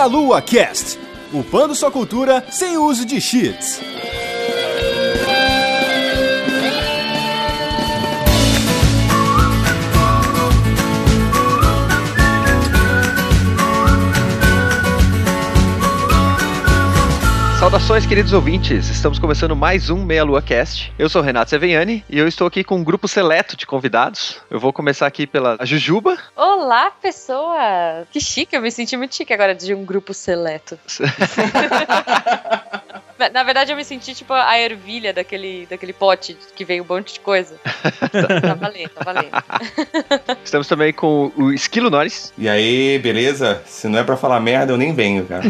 Meia Lua Cast, upando sua cultura sem uso de cheats. Saudações, queridos ouvintes! Estamos começando mais um Meia Lua Cast. Eu sou o Renato Seveniani e eu estou aqui com um grupo seleto de convidados. Eu vou começar aqui pela Jujuba. Olá, pessoa! Que chique, eu me senti muito chique agora de um grupo seleto. Na verdade, eu me senti tipo a ervilha daquele pote que veio um monte de coisa. Tá valendo. Estamos também com o Esquilo Norris. E aí, beleza? Se não é pra falar merda, eu nem venho, cara.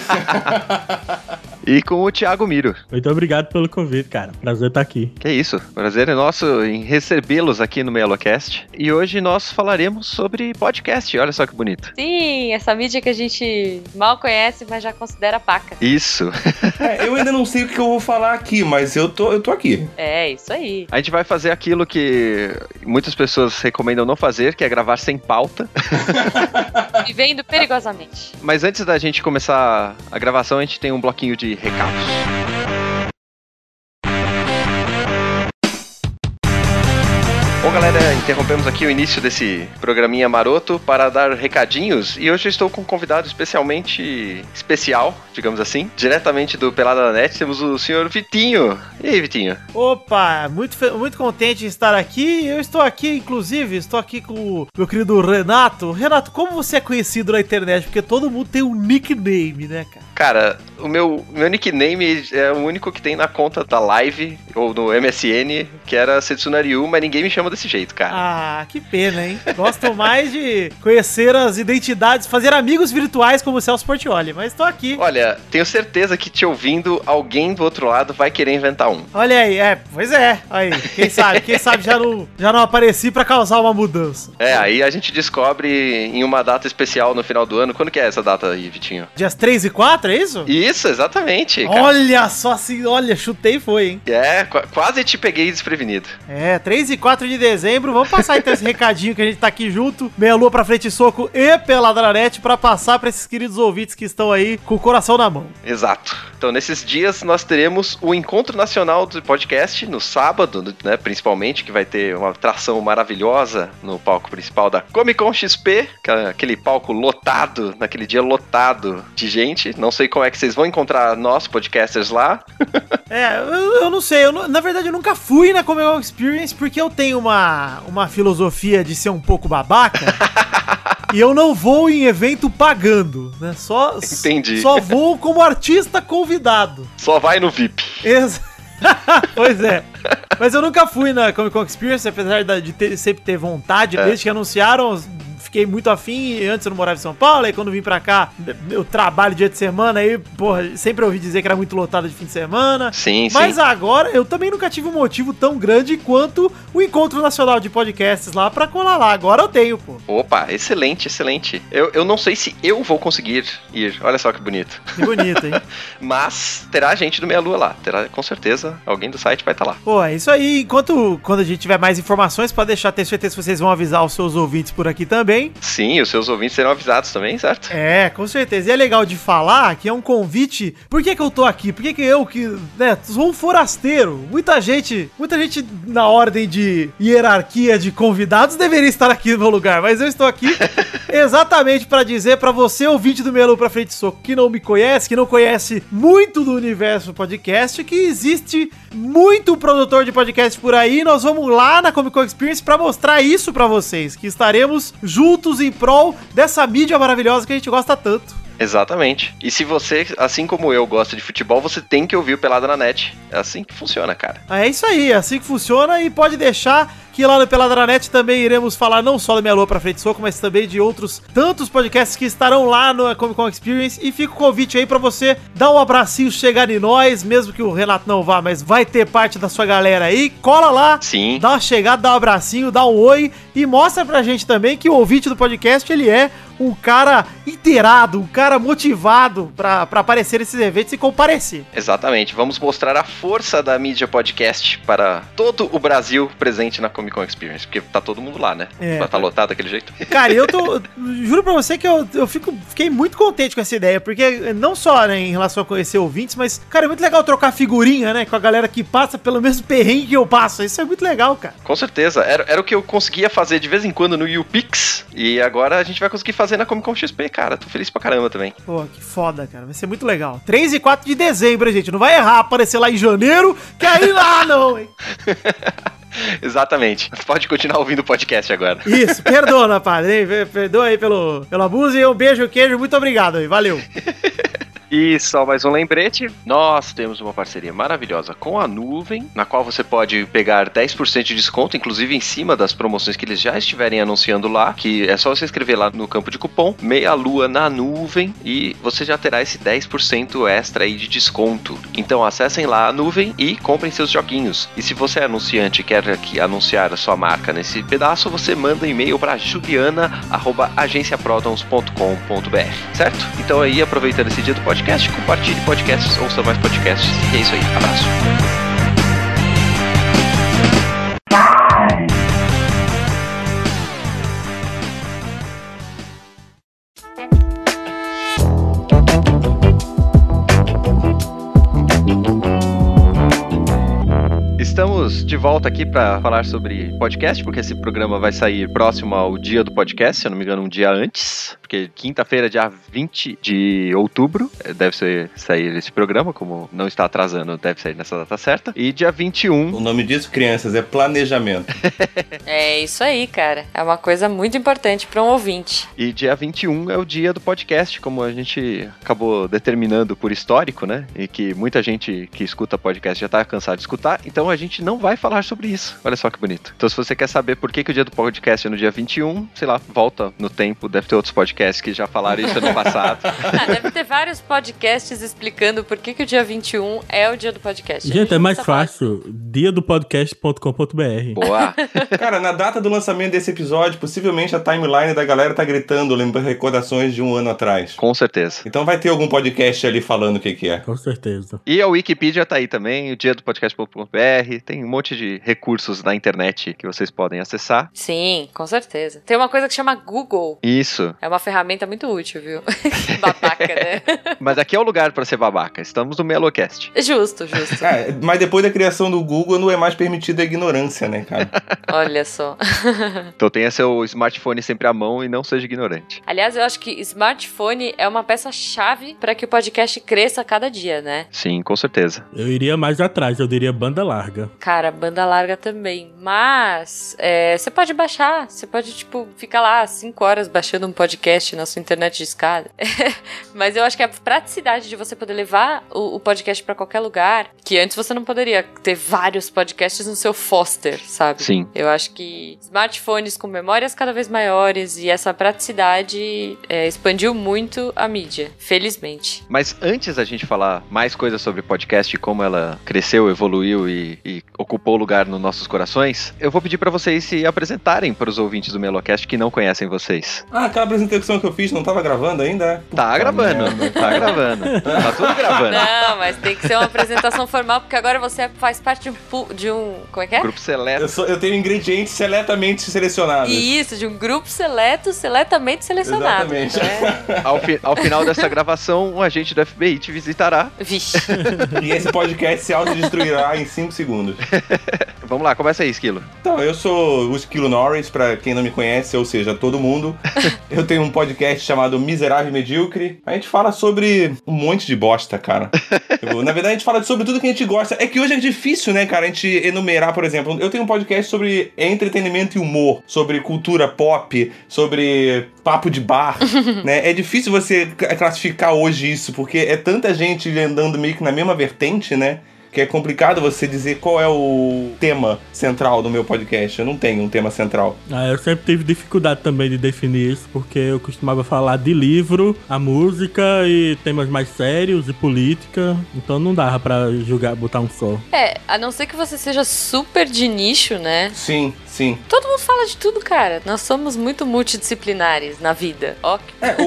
E com o Thiago Miro. Muito obrigado pelo convite, cara. Prazer estar aqui. Que isso, prazer é nosso em recebê-los aqui no Meia Lua Cast. E hoje nós falaremos sobre podcast, olha só que bonito. Sim, essa mídia que a gente mal conhece, mas já considera paca. Isso. Eu ainda não sei o que eu vou falar aqui, mas eu tô aqui. É, isso aí. A gente vai fazer aquilo que muitas pessoas recomendam não fazer, que é gravar sem pauta. Vivendo perigosamente. Mas antes da gente começar a gravação, a gente tem um bloquinho de recados. Bom, galera, interrompemos aqui o início desse programinha maroto para dar recadinhos e hoje eu estou com um convidado especialmente especial, digamos assim, diretamente do Pelada da Net, temos o senhor Vitinho. E aí, Vitinho? Opa, muito contente em estar aqui. Eu estou aqui, inclusive, com o meu querido Renato. Renato, como você é conhecido na internet? Porque todo mundo tem um nickname, né, cara? Cara, o meu nickname é o único que tem na conta da Live, ou no MSN, que era Setsunariu, mas ninguém me chama desse jeito, cara. Ah, que pena, hein? Gosto mais de conhecer as identidades, fazer amigos virtuais como o Celso Portiolli, mas tô aqui. Olha, tenho certeza que te ouvindo, alguém do outro lado vai querer inventar um. Olha aí, pois é. Aí, quem sabe já não apareci pra causar uma mudança. Aí a gente descobre em uma data especial no final do ano. Quando que é essa data aí, Vitinho? Dias 3 e 4, é isso? Isso, exatamente. Cara. Olha só assim, chutei e foi, hein? Quase te peguei desprevenido. 3 e 4 de dezembro, vamos passar então esse recadinho que a gente tá aqui junto, Meia Lua pra Frente e Soco e Pelada na Net, pra passar pra esses queridos ouvintes que estão aí com o coração na mão. Exato. Então, nesses dias, nós teremos o Encontro Nacional do Podcast, no sábado, né, principalmente, que vai ter uma atração maravilhosa no palco principal da Comic Con XP, aquele palco lotado, naquele dia lotado de gente. Não sei como é que vocês vão encontrar nós, podcasters, lá. Eu não sei, na verdade eu nunca fui na Comic Con Experience porque eu tenho uma filosofia de ser um pouco babaca. E eu não vou em evento pagando, né? Entendi. Só vou como artista convidado. Só vai no VIP. Pois é. Mas eu nunca fui na Comic Con Experience, apesar de sempre ter vontade. Desde que anunciaram, fiquei muito afim. Antes eu não morava em São Paulo, aí quando vim pra cá, eu trabalho dia de semana, aí, porra, sempre ouvi dizer que era muito lotado de fim de semana. Sim, Mas agora, eu também nunca tive um motivo tão grande quanto o Encontro Nacional de Podcasts lá pra colar lá. Agora eu tenho, pô. Opa, excelente. Eu não sei se eu vou conseguir ir. Olha só que bonito. Que bonito, hein? Mas terá gente do Meia Lua lá. Terá, com certeza, alguém do site vai estar lá. Pô, é isso aí. Quando a gente tiver mais informações, pode deixar, ter certeza que vocês vão avisar os seus ouvintes por aqui também. Sim, os seus ouvintes serão avisados também, certo? Com certeza. E é legal de falar que é um convite. Por que eu tô aqui? Por que eu, né, sou um forasteiro? Muita gente na ordem de hierarquia de convidados deveria estar aqui no meu lugar, mas eu estou aqui exatamente pra dizer pra você, ouvinte do Meia Lua pra Frente Soco, que não me conhece, que não conhece muito do universo podcast, que existe muito produtor de podcast por aí. Nós vamos lá na Comic Con Experience pra mostrar isso pra vocês, que estaremos juntos em prol dessa mídia maravilhosa que a gente gosta tanto. Exatamente. E se você, assim como eu, gosta de futebol, você tem que ouvir o Pelada na Net. É assim que funciona, cara. É isso aí, é assim que funciona. E pode deixar que lá no Pelada na Net também iremos falar não só do Meia Lua pra Frente Soco, mas também de outros tantos podcasts que estarão lá no Comic Con Experience. E fica o convite aí pra você dar um abracinho, chegar em nós, mesmo que o Renato não vá, mas vai ter parte da sua galera aí. Cola lá, sim, dá uma chegada, dá um abracinho, dá um oi e mostra pra gente também que o ouvinte do podcast, ele é um cara inteirado, um cara motivado pra aparecer nesses eventos e comparecer. Exatamente, vamos mostrar a força da mídia podcast para todo o Brasil presente na Comic Con Experience, porque tá todo mundo lá, né? Vai tá lotado daquele jeito. Cara, juro pra você que eu fiquei muito contente com essa ideia, porque não só, né, em relação a conhecer ouvintes, mas, cara, é muito legal trocar figurinha, né, com a galera que passa pelo mesmo perrengue que eu passo. Isso é muito legal, cara. Com certeza. Era o que eu conseguia fazer de vez em quando no YouPix, e agora a gente vai conseguir fazer na Comic Con XP, cara. Tô feliz pra caramba também. Pô, que foda, cara. Vai ser muito legal. 3 e 4 de dezembro, gente. Não vai errar aparecer lá em janeiro, que aí lá não, hein? Exatamente. Pode continuar ouvindo o podcast agora. Isso, perdoa, padre, hein? Perdoa aí pelo abuso e um beijo, queijo. Muito obrigado aí. Valeu. E só mais um lembrete, nós temos uma parceria maravilhosa com a Nuvem, na qual você pode pegar 10% de desconto, inclusive em cima das promoções que eles já estiverem anunciando lá, que é só você escrever lá no campo de cupom, Meia Lua na Nuvem, e você já terá esse 10% extra aí de desconto. Então acessem lá a Nuvem e comprem seus joguinhos. E se você é anunciante e quer aqui anunciar a sua marca nesse pedaço, você manda um e-mail para juliana@agenciaprotons.com.br, certo? Então aí, aproveitando esse dia do podcast, compartilhe podcasts, ouça mais podcasts, e é isso aí, abraço. Estamos de volta aqui para falar sobre podcast, porque esse programa vai sair próximo ao dia do podcast, se eu não me engano, um dia antes, porque quinta-feira, dia 20 de outubro, deve sair esse programa, como não está atrasando, deve sair nessa data certa, e dia 21... O nome disso, crianças, é planejamento. É isso aí, cara. É uma coisa muito importante para um ouvinte. E dia 21 é o dia do podcast, como a gente acabou determinando por histórico, né? E que muita gente que escuta podcast já tá cansado de escutar, então a gente não vai falar sobre isso. Olha só que bonito. Então se você quer saber por que o dia do podcast é no dia 21, sei lá, volta no tempo, deve ter outros podcasts que já falaram isso no passado. Deve ter vários podcasts explicando por que o dia 21 é o dia do podcast. Gente, é mais fácil, diadopodcast.com.br. Boa! Cara, na data do lançamento desse episódio, possivelmente a timeline da galera tá gritando, lembrando recordações de um ano atrás. Com certeza. Então vai ter algum podcast ali falando o que é. Com certeza. E a Wikipedia tá aí também, o dia do podcast.com.br, tem um monte de recursos na internet que vocês podem acessar. Sim, com certeza. Tem uma coisa que chama Google. Isso. É uma ferramenta muito útil, viu? Babaca, né? Mas aqui é o lugar pra ser babaca. Estamos no Melocast. Justo. Mas depois da criação do Google não é mais permitida a ignorância, né, cara? Olha só. Então tenha seu smartphone sempre à mão e não seja ignorante. Aliás, eu acho que smartphone é uma peça-chave para que o podcast cresça a cada dia, né? Sim, com certeza. Eu iria mais atrás, eu diria banda larga. Cara, banda larga também. Mas você pode baixar, você pode, ficar lá 5 horas baixando um podcast na sua internet de escada. Mas eu acho que a praticidade de você poder levar o podcast pra qualquer lugar, que antes você não poderia ter vários podcasts no seu Foster, sabe? Sim. Eu acho que smartphones com memórias cada vez maiores e essa praticidade expandiu muito a mídia, felizmente. Mas antes da gente falar mais coisas sobre podcast e como ela cresceu, evoluiu e ocupou lugar nos nossos corações, eu vou pedir pra vocês se apresentarem para os ouvintes do Melocast que não conhecem vocês. Aquela apresentação que eu fiz não tava gravando ainda? Tá gravando. Tá tudo gravando. Não, mas tem que ser uma apresentação formal, porque agora você faz parte de um como é que é? Grupo seleto. Eu tenho ingredientes seletamente selecionados. Isso, de um grupo seletamente selecionado. Exatamente. Né? Ao final dessa gravação, um agente do FBI te visitará. Vixe. E esse podcast se autodestruirá em 5 segundos. Vamos lá, começa aí, Esquilo. Então, eu sou o Esquilo Norris, pra quem não me conhece, ou seja, todo mundo. Eu tenho um podcast chamado Miserável e Medíocre. A gente fala sobre um monte de bosta, cara. Na verdade, a gente fala sobre tudo que a gente gosta. É que hoje é difícil, né, cara, a gente enumerar, por exemplo. Eu tenho um podcast sobre entretenimento e humor, sobre cultura pop, sobre papo de bar, né? É difícil você classificar hoje isso, porque é tanta gente andando meio que na mesma vertente, né? Que é complicado você dizer qual é o tema central do meu podcast. Eu não tenho um tema central. Eu sempre tive dificuldade também de definir isso, porque eu costumava falar de livro, a música e temas mais sérios e política, então não dava pra botar um só. A não ser que você seja super de nicho, né? Sim. Todo mundo fala de tudo, cara. Nós somos muito multidisciplinares na vida. Ó.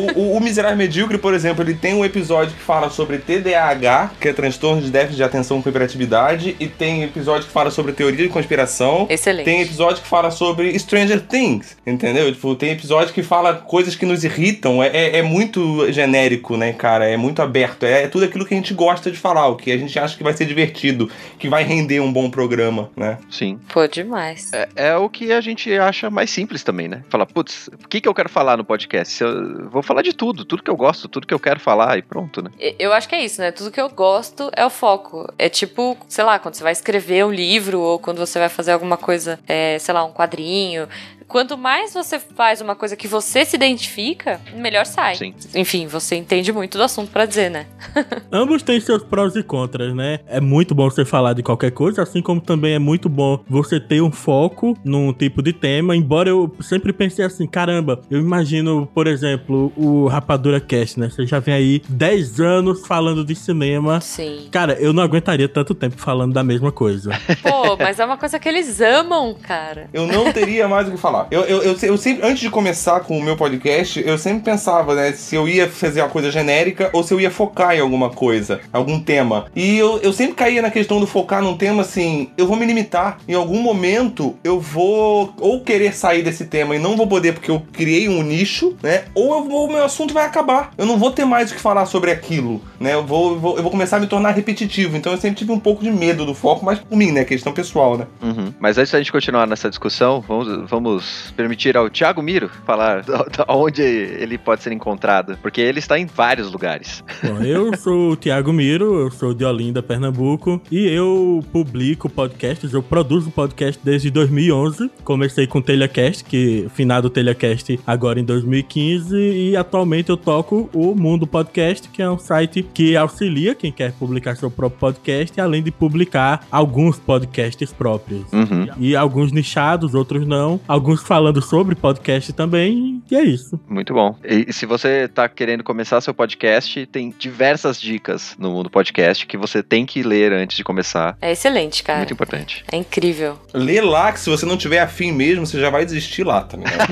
O Miserável Medíocre, por exemplo, ele tem um episódio que fala sobre TDAH, que é transtorno de déficit de atenção com hiperatividade, e tem episódio que fala sobre teoria de conspiração. Excelente. Tem episódio que fala sobre Stranger Things, entendeu? Tipo, tem episódio que fala coisas que nos irritam. É muito genérico, né, cara? É muito aberto. É tudo aquilo que a gente gosta de falar, o que a gente acha que vai ser divertido, que vai render um bom programa, né? Sim. Pô, demais. É o que a gente acha mais simples também, né? Falar, putz, o que eu quero falar no podcast? Eu vou falar de tudo que eu gosto, tudo que eu quero falar e pronto, né? Eu acho que é isso, né? Tudo que eu gosto é o foco. É tipo, sei lá, quando você vai escrever um livro ou quando você vai fazer alguma coisa, sei lá, um quadrinho. Quanto mais você faz uma coisa que você se identifica, melhor sai. Sim. Enfim, você entende muito do assunto pra dizer, né? Ambos têm seus prós e contras, né? É muito bom você falar de qualquer coisa, assim como também é muito bom você ter um foco num tipo de tema, embora eu sempre pensei assim, caramba, eu imagino, por exemplo, o Rapadura Cast, né? Você já vem aí 10 anos falando de cinema. Sim. Cara, eu não aguentaria tanto tempo falando da mesma coisa. Pô, mas é uma coisa que eles amam, cara. Eu não teria mais o que falar. Eu sempre, antes de começar com o meu podcast, eu sempre pensava, né, se eu ia fazer uma coisa genérica ou se eu ia focar em alguma coisa, algum tema. E eu sempre caía na questão do focar num tema assim, eu vou me limitar. Em algum momento, eu vou ou querer sair desse tema e não vou poder porque eu criei um nicho, né, ou o meu assunto vai acabar. Eu não vou ter mais o que falar sobre aquilo, né, eu vou começar a me tornar repetitivo. Então eu sempre tive um pouco de medo do foco, mas por mim, né, questão pessoal, né. Uhum. Mas antes da gente continuar nessa discussão, vamos permitir ao Thiago Miro falar onde ele pode ser encontrado, porque ele está em vários lugares. Bom, eu sou o Thiago Miro, eu sou de Olinda, Pernambuco, e eu publico podcasts, eu produzo podcast desde 2011. Comecei com o TelhaCast, finado o TelhaCast agora em 2015, e atualmente eu toco o Mundo Podcast, que é um site que auxilia quem quer publicar seu próprio podcast, além de publicar alguns podcasts próprios. Uhum. E alguns nichados, outros não, alguns falando sobre podcast também, e é isso. Muito bom. E se você tá querendo começar seu podcast, tem diversas dicas no Mundo Podcast que você tem que ler antes de começar. É excelente, cara. Muito importante. É incrível. Lê lá, que se você não tiver afim mesmo, você já vai desistir lá, tá ligado?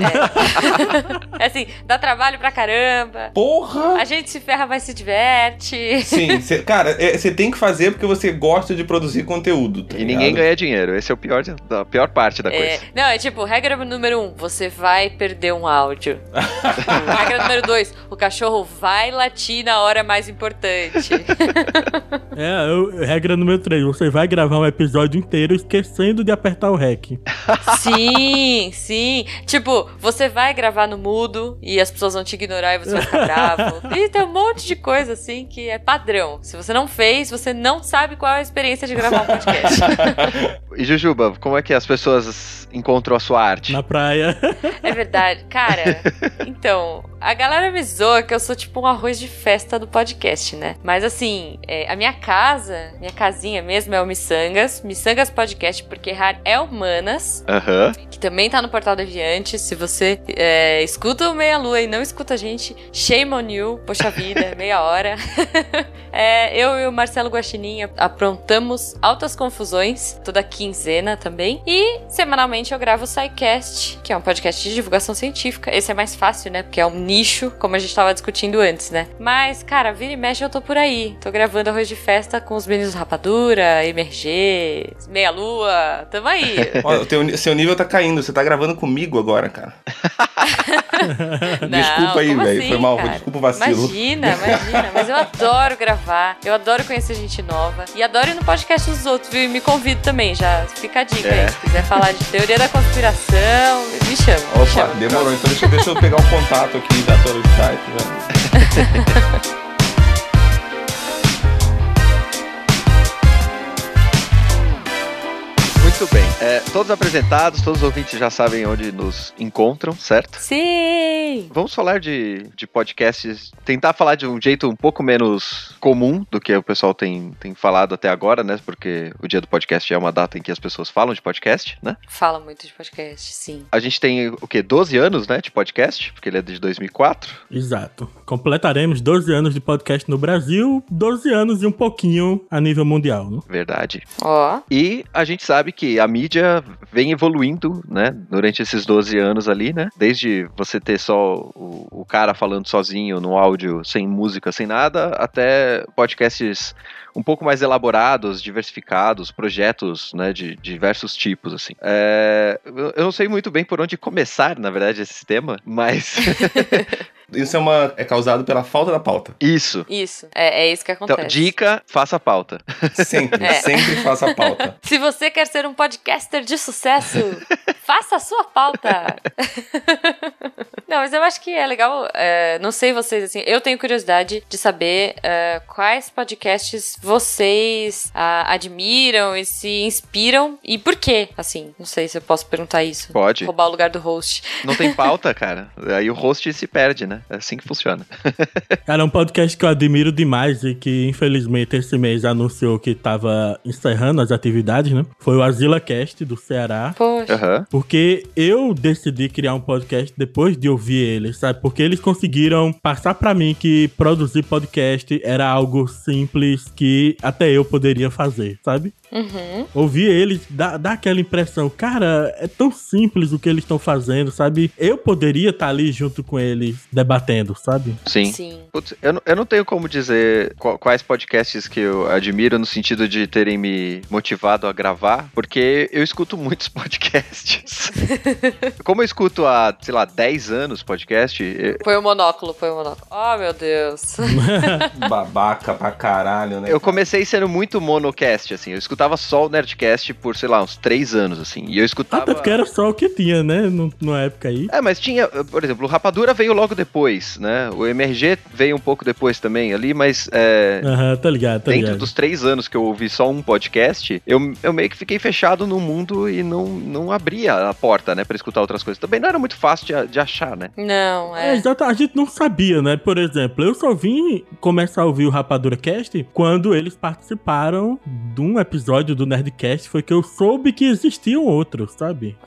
É assim, dá trabalho pra caramba. Porra! A gente se ferra, mas se diverte. Sim, cara, você tem que fazer porque você gosta de produzir conteúdo, tá E ligado? ninguém ganha dinheiro. Esse é a pior parte da coisa. Não, é tipo, regra número 1, você vai perder um áudio. Regra número 2, o cachorro vai latir na hora mais importante. Regra número 3, você vai gravar um episódio inteiro esquecendo de apertar o REC. Sim, sim. Tipo, você vai gravar no mudo e as pessoas vão te ignorar e você vai ficar bravo. E tem um monte de coisa assim que é padrão. Se você não fez, você não sabe qual é a experiência de gravar um podcast. E Jujuba, como é que as pessoas encontram a sua arte? Na praia. É verdade. Cara, então, a galera me zoa que eu sou tipo um arroz de festa do podcast, né? Mas assim, a minha casinha mesmo é o Missangas Podcast, porque errar é humanas. Aham. Que também tá no Portal Deviante. Se você escuta o Meia Lua e não escuta a gente, shame on you. Poxa vida, meia hora. Eu e o Marcelo Guaxinim aprontamos altas confusões toda quinzena também. E semanalmente eu gravo o SciCast, que é um podcast de divulgação científica. Esse é mais fácil, né? Porque é um nicho, como a gente tava discutindo antes, né? Mas, cara, vira e mexe eu tô por aí. Tô gravando Arroz de Festa com os meninos Rapadura, MRG, Meia Lua. Tamo aí. Ó, seu nível tá caindo. Você tá gravando comigo agora, cara. Desculpa aí, velho. Assim, foi mal. cara? Desculpa o vacilo. Imagina. Mas eu adoro gravar. Eu adoro conhecer gente nova. E adoro ir no podcast dos outros, viu? E me convido também, já. Fica a dica aí. Se quiser falar de teoria da conspiração, me chama. Opa, demorou. Então deixa eu pegar o contato aqui já pelo Skype. Já. Muito bem. Todos apresentados, todos os ouvintes já sabem onde nos encontram, certo? Sim! também. Vamos falar de podcasts, tentar falar de um jeito um pouco menos comum do que o pessoal tem falado até agora, né? Porque o dia do podcast é uma data em que as pessoas falam de podcast, né? Fala muito de podcast, sim. A gente tem, 12 anos, né, de podcast, porque ele é de 2004. Exato. Completaremos 12 anos de podcast no Brasil, 12 anos e um pouquinho a nível mundial, né? Verdade. Ó. E a gente sabe que a mídia vem evoluindo, né, durante esses 12 anos ali, né? Desde você ter só o cara falando sozinho no áudio, sem música, sem nada, até podcasts um pouco mais elaborados, diversificados, projetos, né, de diversos tipos, assim. Eu não sei muito bem por onde começar, na verdade, esse tema, mas... Isso é causado pela falta da pauta. Isso. Isso. É isso que acontece. Então, dica, faça a pauta. Sempre faça a pauta. Se você quer ser um podcaster de sucesso, faça a sua pauta. Não, mas eu acho que é legal, não sei vocês, assim, eu tenho curiosidade de saber quais podcasts vocês admiram e se inspiram e por quê, assim, não sei se eu posso perguntar isso. Pode. Roubar o lugar do host. Não tem pauta, cara. Aí o host se perde, né? É assim que funciona. Cara, um podcast que eu admiro demais e que, infelizmente, esse mês anunciou que tava encerrando as atividades, né? Foi o AzilaCast, do Ceará. Poxa. Aham. Porque eu decidi criar um podcast depois de ouvir eles, sabe? Porque eles conseguiram passar pra mim que produzir podcast era algo simples que até eu poderia fazer, sabe? Uhum. Ouvir eles dá aquela impressão, cara, é tão simples o que eles estão fazendo, sabe? Eu poderia estar ali junto com eles debatendo, sabe? Sim. Sim. Putz, eu não tenho como dizer quais podcasts que eu admiro no sentido de terem me motivado a gravar, porque eu escuto muitos podcasts. Como eu escuto há, sei lá, 10 anos podcast... Foi o monóculo. Oh, meu Deus. Babaca pra caralho, né? Eu comecei sendo muito monocast, assim. Eu escutava só o Nerdcast por, sei lá, uns 3 anos, assim. E eu escutava... Até porque era só o que tinha, né? Na época aí. Mas tinha, por exemplo, o Rapadura veio logo depois, né? O MRG veio um pouco depois também ali, mas... Tá ligado. Dentro dos 3 anos que eu ouvi só um podcast, eu meio que fiquei fechado no mundo e não abria a porta, né? Pra escutar outras coisas. Também não era muito fácil de achar, né? Não, Exato, a gente não sabia, né? Por exemplo, eu só vim começar a ouvir o Rapadura Cast quando eles participaram de um episódio do Nerdcast, foi que eu soube que existiam outros, sabe?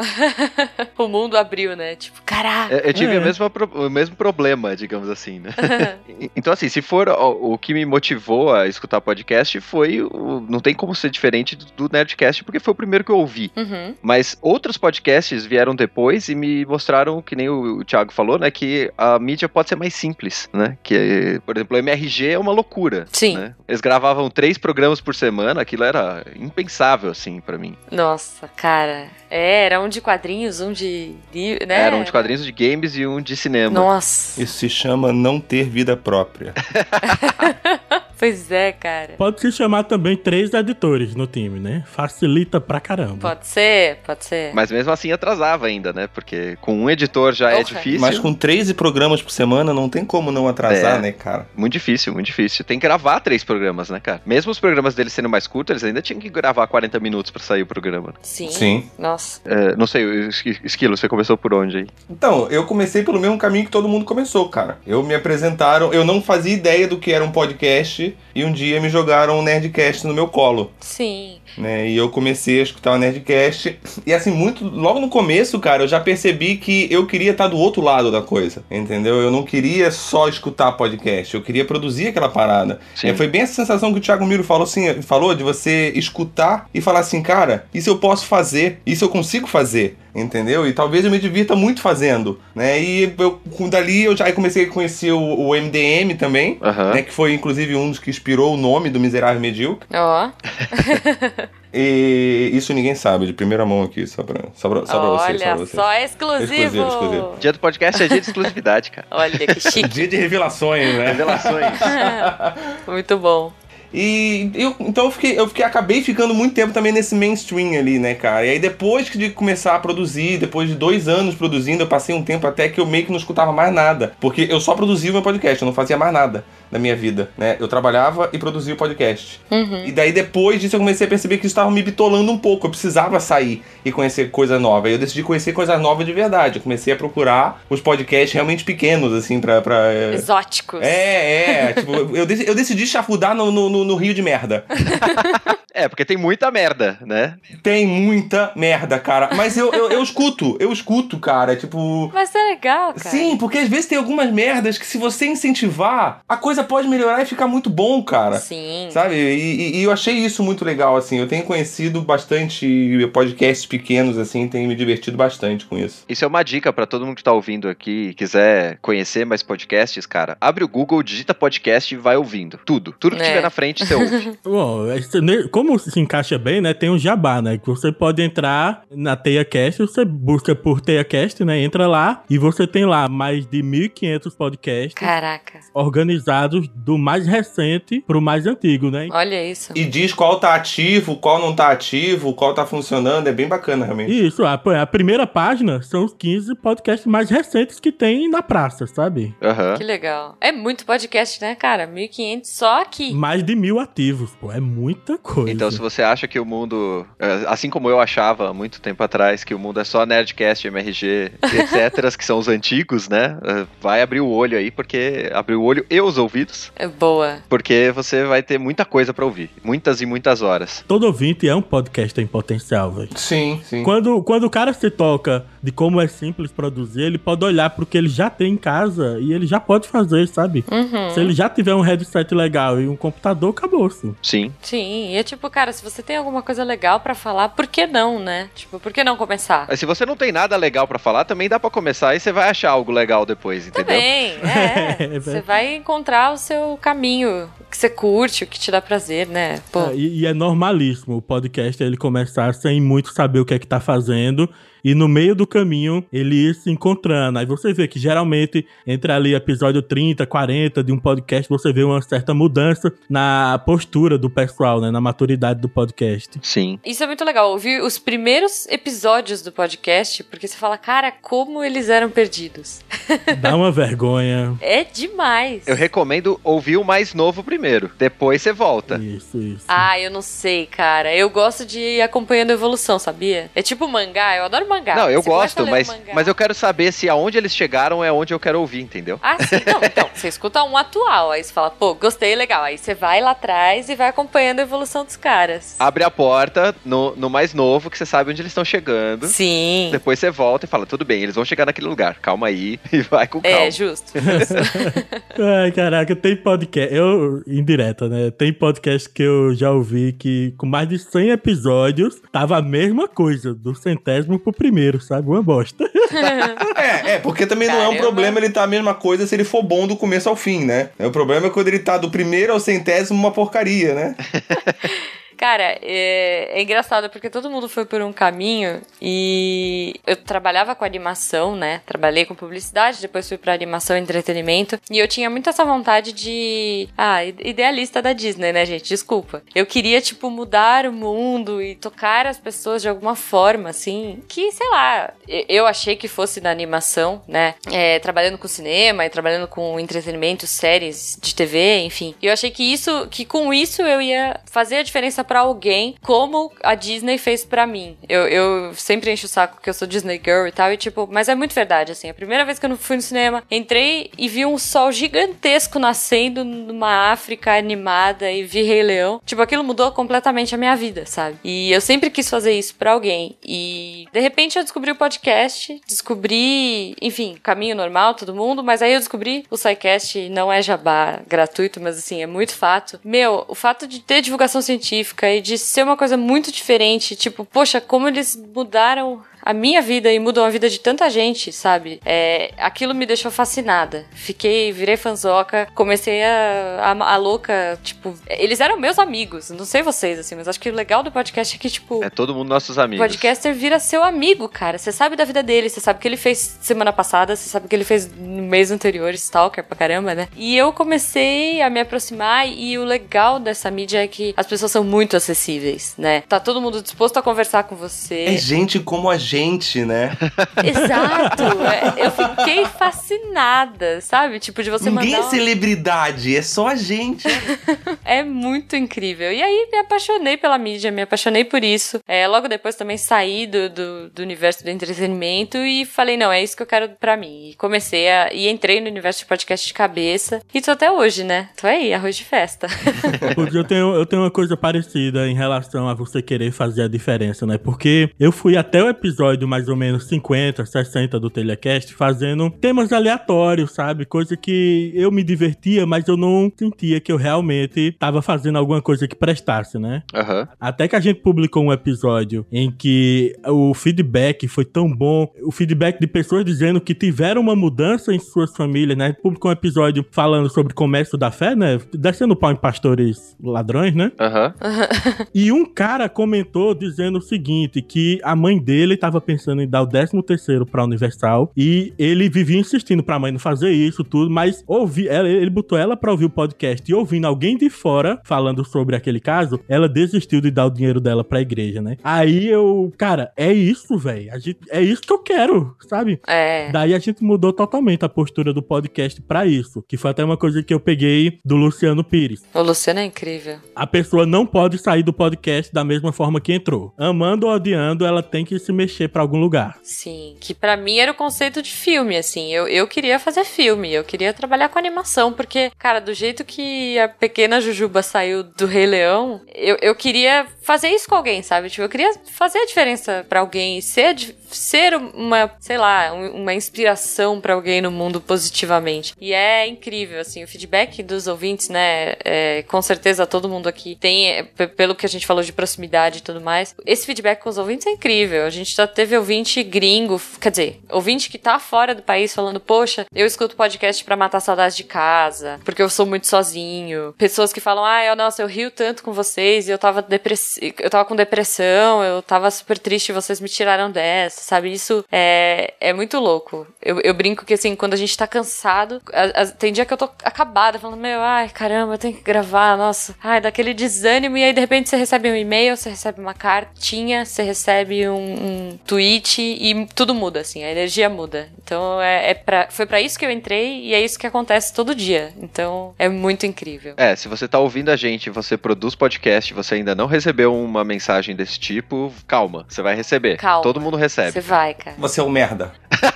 O mundo abriu, né? Tipo, caraca. Eu tive o mesmo problema, digamos assim, né? Então, assim, se for o que me motivou a escutar podcast foi não tem como ser diferente do Nerdcast, porque foi o primeiro que eu ouvi. Uhum. Mas outros podcasts vieram depois e me mostraram, que nem o Thiago falou, né? Que a mídia pode ser mais simples, né? Que, por exemplo, o MRG é uma loucura. Sim. Né? Eles gravavam 3 programas por semana, aquilo era impensável, assim, pra mim. Nossa, cara. Era um de quadrinhos, um de... né? Era um de quadrinhos de games e um de cinema. Nossa. Isso se chama não ter vida própria. Pois é, cara. Pode se chamar também 3 editores no time, né? Facilita pra caramba. Pode ser. Mas mesmo assim atrasava ainda, né? Porque com um editor já é difícil. Mas com 13 programas por semana não tem como não atrasar, né, cara? Muito difícil, muito difícil. Tem que gravar 3 programas, né, cara? Mesmo os programas deles sendo mais curtos, eles ainda tinham que gravar 40 minutos pra sair o programa. Sim. Nossa. Não sei, Esquilo, você começou por onde aí? Então, eu comecei pelo mesmo caminho que todo mundo começou, cara. Me apresentaram, eu não fazia ideia do que era um podcast e um dia me jogaram um Nerdcast no meu colo. Sim. Né? E eu comecei a escutar o Nerdcast e assim, logo no começo, cara, eu já percebi que eu queria estar do outro lado da coisa, entendeu? Eu não queria só escutar podcast, eu queria produzir aquela parada. Foi bem essa sensação que o Thiago Miro falou de você escutar e falar assim, cara, isso eu posso fazer, isso eu consigo fazer. Entendeu? E talvez eu me divirta muito fazendo, né? E dali eu já comecei a conhecer o MDM também, né? Que foi inclusive um dos que inspirou o nome do Miserável Medíocre. Ó. E isso ninguém sabe, de primeira mão aqui, só pra vocês. Olha só, é exclusivo. Dia do podcast é dia de exclusividade, cara. Olha que chique. Dia de revelações, né? Revelações. Muito bom. Então acabei ficando muito tempo também nesse mainstream ali, né, cara? E aí depois de começar a produzir, depois de 2 anos produzindo, eu passei um tempo até que eu meio que não escutava mais nada. Porque eu só produzia o meu podcast, eu não fazia mais nada na minha vida, né? Eu trabalhava e produzia o podcast. E daí depois disso eu comecei a perceber que isso estava me bitolando um pouco. Eu precisava sair e conhecer coisa nova. Aí eu decidi conhecer coisa nova de verdade. Eu comecei a procurar os podcasts realmente pequenos, assim, pra exóticos. Tipo, eu decidi chafurdar no rio de merda. Porque tem muita merda, né? Tem muita merda, cara. Mas eu escuto, cara. Tipo. Mas é legal, cara. Sim, porque às vezes tem algumas merdas que se você incentivar, a coisa pode melhorar e ficar muito bom, cara. Sim. Sabe? E eu achei isso muito legal, assim. Eu tenho conhecido bastante podcasts pequenos, assim, tenho me divertido bastante com isso. Isso é uma dica pra todo mundo que tá ouvindo aqui e quiser conhecer mais podcasts, cara. Abre o Google, digita podcast e vai ouvindo. Tudo que tiver na frente, você ouve. Bom, como se encaixa bem, né? Tem um jabá, né? Que você pode entrar na TeiaCast, você busca por TeiaCast, né? Entra lá e você tem lá mais de 1.500 podcasts. Caraca. Organizados do mais recente pro mais antigo, né? Olha isso. E diz qual tá ativo, qual não tá ativo, qual tá funcionando. É bem bacana, realmente. Isso, a primeira página são os 15 podcasts mais recentes que tem na praça, sabe? Que legal. É muito podcast, né, cara? 1.500 só aqui. Mais de 1.000 ativos, pô. É muita coisa. Então, se você acha que o mundo, assim como eu achava há muito tempo atrás, que o mundo é só Nerdcast, MRG, etc., que são os antigos, né? Vai abrir o olho aí, porque abrir o olho e os ouvidos. É boa. Porque você vai ter muita coisa pra ouvir. Muitas e muitas horas. Todo ouvinte é um podcast em potencial, velho. Sim, sim. Quando o cara se toca de como é simples produzir, ele pode olhar pro que ele já tem em casa e ele já pode fazer, sabe? Se ele já tiver um headset legal e um computador, acabou-se. Sim. Sim, e é tipo, cara, se você tem alguma coisa legal pra falar, por que não, né? Tipo, por que não começar? Mas se você não tem nada legal pra falar, também dá pra começar e você vai achar algo legal depois, entendeu? Também, Você vai encontrar o seu caminho, o que você curte, o que te dá prazer, né? Pô. E é normalíssimo o podcast ele começar sem muito saber o que é que tá fazendo. E no meio do caminho, ele ir se encontrando. Aí você vê que geralmente, entre ali episódio 30, 40 de um podcast, você vê uma certa mudança na postura do pessoal, né? Na maturidade do podcast. Sim. Isso é muito legal, ouvir os primeiros episódios do podcast, porque você fala, cara, como eles eram perdidos. Dá uma vergonha. É demais. Eu recomendo ouvir o mais novo primeiro. Depois você volta. Isso. Ah, eu não sei, cara. Eu gosto de ir acompanhando a evolução, sabia? É tipo mangá, eu adoro mangá. Não, eu Você gosto, começa a ler mas eu quero saber se aonde eles chegaram é onde eu quero ouvir, entendeu? Ah, sim. Não, então, você escuta um atual, aí você fala, pô, gostei, legal. Aí você vai lá atrás e vai acompanhando a evolução dos caras. Abre a porta no mais novo, que você sabe onde eles estão chegando. Sim. Depois você volta e fala, tudo bem, eles vão chegar naquele lugar, calma aí, e vai com calma. É, justo. Ai, caraca, tem podcast, indireta, né? Tem podcast que eu já ouvi que com mais de 100 episódios tava a mesma coisa, do 100º pro primeiro, sabe? Uma bosta. Porque também não é um problema ele tá a mesma coisa se ele for bom do começo ao fim, né? O problema é quando ele tá do primeiro ao 100º uma porcaria, né? Cara, é engraçado porque todo mundo foi por um caminho e eu trabalhava com animação, né? Trabalhei com publicidade, depois fui pra animação e entretenimento. E eu tinha muito essa vontade de... idealista da Disney, né, gente? Desculpa. Eu queria, tipo, mudar o mundo e tocar as pessoas de alguma forma, assim. Que, sei lá, eu achei que fosse na animação, né? Trabalhando com cinema e trabalhando com entretenimento, séries de TV, enfim. E eu achei que com isso eu ia fazer a diferença pra alguém, como a Disney fez pra mim. Eu sempre encho o saco que eu sou Disney Girl e tal, e tipo, mas é muito verdade, assim, a primeira vez que eu fui no cinema, entrei e vi um sol gigantesco nascendo numa África animada e vi Rei Leão. Tipo, aquilo mudou completamente a minha vida, sabe? E eu sempre quis fazer isso pra alguém. E, de repente, eu descobri o podcast, enfim, caminho normal, todo mundo, mas aí eu descobri o SciCast, não é jabá gratuito, mas assim, é muito fato. Meu, o fato de ter divulgação científica e de ser uma coisa muito diferente, tipo, poxa, como eles mudaram a minha vida e mudam a vida de tanta gente, sabe? Aquilo me deixou fascinada. Virei fanzoca, comecei a louca, tipo... Eles eram meus amigos, não sei vocês, assim, mas acho que o legal do podcast é que, tipo... É todo mundo nossos amigos. O podcaster vira seu amigo, cara. Você sabe da vida dele, você sabe o que ele fez semana passada, você sabe o que ele fez no mês anterior, stalker pra caramba, né? E eu comecei a me aproximar e o legal dessa mídia é que as pessoas são muito acessíveis, né? Tá todo mundo disposto a conversar com você. É gente como a gente, né? Exato. Eu fiquei fascinada, sabe? Tipo, de você Ninguém mandar... é celebridade, é só a gente. É muito incrível. E aí me apaixonei pela mídia, me apaixonei por isso. Logo depois também saí do universo do entretenimento e falei, não, é isso que eu quero pra mim. E entrei no universo de podcast de cabeça. E tô até hoje, né? Tô aí, arroz de festa. Porque eu tenho uma coisa parecida em relação a você querer fazer a diferença, né? Porque eu fui até o episódio mais ou menos 50, 60 do Telecast fazendo temas aleatórios, sabe? Coisa que eu me divertia, mas eu não sentia que eu realmente tava fazendo alguma coisa que prestasse, né? Aham. Até que a gente publicou um episódio em que o feedback foi tão bom, o feedback de pessoas dizendo que tiveram uma mudança em suas famílias, né? A gente publicou um episódio falando sobre comércio da fé, né? Descendo o pau em pastores ladrões, né? Aham. E um cara comentou dizendo o seguinte, que a mãe dele tava pensando em dar o 13º pra Universal e ele vivia insistindo pra mãe não fazer isso, tudo, mas ele botou ela pra ouvir o podcast e ouvindo alguém de fora falando sobre aquele caso, ela desistiu de dar o dinheiro dela pra igreja, né? Aí cara, é isso, velho. É isso que eu quero, sabe? Daí a gente mudou totalmente a postura do podcast pra isso, que foi até uma coisa que eu peguei do Luciano Pires. O Luciano é incrível. A pessoa não pode sair do podcast da mesma forma que entrou. Amando ou odiando, ela tem que se mexer pra algum lugar. Sim, que pra mim era o conceito de filme, assim. Eu queria fazer filme, eu queria trabalhar com animação, porque, cara, do jeito que a pequena Jujuba saiu do Rei Leão, eu queria fazer isso com alguém, sabe? Tipo, eu queria fazer a diferença pra alguém, ser uma, sei lá, uma inspiração pra alguém no mundo positivamente. E é incrível, assim, o feedback dos ouvintes, né? Com certeza todo mundo aqui tem, pelo que a gente falou de proximidade e tudo mais, esse feedback com os ouvintes é incrível. A gente já teve ouvinte gringo, quer dizer, ouvinte que tá fora do país falando, poxa, eu escuto podcast pra matar saudades de casa, porque eu sou muito sozinho. Pessoas que falam, nossa, eu rio tanto com vocês e eu tava com depressão, eu tava super triste e vocês me tiraram dessa, sabe? Isso é muito louco. Eu brinco que, assim, quando a gente tá cansado, tem dia que eu tô acabada, falando, caramba, eu tenho que gravar, nossa, daquele desânimo, e aí de repente você recebe um e-mail, você recebe uma cartinha, você recebe um tweet e tudo muda, assim, a energia muda. Então foi pra isso que eu entrei e é isso que acontece todo dia. Então é muito incrível. Se você tá ouvindo a gente, você produz podcast, você ainda não recebeu uma mensagem desse tipo, calma, você vai receber. Calma. Todo mundo recebe. Você vai, cara. Você é um merda.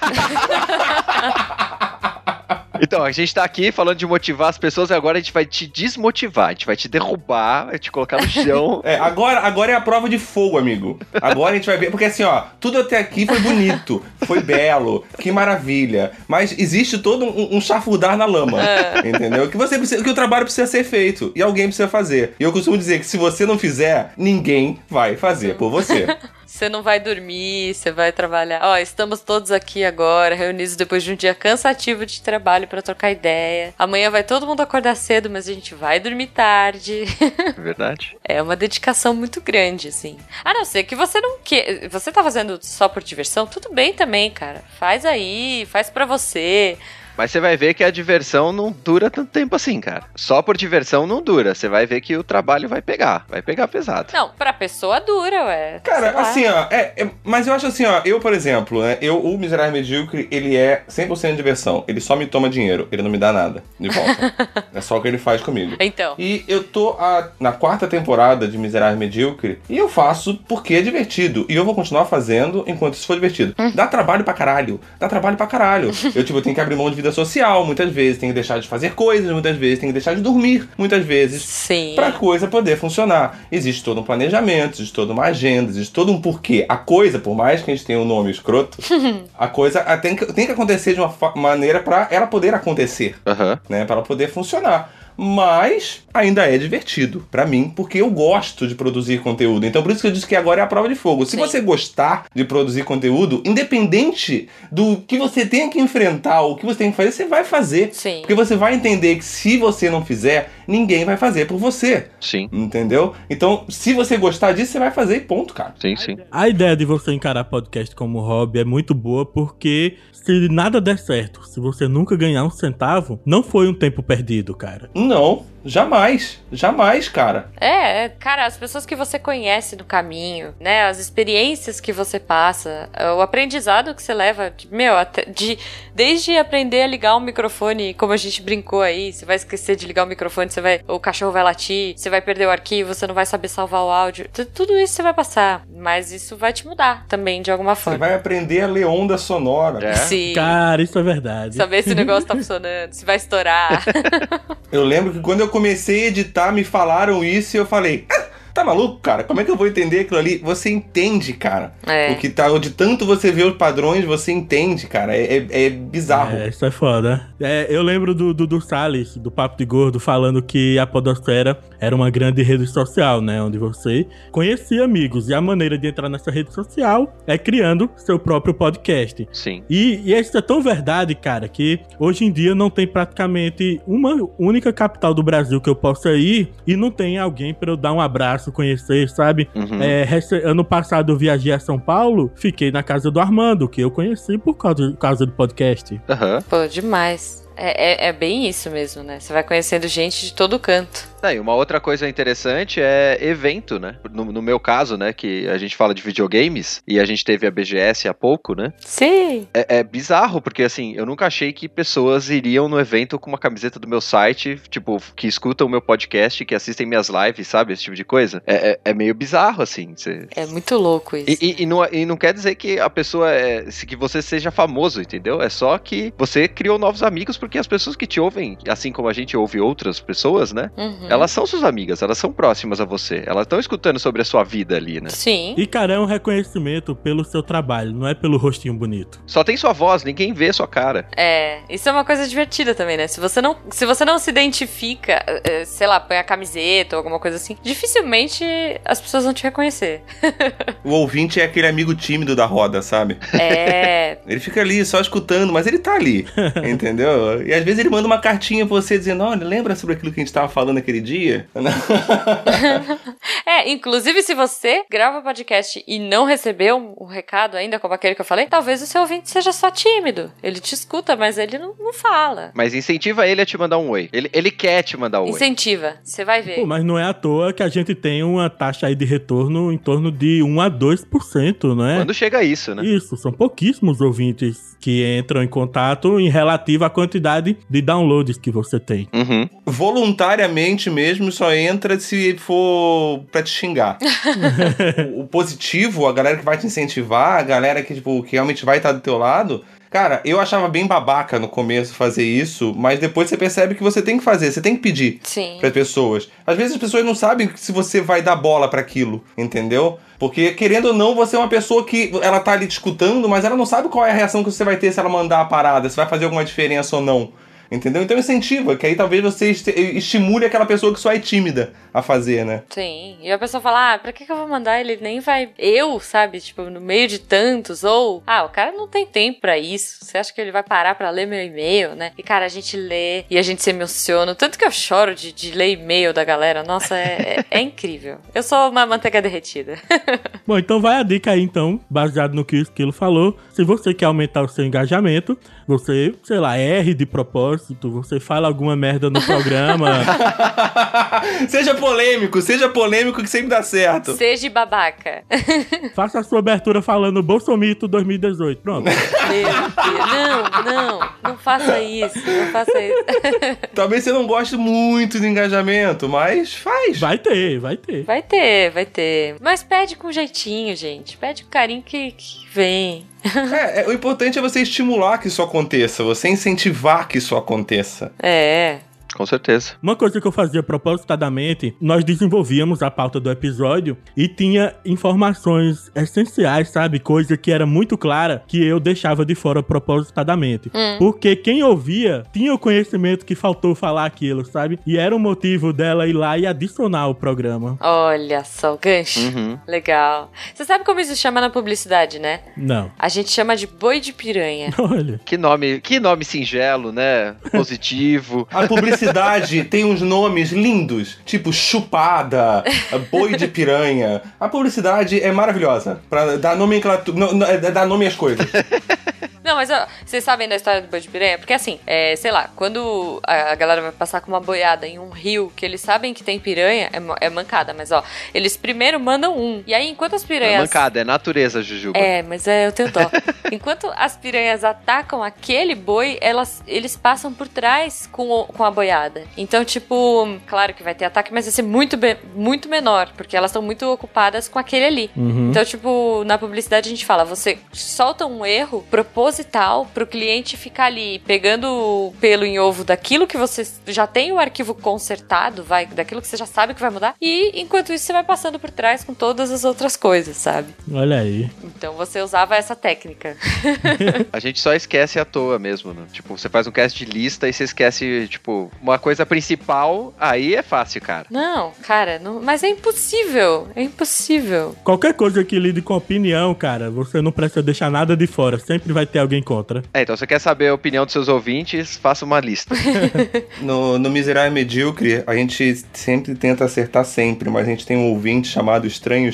Então, a gente tá aqui falando de motivar as pessoas e agora a gente vai te desmotivar, a gente vai te derrubar, vai te colocar no chão. Agora é a prova de fogo, amigo. Agora a gente vai ver, porque assim, ó, tudo até aqui foi bonito, foi belo, que maravilha, mas existe todo um chafurdar na lama, entendeu? Que o trabalho precisa ser feito e alguém precisa fazer. E eu costumo dizer que se você não fizer, ninguém vai fazer por você. Você não vai dormir, você vai trabalhar. Estamos todos aqui agora, reunidos depois de um dia cansativo de trabalho pra trocar ideia. Amanhã vai todo mundo acordar cedo, mas a gente vai dormir tarde. Verdade. É uma dedicação muito grande, assim. A não ser que você não quer... Você tá fazendo só por diversão? Tudo bem também, cara. Faz aí, faz pra você... Mas você vai ver que a diversão não dura tanto tempo assim, cara. Só por diversão não dura. Você vai ver que o trabalho vai pegar pesado. Não, pra pessoa dura, ué. Cara, assim, ó, mas eu acho assim, ó, eu, por exemplo, né, o Miserável Medíocre, ele é 100% diversão. Ele só me toma dinheiro, ele não me dá nada de volta. É só o que ele faz comigo. Então. E eu tô na 4ª temporada de Miserável Medíocre e eu faço porque é divertido. E eu vou continuar fazendo enquanto isso for divertido. Dá trabalho pra caralho. Eu tenho que abrir mão de vida social, muitas vezes, tem que deixar de fazer coisas, muitas vezes, tem que deixar de dormir, muitas vezes. Sim. Pra coisa poder funcionar. Existe todo um planejamento, existe toda uma agenda, existe todo um porquê. A coisa, por mais que a gente tenha um nome escroto, a coisa tem que acontecer de uma maneira pra ela poder acontecer, né? Pra ela poder funcionar. mas ainda é divertido pra mim, porque eu gosto de produzir conteúdo. Então por isso que eu disse que agora é a prova de fogo. Se Sim. você gostar de produzir conteúdo, independente do que você tenha que enfrentar, ou o que você tem que fazer, você vai fazer. Sim. Porque você vai entender que se você não fizer, ninguém vai fazer por você. Sim, Entendeu? Então, se você gostar disso, você vai fazer e ponto, cara. sim, sim. A ideia de você encarar podcast como hobby é muito boa porque se nada der certo, se você nunca ganhar um centavo, não foi um tempo perdido, cara. Não, jamais. Jamais, cara. Cara, as pessoas que você conhece no caminho, né? As experiências que você passa, o aprendizado que você leva, desde aprender a ligar um microfone, como a gente brincou aí, você vai esquecer de ligar o microfone, o cachorro vai latir, você vai perder o arquivo, você não vai saber salvar o áudio. Tudo isso você vai passar, mas isso vai te mudar também, de alguma Você forma. vai aprender a ler onda sonora. É. Sim. Cara, isso é verdade. Saber se o negócio tá funcionando, se vai estourar. Eu lembro que quando eu comecei a editar, me falaram isso e eu falei... Tá maluco, cara? Como é que eu vou entender aquilo ali? Você entende, cara. O que tá... De tanto você ver os padrões, você entende, cara. É bizarro. Isso é foda. Eu lembro do Salles, do Papo de Gordo, falando que a Podosfera era uma grande rede social, né? Onde você conhecia amigos. E a maneira de entrar nessa rede social é criando seu próprio podcast. Sim. E isso é tão verdade, cara, que hoje em dia não tem praticamente uma única capital do Brasil que eu possa ir e não tem alguém pra eu dar um abraço, conhecer, sabe? Uhum. Ano passado eu viajei a São Paulo, fiquei na casa do Armando, que eu conheci por causa do podcast. Aham. Pô, demais. É bem isso mesmo, né? Você vai conhecendo gente de todo canto. E uma outra coisa interessante é evento, né? No meu caso, né, que a gente fala de videogames e a gente teve a BGS há pouco, né? Sim. É bizarro, porque assim, eu nunca achei que pessoas iriam no evento com uma camiseta do meu site, tipo, que escutam o meu podcast, que assistem minhas lives, sabe? Esse tipo de coisa. É meio bizarro, assim. É muito louco isso. E não quer dizer que a pessoa que você seja famoso, entendeu? É só que você criou novos amigos, porque as pessoas que te ouvem, assim como a gente ouve outras pessoas, né? Uhum. Elas são suas amigas, elas são próximas a você. Elas estão escutando sobre a sua vida ali, né? Sim. E, cara, é um reconhecimento pelo seu trabalho, não é pelo rostinho bonito. Só tem sua voz, ninguém vê sua cara. Isso é uma coisa divertida também, né? Se você não se identifica, sei lá, põe a camiseta ou alguma coisa assim, dificilmente as pessoas vão te reconhecer. O ouvinte é aquele amigo tímido da roda, sabe? Ele fica ali só escutando, mas ele tá ali, entendeu? E às vezes ele manda uma cartinha pra você dizendo, olha, lembra sobre aquilo que a gente tava falando aquele dia? Inclusive se você grava podcast e não recebeu um recado ainda, como aquele que eu falei, talvez o seu ouvinte seja só tímido. Ele te escuta, mas ele não fala. Mas incentiva ele a te mandar um oi. Ele quer te mandar um oi. Incentiva, você vai ver. Pô, mas não é à toa que a gente tem uma taxa aí de retorno em torno de 1 a 2%, não é? Quando chega isso, né? Isso, são pouquíssimos ouvintes que entram em contato em relativo à quantidade de downloads que você tem. Uhum. Voluntariamente mesmo só entra se for pra te xingar. O positivo, a galera que vai te incentivar, a galera que, tipo, que realmente vai estar do teu lado... Cara, eu achava bem babaca no começo fazer isso, mas depois você percebe que você tem que fazer, você tem que pedir para pessoas. Às vezes as pessoas não sabem se você vai dar bola para aquilo, entendeu? Porque, querendo ou não, você é uma pessoa que ela tá ali te escutando, mas ela não sabe qual é a reação que você vai ter se ela mandar a parada, se vai fazer alguma diferença ou não. Entendeu? Então incentiva, que aí talvez você estimule aquela pessoa que só é tímida a fazer, né? Sim, e a pessoa fala, pra que eu vou mandar? Ele nem vai... sabe? Tipo, no meio de tantos, ou... o cara não tem tempo pra isso. Você acha que ele vai parar pra ler meu e-mail, né? E, cara, a gente lê e a gente se emociona. Tanto que eu choro de ler e-mail da galera. Nossa, é incrível. Eu sou uma manteiga derretida. Bom, então vai a dica aí, então, baseado no que o Esquilo falou. Se você quer aumentar o seu engajamento, você, sei lá, erre de propósito, você fala alguma merda no programa. Seja polêmico que sempre dá certo. Seja babaca. Faça a sua abertura falando Bolsomito 2018, pronto. Meu Deus, não faça isso, Talvez você não goste muito do engajamento, mas faz. Vai ter. Vai ter. Mas pede com jeitinho, gente. Pede com carinho que vem. O importante é você estimular que isso aconteça, você incentivar que isso aconteça. Com certeza. Uma coisa que eu fazia propositadamente, nós desenvolvíamos a pauta do episódio e tinha informações essenciais, sabe? Coisa que era muito clara que eu deixava de fora propositadamente. Porque quem ouvia tinha o conhecimento que faltou falar aquilo, sabe? E era o motivo dela ir lá e adicionar o programa. Olha só, o gancho. Legal. Você sabe como isso chama na publicidade, né? Não. A gente chama de boi de piranha. Olha. Que nome singelo, né? Positivo. A publicidade tem uns nomes lindos, tipo chupada, boi de piranha. A publicidade é maravilhosa pra dar dar nome às coisas. Não, mas ó, vocês sabem da história do boi de piranha? Porque assim, sei lá, quando a galera vai passar com uma boiada em um rio, que eles sabem que tem piranha, é mancada, mas ó, eles primeiro mandam um. E aí, enquanto as piranhas... É mancada, é natureza, Jujuba. Mas eu tenho dó. Enquanto as piranhas atacam aquele boi, eles passam por trás com a boiada. Então, tipo, claro que vai ter ataque, mas vai ser muito menor, porque elas estão muito ocupadas com aquele ali. Então, tipo, na publicidade a gente fala, você solta um erro proposital pro cliente ficar ali pegando pelo em ovo daquilo que você já tem o arquivo consertado, daquilo que você já sabe que vai mudar, e enquanto isso você vai passando por trás com todas as outras coisas, sabe? Olha aí. Então você usava essa técnica. A gente só esquece à toa mesmo, né? Tipo, você faz um cast de lista e você esquece, tipo, uma coisa principal, aí é fácil, cara. Não, cara, mas é impossível. É impossível. Qualquer coisa que lide com opinião, cara, você não precisa deixar nada de fora. Sempre vai ter alguém contra. Então você quer saber a opinião dos seus ouvintes, faça uma lista. No Miserável e Medíocre, a gente sempre tenta acertar sempre, mas a gente tem um ouvinte chamado Estranho.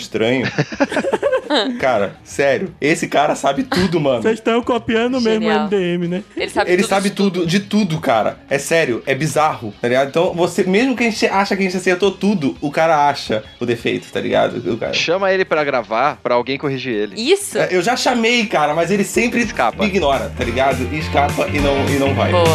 Cara, sério, esse cara sabe tudo, mano. Vocês estão copiando mesmo o MDM, né? Ele sabe tudo de tudo, cara. É sério, é bizarro, tá ligado? Então, mesmo que a gente acha que a gente acertou tudo, o cara acha o defeito, tá ligado? Chama ele pra gravar, pra alguém corrigir ele. Isso! Eu já chamei, cara, mas ele sempre escapa. Ignora, tá ligado? E escapa e não vai. Boa.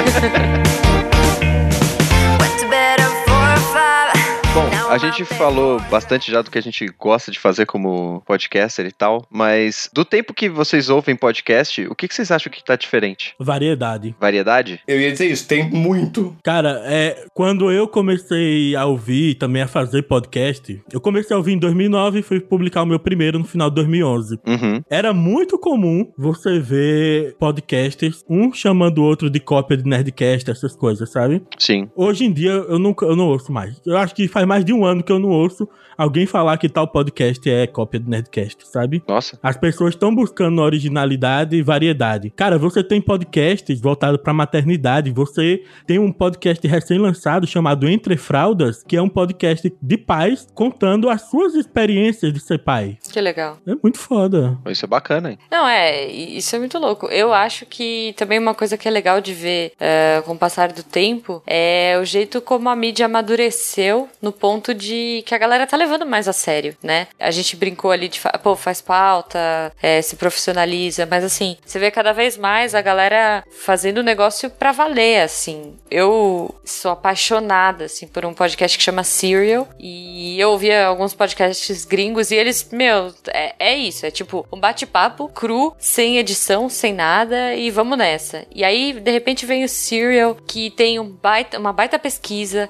Bom, a gente falou bastante já do que a gente gosta de fazer como podcaster e tal, mas do tempo que vocês ouvem podcast, o que vocês acham que tá diferente? Variedade. Variedade? Eu ia dizer isso, tem muito. Cara, quando eu comecei a ouvir, também a fazer podcast, eu comecei a ouvir em 2009 e fui publicar o meu primeiro no final de 2011. Era muito comum você ver podcasters, um chamando o outro de cópia de Nerdcast, essas coisas, sabe? Sim. Hoje em dia, eu não ouço mais. Eu acho que faz mais de um ano que eu não ouço alguém falar que tal podcast é cópia do Nerdcast, sabe? Nossa. As pessoas estão buscando originalidade e variedade. Cara, você tem podcasts voltados pra maternidade. Você tem um podcast recém-lançado chamado Entre Fraldas, que é um podcast de pais contando as suas experiências de ser pai. Que legal. É muito foda. Isso é bacana, hein? Não, isso é muito louco. Eu acho que também uma coisa que é legal de ver com o passar do tempo é o jeito como a mídia amadureceu no ponto de que a galera tá levando mais a sério, né? A gente brincou ali de, faz pauta, se profissionaliza, mas assim, você vê cada vez mais a galera fazendo o negócio pra valer, assim. Eu sou apaixonada, assim, por um podcast que chama Serial, e eu ouvia alguns podcasts gringos e eles, é isso, é tipo um bate-papo cru, sem edição, sem nada, e vamos nessa. E aí, de repente, vem o Serial, que tem uma baita pesquisa,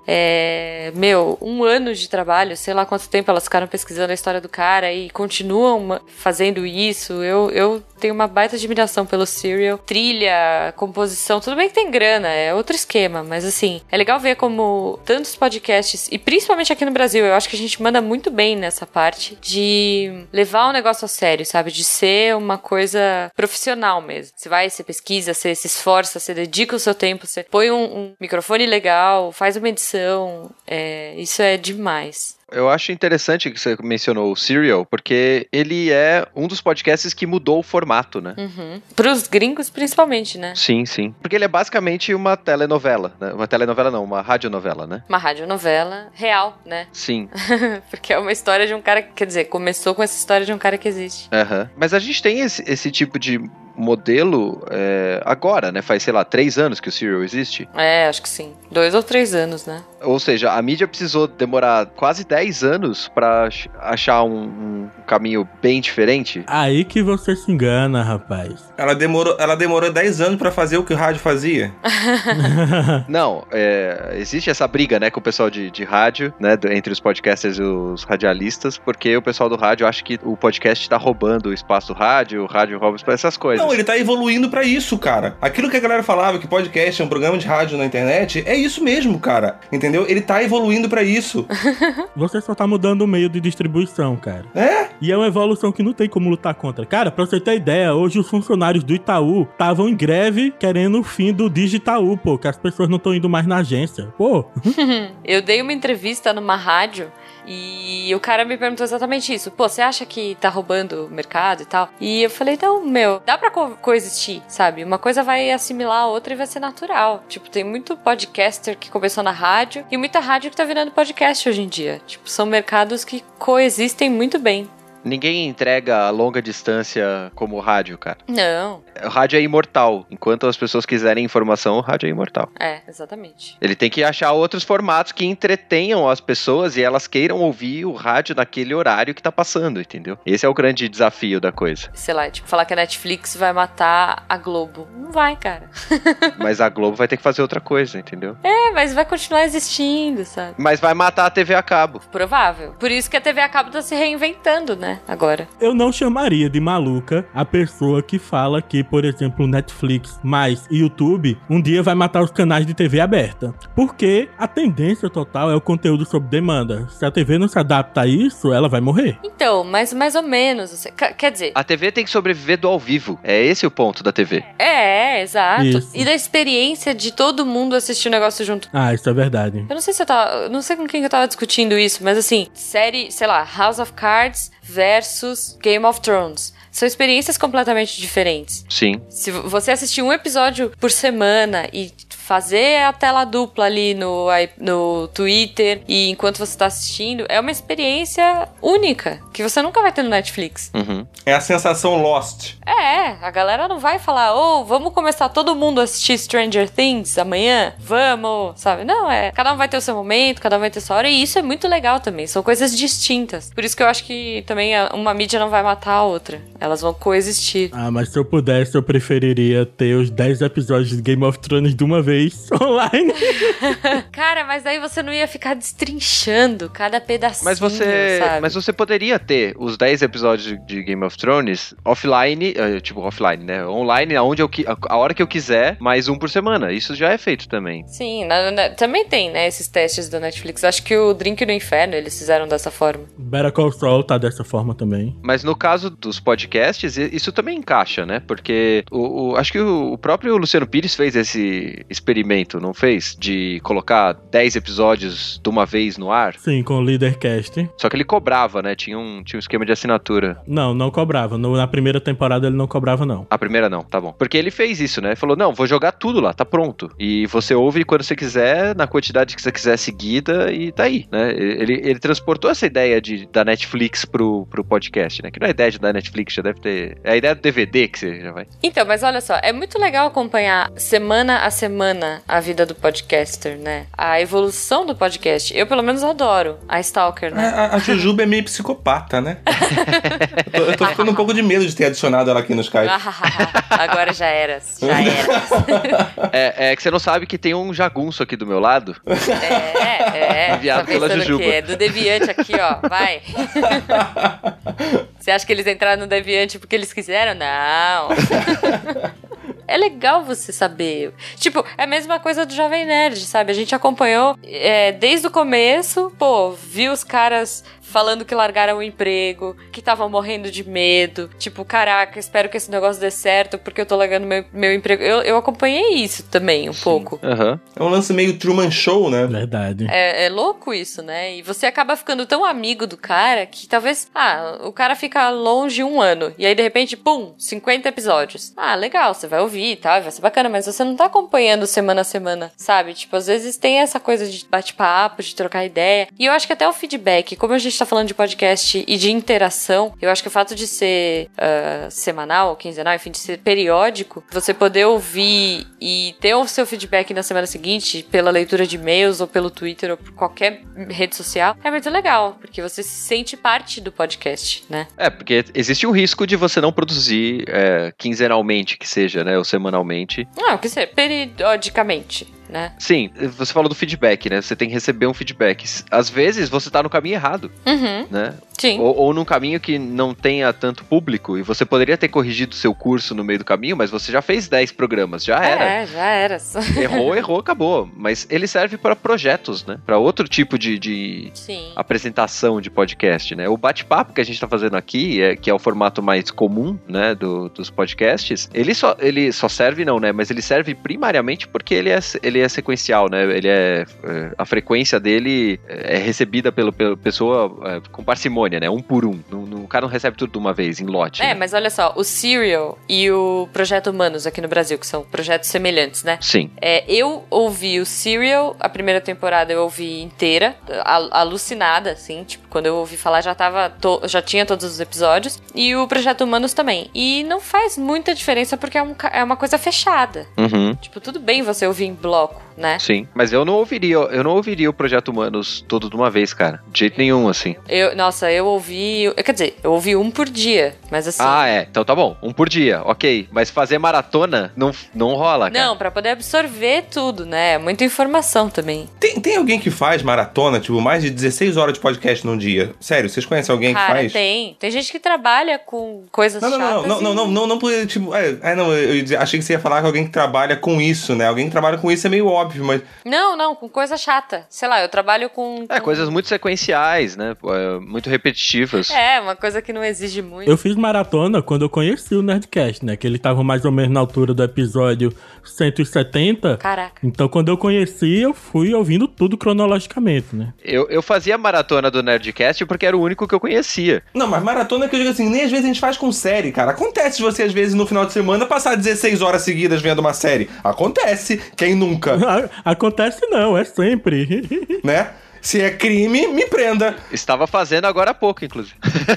um ano de trabalho, sei lá quanto tempo elas ficaram pesquisando a história do cara e continuam fazendo isso. Eu tenho uma baita admiração pelo Serial. Trilha, composição, tudo bem que tem grana, é outro esquema, mas assim, é legal ver como tantos podcasts, e principalmente aqui no Brasil, eu acho que a gente manda muito bem nessa parte de levar o negócio a sério, sabe? De ser uma coisa profissional mesmo. Você vai, você pesquisa, você se esforça, você dedica o seu tempo, você põe um microfone legal, faz uma edição, isso é demais. Eu acho interessante que você mencionou o Serial, porque ele é um dos podcasts que mudou o formato, né? Pros gringos, principalmente, né? Sim, sim. Porque ele é basicamente uma telenovela, né? Uma telenovela não, uma radionovela, né? Uma radionovela real, né? Sim. Porque é uma história de um cara, quer dizer, começou com essa história de um cara que existe. Mas a gente tem esse tipo de modelo agora, né? Faz, sei lá, 3 anos que o Serial existe. Acho que sim. 2 ou 3 anos, né? Ou seja, a mídia precisou demorar quase 10 anos pra achar um caminho bem diferente. Aí que você se engana, rapaz. Ela demorou 10 anos pra fazer o que o rádio fazia. Não, existe essa briga, né, com o pessoal de rádio, né, entre os podcasters e os radialistas, porque o pessoal do rádio acha que o podcast tá roubando o espaço do rádio, o rádio rouba essas coisas. Não, ele tá evoluindo pra isso, cara. Aquilo que a galera falava, que podcast é um programa de rádio na internet, é isso mesmo, cara. Entendeu? Ele tá evoluindo pra isso. Você só tá mudando o meio de distribuição, cara. É? E é uma evolução que não tem como lutar contra. Cara, pra você ter ideia, hoje os funcionários do Itaú estavam em greve querendo o fim do Digitaú, pô, que as pessoas não estão indo mais na agência. Pô. Eu dei uma entrevista numa rádio e o cara me perguntou exatamente isso. Pô, você acha que tá roubando o mercado e tal? E eu falei, não, dá pra coexistir, sabe? Uma coisa vai assimilar a outra e vai ser natural. Tipo, tem muito podcaster que começou na rádio e muita rádio que tá virando podcast hoje em dia. Tipo, são mercados que coexistem muito bem. Ninguém entrega a longa distância como o rádio, cara. Não. O rádio é imortal. Enquanto as pessoas quiserem informação, o rádio é imortal. Exatamente. Ele tem que achar outros formatos que entretenham as pessoas e elas queiram ouvir o rádio naquele horário que tá passando, entendeu? Esse é o grande desafio da coisa. Sei lá, tipo, falar que a Netflix vai matar a Globo. Não vai, cara. Mas a Globo vai ter que fazer outra coisa, entendeu? Mas vai continuar existindo, sabe? Mas vai matar a TV a cabo. Provável. Por isso que a TV a cabo tá se reinventando, né? Agora. Eu não chamaria de maluca a pessoa que fala que, por exemplo, Netflix mais YouTube um dia vai matar os canais de TV aberta. Porque a tendência total é o conteúdo sob demanda. Se a TV não se adapta a isso, ela vai morrer. Então, mas mais ou menos. Quer dizer... A TV tem que sobreviver do ao vivo. É esse o ponto da TV. Exato. Isso. E da experiência de todo mundo assistir o negócio junto. Ah, isso é verdade. Eu não sei se não sei com quem eu tava discutindo isso, mas assim, série, sei lá, House of Cards versus Game of Thrones. São experiências completamente diferentes. Sim. Se você assistir um episódio por semana e fazer a tela dupla ali no Twitter e enquanto você tá assistindo, é uma experiência única, que você nunca vai ter no Netflix. Uhum. É a sensação Lost. A galera não vai falar, vamos começar todo mundo a assistir Stranger Things amanhã? Vamos, sabe? Não, cada um vai ter o seu momento, cada um vai ter sua hora, e isso é muito legal também, são coisas distintas. Por isso que eu acho que também uma mídia não vai matar a outra, elas vão coexistir. Ah, mas se eu pudesse, eu preferiria ter os 10 episódios de Game of Thrones de uma vez online. Cara, mas aí você não ia ficar destrinchando cada pedacinho, sabe? Mas você poderia ter os 10 episódios de Game of Thrones offline, offline, né? Online, a hora que eu quiser, mais um por semana. Isso já é feito também. Sim, também tem, né, esses testes da Netflix. Acho que o Drink no Inferno eles fizeram dessa forma. Better Call Saul tá dessa forma também. Mas no caso dos podcasts, isso também encaixa, né? Porque acho que o próprio Luciano Pires fez esse experimento, não fez? De colocar 10 episódios de uma vez no ar. Sim, com o Leadercast. Só que ele cobrava, né? Tinha um esquema de assinatura. Não cobrava. Na primeira temporada ele não cobrava, não. A primeira não, tá bom. Porque ele fez isso, né? Ele falou, não, vou jogar tudo lá, tá pronto. E você ouve quando você quiser, na quantidade que você quiser seguida, e tá aí, né? Ele transportou essa ideia da Netflix pro podcast, né? Que não é a ideia da Netflix, já deve ter... É a ideia do DVD que você já vai... Então, mas olha só, é muito legal acompanhar semana a semana a vida do podcaster, né? A evolução do podcast. Eu, pelo menos, adoro a Stalker, né? A Jujuba é meio psicopata, né? eu tô ficando um pouco de medo de ter adicionado ela aqui no Skype. Agora já era. É que você não sabe que tem um jagunço aqui do meu lado. Enviado tá pela pensando Jujuba. que é do Deviante aqui, ó. Vai. Você acha que eles entraram no Deviante porque eles quiseram? Não. É legal você saber. Tipo, é a mesma coisa do Jovem Nerd, sabe? A gente acompanhou desde o começo, viu os caras falando que largaram o emprego, que estavam morrendo de medo. Tipo, caraca, espero que esse negócio dê certo, porque eu tô largando meu emprego. Eu acompanhei isso também, um pouco. Uhum. É um lance meio Truman Show, né? Verdade. É louco isso, né? E você acaba ficando tão amigo do cara que talvez... o cara fica longe 1 ano. E aí, de repente, 50 episódios. Legal, você vai ouvir e tal, vai ser bacana. Mas você não tá acompanhando semana a semana, sabe? Tipo, às vezes tem essa coisa de bate-papo, de trocar ideia. E eu acho que até o feedback, como a gente tá falando de podcast e de interação, eu acho que o fato de ser semanal, quinzenal, enfim, de ser periódico, você poder ouvir e ter o seu feedback na semana seguinte pela leitura de e-mails ou pelo Twitter ou por qualquer rede social, é muito legal, porque você se sente parte do podcast, né? Porque existe o risco de você não produzir quinzenalmente, que seja, né, ou semanalmente. Não, que seja, periodicamente, né? Sim, você falou do feedback, né? Você tem que receber um feedback. Às vezes você tá no caminho errado, né? Sim. Ou num caminho que não tenha tanto público, e você poderia ter corrigido o seu curso no meio do caminho, mas você já fez 10 programas, já era. Já era. Errou, acabou. Mas ele serve para projetos, né? Para outro tipo de apresentação de podcast, né? O bate-papo que a gente tá fazendo aqui, que é o formato mais comum, né, dos podcasts, ele só serve, não, né? Mas ele serve primariamente porque ele é sequencial, né? A frequência dele é recebida pela pessoa com parcimônia, né? Um por um. O cara não recebe tudo de uma vez, em lote. Né? Mas olha só, o Serial e o Projeto Humanos aqui no Brasil, que são projetos semelhantes, né? Sim. Eu ouvi o Serial, a primeira temporada eu ouvi inteira, alucinada, assim, tipo, quando eu ouvi falar já tinha todos os episódios, e o Projeto Humanos também. E não faz muita diferença porque é uma coisa fechada. Tipo, tudo bem você ouvir em bloco, né? Sim, mas eu não ouviria o Projeto Humanos todo de uma vez, cara. De jeito nenhum, assim. Eu ouvi... Quer dizer, eu ouvi um por dia, mas assim... Então tá bom. Um por dia, ok. Mas fazer maratona não rola, cara. Não, pra poder absorver tudo, né? Muita informação também. Tem alguém que faz maratona, tipo, mais de 16 horas de podcast num dia? Sério, vocês conhecem alguém que faz? Tem gente que trabalha com coisas chatas. Não, tipo... eu achei que você ia falar que alguém que trabalha com isso, né? Alguém que trabalha com isso é meio óbvio, mas... Não, com coisa chata. Sei lá, eu trabalho com... coisas muito sequenciais, né? Muito repetitivas. Uma coisa que não exige muito. Eu fiz maratona quando eu conheci o Nerdcast, né? Que ele tava mais ou menos na altura do episódio 170. Caraca. Então, quando eu conheci, eu fui ouvindo tudo cronologicamente, né? Eu fazia maratona do Nerdcast porque era o único que eu conhecia. Não, mas maratona que eu digo assim, nem às vezes a gente faz com série, cara. Acontece de você, às vezes, no final de semana, passar 16 horas seguidas vendo uma série. Acontece. Quem nunca? Acontece não, é sempre. Né? Se é crime, me prenda. Estava fazendo agora há pouco, inclusive.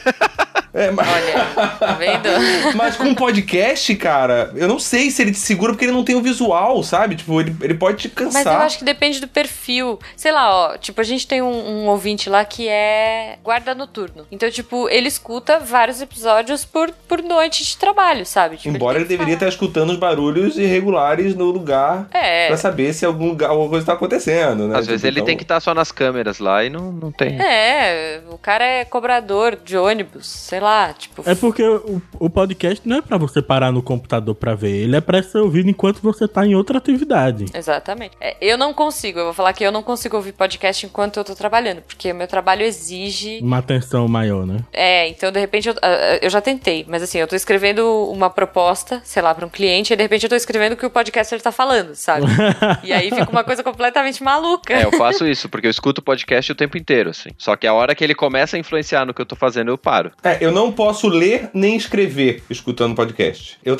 Olha, tá vendo? Mas com podcast, cara, eu não sei se ele te segura porque ele não tem o visual, sabe? Tipo, ele pode te cansar. Mas eu acho que depende do perfil. Sei lá, tipo, a gente tem um ouvinte lá que é guarda noturno. Então, tipo, ele escuta vários episódios por noite de trabalho, sabe? Tipo, embora ele deveria estar escutando os barulhos irregulares no lugar pra saber se alguma coisa tá acontecendo, né? Às vezes ele tem que estar só nas câmeras lá e não tem. O cara é cobrador de ônibus, sei lá. Tipo... É porque o podcast não é pra você parar no computador pra ver, ele é pra ser ouvido enquanto você tá em outra atividade. Exatamente. Eu vou falar que eu não consigo ouvir podcast enquanto eu tô trabalhando, porque o meu trabalho exige... uma atenção maior, né? Então de repente eu já tentei, mas assim, eu tô escrevendo uma proposta, sei lá, pra um cliente, e de repente eu tô escrevendo o que o podcaster tá falando, sabe? E aí fica uma coisa completamente maluca. Eu faço isso, porque eu escuto podcast o tempo inteiro, assim. Só que a hora que ele começa a influenciar no que eu tô fazendo, eu paro. Eu não posso ler nem escrever escutando podcast. Eu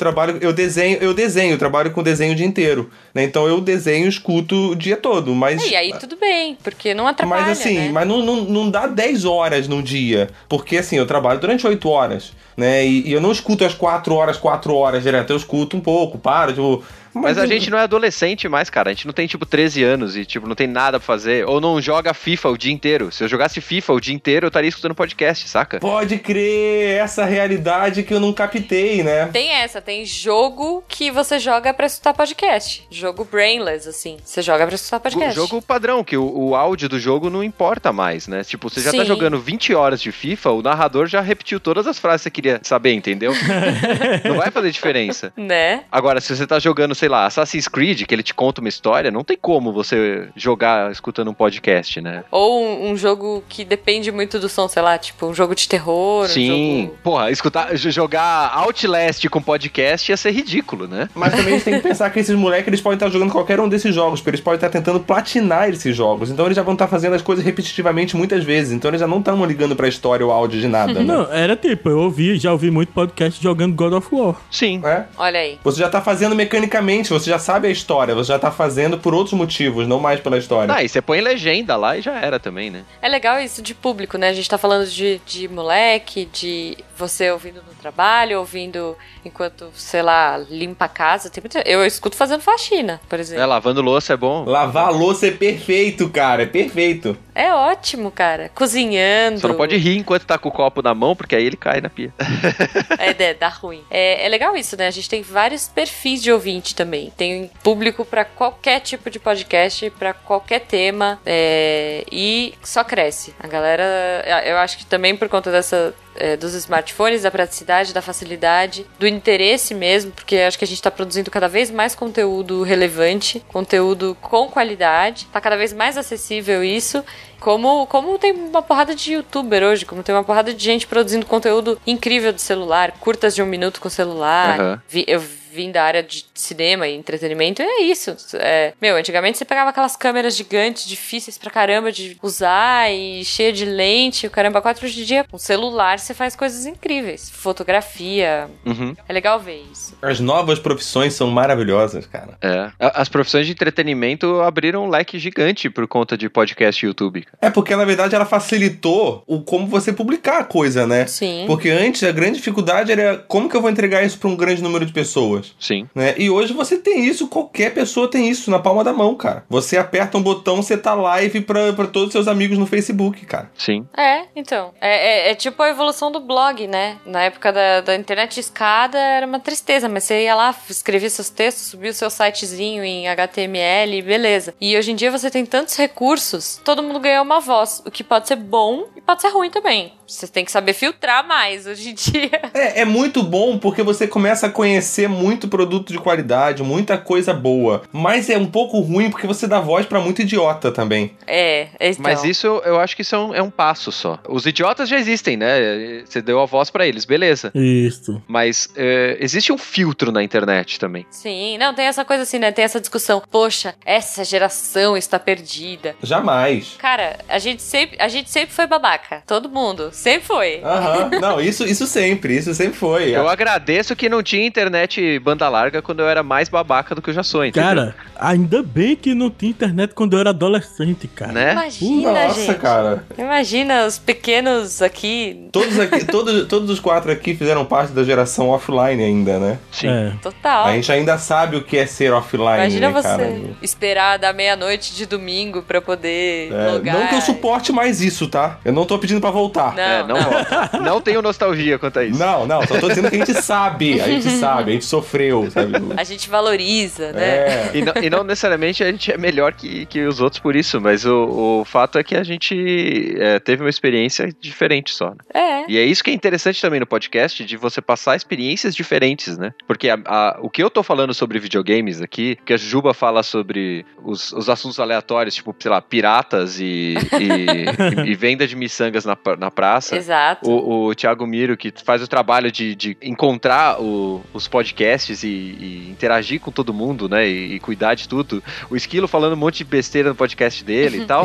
trabalho com desenho o dia inteiro, né? Então eu desenho e escuto o dia todo, mas... E aí tudo bem, porque não atrapalha, mas assim, né? Mas não dá 10 horas num dia, porque assim, eu trabalho durante 8 horas, né? E eu não escuto as 4 horas direto, eu escuto um pouco, paro, tipo... Mas a gente não é adolescente mais, cara. A gente não tem, 13 anos e, não tem nada pra fazer. Ou não joga FIFA o dia inteiro. Se eu jogasse FIFA o dia inteiro, eu estaria escutando podcast, saca? Pode crer, essa realidade que eu não captei, né? Tem jogo que você joga pra escutar podcast. Jogo brainless, assim. Você joga pra escutar podcast. Jogo padrão, que o áudio do jogo não importa mais, né? Tipo, você já tá jogando 20 horas de FIFA, o narrador já repetiu todas as frases que você queria saber, entendeu? Não vai fazer diferença. Né? Agora, se você tá jogando, sei lá, Assassin's Creed, que ele te conta uma história, não tem como você jogar escutando um podcast, né? Ou um jogo que depende muito do som, sei lá, tipo um jogo de terror, sim, jogo. Porra, jogar Outlast com podcast ia ser ridículo, né? Mas também a gente tem que pensar que esses moleques, eles podem estar jogando qualquer um desses jogos, porque eles podem estar tentando platinar esses jogos. Então eles já vão estar fazendo as coisas repetitivamente muitas vezes. Então eles já não estão ligando pra história ou áudio de nada, né? Não, era tipo, já ouvi muito podcast jogando God of War. Sim. É? Olha aí. Você já tá fazendo mecanicamente, você já sabe a história, você já tá fazendo por outros motivos, não mais pela história. Ah, e você põe legenda lá e já era também, né? É legal isso de público, né? A gente tá falando de moleque, de você ouvindo no trabalho, ouvindo enquanto, sei lá, limpa a casa. Eu escuto fazendo faxina, por exemplo. Lavando louça é bom. Lavar a louça é perfeito, cara, é perfeito. É ótimo, cara. Cozinhando. Só não pode rir enquanto tá com o copo na mão, porque aí ele cai na pia. Dá ruim. É legal isso, né? A gente tem vários perfis de ouvinte também. Tem público pra qualquer tipo de podcast, pra qualquer tema, e só cresce. A galera, eu acho que também por conta dos smartphones, da praticidade, da facilidade, do interesse mesmo, porque acho que a gente tá produzindo cada vez mais conteúdo relevante, conteúdo com qualidade, tá cada vez mais acessível isso, como tem uma porrada de youtuber hoje, como tem uma porrada de gente produzindo conteúdo incrível do celular, curtas de 1 minuto com celular. Uhum. Eu vim da área de cinema e entretenimento, e é isso. Antigamente você pegava aquelas câmeras gigantes, difíceis pra caramba de usar e cheia de lente, o caramba 4 hoje em dia. Com celular você faz coisas incríveis. Fotografia. Uhum. É legal ver isso. As novas profissões são maravilhosas, cara. As profissões de entretenimento abriram um leque gigante por conta de podcast e YouTube. É porque, na verdade, ela facilitou como você publicar a coisa, né? Sim. Porque antes a grande dificuldade era como que eu vou entregar isso pra um grande número de pessoas. Sim. Né? E hoje você tem isso, qualquer pessoa tem isso na palma da mão, cara. Você aperta um botão, você tá live pra todos os seus amigos no Facebook, cara. Sim. Então. É tipo a evolução do blog, né? Na época da internet de escada era uma tristeza, mas você ia lá, escrevia seus textos, subia o seu sitezinho em HTML, beleza. E hoje em dia você tem tantos recursos, todo mundo ganha uma voz, o que pode ser bom e pode ser ruim também. Você tem que saber filtrar mais hoje em dia. É muito bom porque você começa a conhecer muito produto de qualidade, muita coisa boa. Mas é um pouco ruim porque você dá voz pra muito idiota também. Então. Mas isso, eu acho que isso é um passo só. Os idiotas já existem, né? Você deu a voz pra eles, beleza. Isso. Mas existe um filtro na internet também. Sim, não, tem essa coisa assim, né? Tem essa discussão. Poxa, essa geração está perdida. Jamais. Cara, a gente sempre foi babaca. Todo mundo. Sempre foi. Aham. Não, isso sempre foi. Eu agradeço que não tinha internet banda larga quando eu era mais babaca do que eu já sou, entendeu? Cara, ainda bem que não tinha internet quando eu era adolescente, cara. Né? Imagina, Nossa, gente. cara. Imagina os pequenos aqui. Todos os 4 aqui fizeram parte da geração offline ainda, né? Sim. É. Total. A gente ainda sabe o que é ser offline, Imagina né, você cara? esperar da meia-noite de domingo pra poder logar. Não que eu suporte mais isso, tá? Eu não tô pedindo pra voltar. Não. Volta. Não tenho nostalgia quanto a isso. Não, só tô dizendo que a gente sabe, a gente sofreu, sabe? A gente valoriza, né? E não necessariamente a gente é melhor que os outros por isso, mas o fato é que a gente teve uma experiência diferente só, né? E é isso que é interessante também no podcast, de você passar experiências diferentes, né? Porque o que eu tô falando sobre videogames aqui, que a Juba fala sobre os assuntos aleatórios, tipo, sei lá, piratas e venda de miçangas na praça. Exato. O Thiago Miro, que faz o trabalho de encontrar os podcasts e interagir com todo mundo, né? E cuidar de tudo. O Esquilo falando um monte de besteira no podcast dele e tal.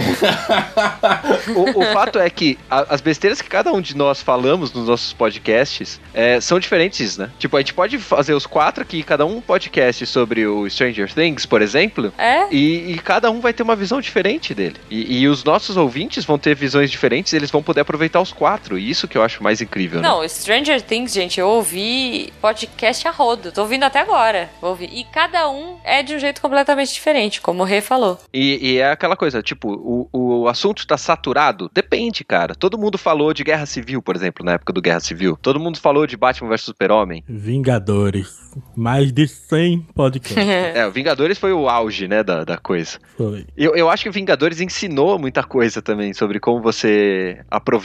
O fato é que as besteiras que cada um de nós falamos nos nossos podcasts são diferentes, né? Tipo, a gente pode fazer os 4 aqui, cada um podcast sobre o Stranger Things, por exemplo. E cada um vai ter uma visão diferente dele. E os nossos ouvintes vão ter visões diferentes, eles vão poder aproveitar os 4. E isso que eu acho mais incrível, né? Não, Stranger Things, gente, eu ouvi podcast a rodo. Tô ouvindo até agora. Vou ouvir. E cada um é de um jeito completamente diferente, como o Rê falou. E é aquela coisa, tipo, o assunto tá saturado? Depende, cara. Todo mundo falou de Guerra Civil, por exemplo, na época do Guerra Civil. Todo mundo falou de Batman vs Super-Homem. Vingadores. Mais de 100 podcasts. O Vingadores foi o auge, né, da coisa. Foi. Eu acho que o Vingadores ensinou muita coisa também sobre como você aproveita a onda.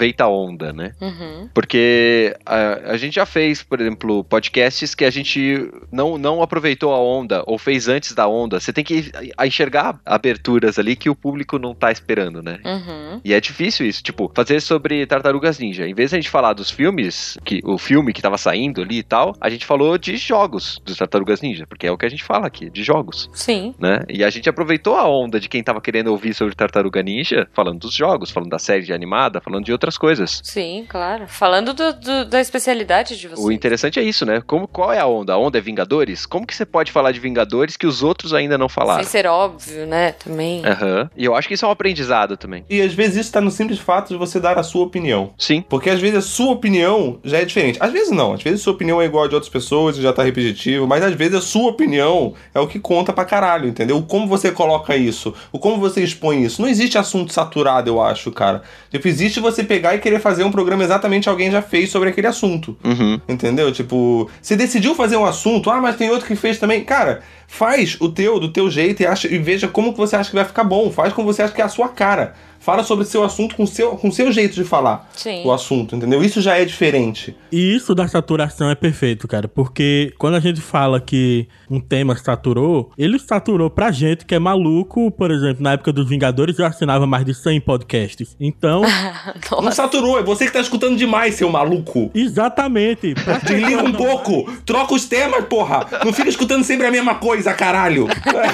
onda, né? Porque a gente já fez, por exemplo, podcasts que a gente não aproveitou a onda, ou fez antes da onda. Você tem que enxergar aberturas ali que o público não tá esperando, né? E é difícil isso, tipo, fazer sobre Tartarugas Ninja. Em vez de a gente falar dos filmes, o filme que tava saindo ali e tal, a gente falou de jogos dos Tartarugas Ninja, porque é o que a gente fala aqui, de jogos. Sim. Né? E a gente aproveitou a onda de quem tava querendo ouvir sobre Tartaruga Ninja, falando dos jogos, falando da série animada, falando de outras coisas. Sim, claro. Falando da especialidade de vocês. O interessante é isso, né? Qual é a onda? A onda é Vingadores? Como que você pode falar de Vingadores que os outros ainda não falaram? Sem ser óbvio, né? Também. E eu acho que isso é um aprendizado também. E às vezes isso tá no simples fato de você dar a sua opinião. Sim. Porque às vezes a sua opinião já é diferente. Às vezes não. Às vezes a sua opinião é igual a de outras pessoas e já tá repetitivo. Mas às vezes a sua opinião é o que conta pra caralho, entendeu? Como você coloca isso. O como você expõe isso. Não existe assunto saturado, eu acho, cara. Tipo, existe você pegar e querer fazer um programa exatamente alguém já fez sobre aquele assunto. Entendeu? Tipo, você decidiu fazer um assunto, mas tem outro que fez também. Cara, faz do teu jeito e veja como que você acha que vai ficar bom. Faz como você acha que é a sua cara. Fala sobre o seu assunto com o seu jeito de falar. Sim. O assunto, entendeu? Isso já é diferente. E isso da saturação é perfeito, cara, porque quando a gente fala que um tema saturou, ele saturou pra gente que é maluco. Por exemplo, na época dos Vingadores eu assinava mais de 100 podcasts. Então... Não saturou, é você que tá escutando demais, seu maluco. Exatamente. Desliga um pouco, troca os temas, porra. Não fica escutando sempre a mesma coisa, caralho.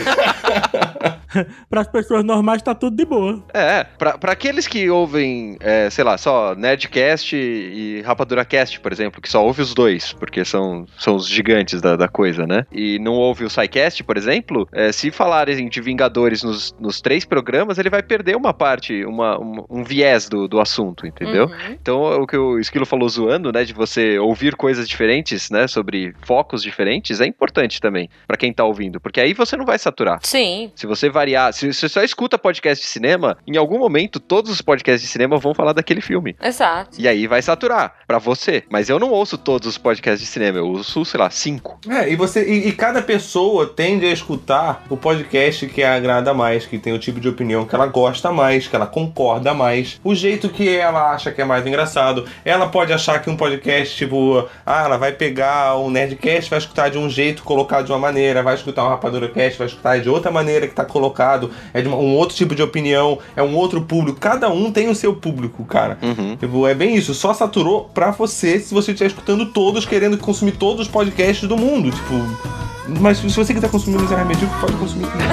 Para as pessoas normais tá tudo de boa. Pra aqueles que ouvem, sei lá, só Nerdcast e RapaduraCast, por exemplo, que só ouve os dois, porque são os gigantes da coisa, né? E não ouve o SciCast, por exemplo, se falarem de Vingadores nos 3 programas, ele vai perder uma parte, um viés do assunto, entendeu? Então, o que o Esquilo falou zoando, né, de você ouvir coisas diferentes, né, sobre focos diferentes, é importante também, pra quem tá ouvindo, porque aí você não vai saturar. Sim. Se você variar, se você só escuta podcast de cinema, em algum momento todos os podcasts de cinema vão falar daquele filme. Exato. E aí vai saturar pra você. Mas eu não ouço todos os podcasts de cinema, eu ouço, sei lá, 5. E cada pessoa tende a escutar o podcast que a agrada mais, que tem o tipo de opinião que ela gosta mais, que ela concorda mais, o jeito que ela acha que é mais engraçado. Ela pode achar que um podcast, tipo, ela vai pegar um Nerdcast, vai escutar de um jeito, colocar de uma maneira, vai escutar um RapaduraCast, vai escutar de outra maneira que tá colocado, é de um outro tipo de opinião, é um outro público. Cada um tem o seu público, cara. Tipo, é bem isso. Só saturou pra você se você estiver escutando todos, querendo consumir todos os podcasts do mundo. Tipo, mas se você quiser consumir o Miserável Medíocre, pode consumir também.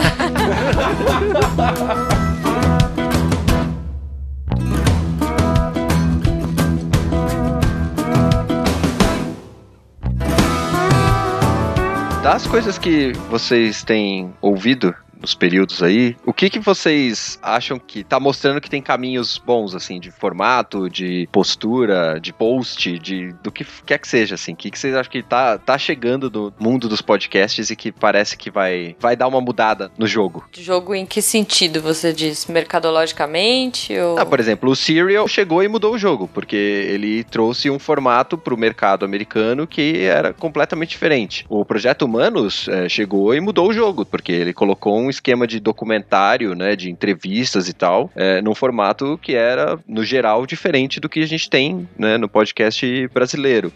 Das coisas que vocês têm ouvido nos períodos aí, o que vocês acham que tá mostrando que tem caminhos bons, assim, de formato, de postura, de post, do que quer que seja, assim? O que vocês acham que tá chegando no mundo dos podcasts e que parece que vai dar uma mudada no jogo? Jogo em que sentido você diz? Mercadologicamente? Ou... Por exemplo, o Serial chegou e mudou o jogo, porque ele trouxe um formato pro mercado americano que era completamente diferente. O Projeto Humanos chegou e mudou o jogo, porque ele colocou um esquema de documentário, né, de entrevistas e tal, num formato que era, no geral, diferente do que a gente tem, né, no podcast brasileiro.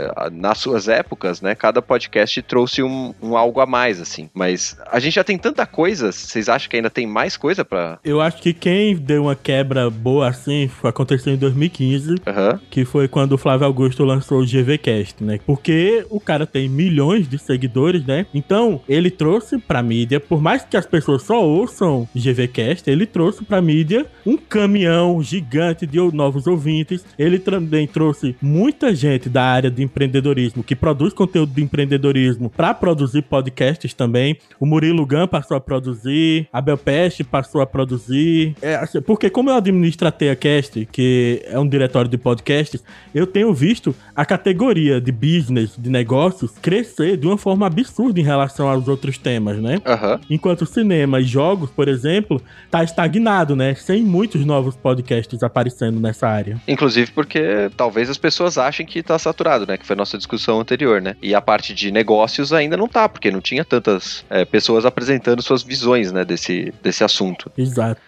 Nas suas épocas, né, cada podcast trouxe um algo a mais, assim. Mas a gente já tem tanta coisa, vocês acham que ainda tem mais coisa pra... Eu acho que quem deu uma quebra boa, assim, aconteceu em 2015, que foi quando o Flávio Augusto lançou o GVCast, né? Porque o cara tem milhões de seguidores, né? Então, ele trouxe pra mídia, por mais que as pessoas só ouçam GVCast, ele trouxe pra mídia um caminhão gigante de novos ouvintes. Ele também trouxe muita gente da área de empreendedorismo, que produz conteúdo de empreendedorismo, pra produzir podcasts também. O Murilo Gun passou a produzir, a Abel Peste passou a produzir. Porque como eu administro a TeiaCast, que é um diretório de podcasts, eu tenho visto a categoria de business, de negócios, crescer de uma forma absurda em relação aos outros temas, né? Enquanto cinema e jogos, por exemplo, tá estagnado, né? Sem muitos novos podcasts aparecendo nessa área. Inclusive porque talvez as pessoas achem que tá saturado, né? Que foi a nossa discussão anterior, né? E a parte de negócios ainda não tá, porque não tinha tantas pessoas apresentando suas visões, né? Desse assunto. Exato.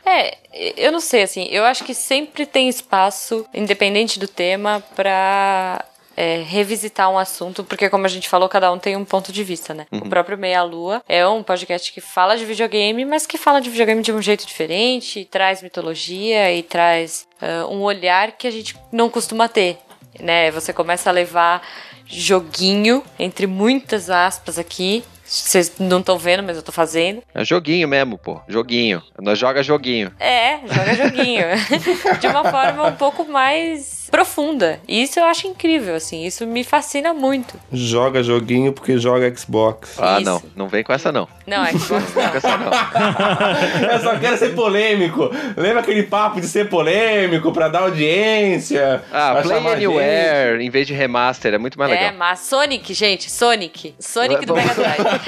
eu não sei, assim, eu acho que sempre tem espaço, independente do tema, pra revisitar um assunto, porque como a gente falou, cada um tem um ponto de vista, né? O próprio Meia Lua é um podcast que fala de videogame, mas que fala de videogame de um jeito diferente, e traz mitologia e traz um olhar que a gente não costuma ter, né? Você começa a levar joguinho, entre muitas aspas aqui. Vocês não estão vendo, mas eu tô fazendo. É joguinho mesmo, pô. Joguinho. Nós joga joguinho. Joga joguinho. De uma forma um pouco mais profunda. E isso eu acho incrível, assim. Isso me fascina muito. Joga joguinho porque joga Xbox. Ah, Isso. não. Não vem com essa, não. Não, Xbox Não vem com essa, não. Eu só quero ser polêmico. Lembra aquele papo de ser polêmico pra dar audiência? Ah, pra Play chamar Anywhere em vez de remaster. É muito mais legal. mas Sonic, gente. Sonic do Mega Drive.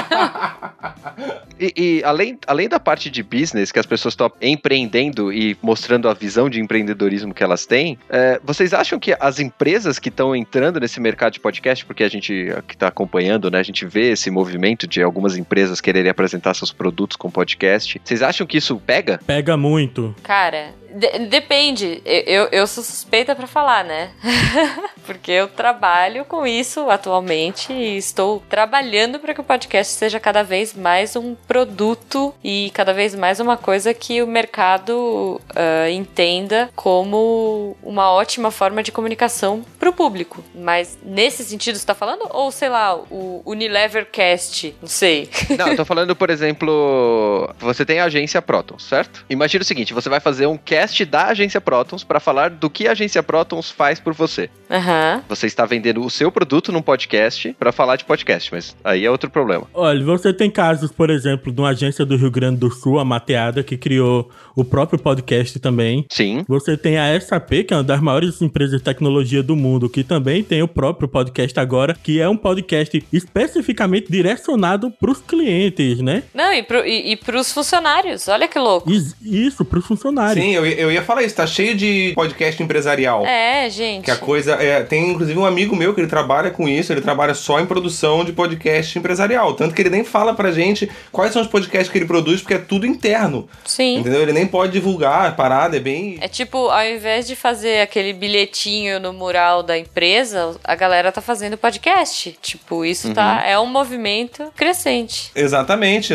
E além da parte de business, que as pessoas estão empreendendo e mostrando a visão de empreendedorismo que elas têm, vocês acham que as empresas que estão entrando nesse mercado de podcast, porque a gente que está acompanhando, né, a gente vê esse movimento de algumas empresas quererem apresentar seus produtos com podcast, vocês acham que isso pega? Pega muito. Cara, depende. Eu sou suspeita pra falar, né? Porque eu trabalho com isso atualmente e estou trabalhando para que o podcast seja cada vez mais um produto e cada vez mais uma coisa que o mercado entenda como uma ótima forma de comunicação pro público. Mas nesse sentido você tá falando? Ou, sei lá, o Unilevercast? Não sei. Não, eu tô falando, por exemplo, você tem a agência Protons, certo? Imagina o seguinte, você vai fazer um cast da agência Protons para falar do que a agência Protons faz por você. Você está vendendo o seu produto num podcast para falar de podcast, mas aí é outro problema. Olha, você tem casos, por exemplo, de uma agência do Rio Grande do Sul, a Mateada, que criou o próprio podcast também. Sim. Você tem a SAP, que é uma das maiores empresas de tecnologia do mundo, que também tem o próprio podcast agora, que é um podcast especificamente direcionado pros clientes, né? Não, e pros funcionários. Olha que louco. Isso, pros funcionários. Sim, eu ia falar isso. Tá cheio de podcast empresarial. Gente. Que a coisa... tem inclusive um amigo meu que ele trabalha com isso. Ele trabalha só em produção de podcast empresarial. Tanto que ele nem fala pra gente quais são os podcasts que ele produz, porque é tudo interno. Sim. Entendeu? Ele nem pode divulgar a parada, é bem... É tipo, ao invés de fazer aquele bilhetinho no mural da empresa, a galera tá fazendo podcast. Tipo, isso é um movimento crescente. Exatamente.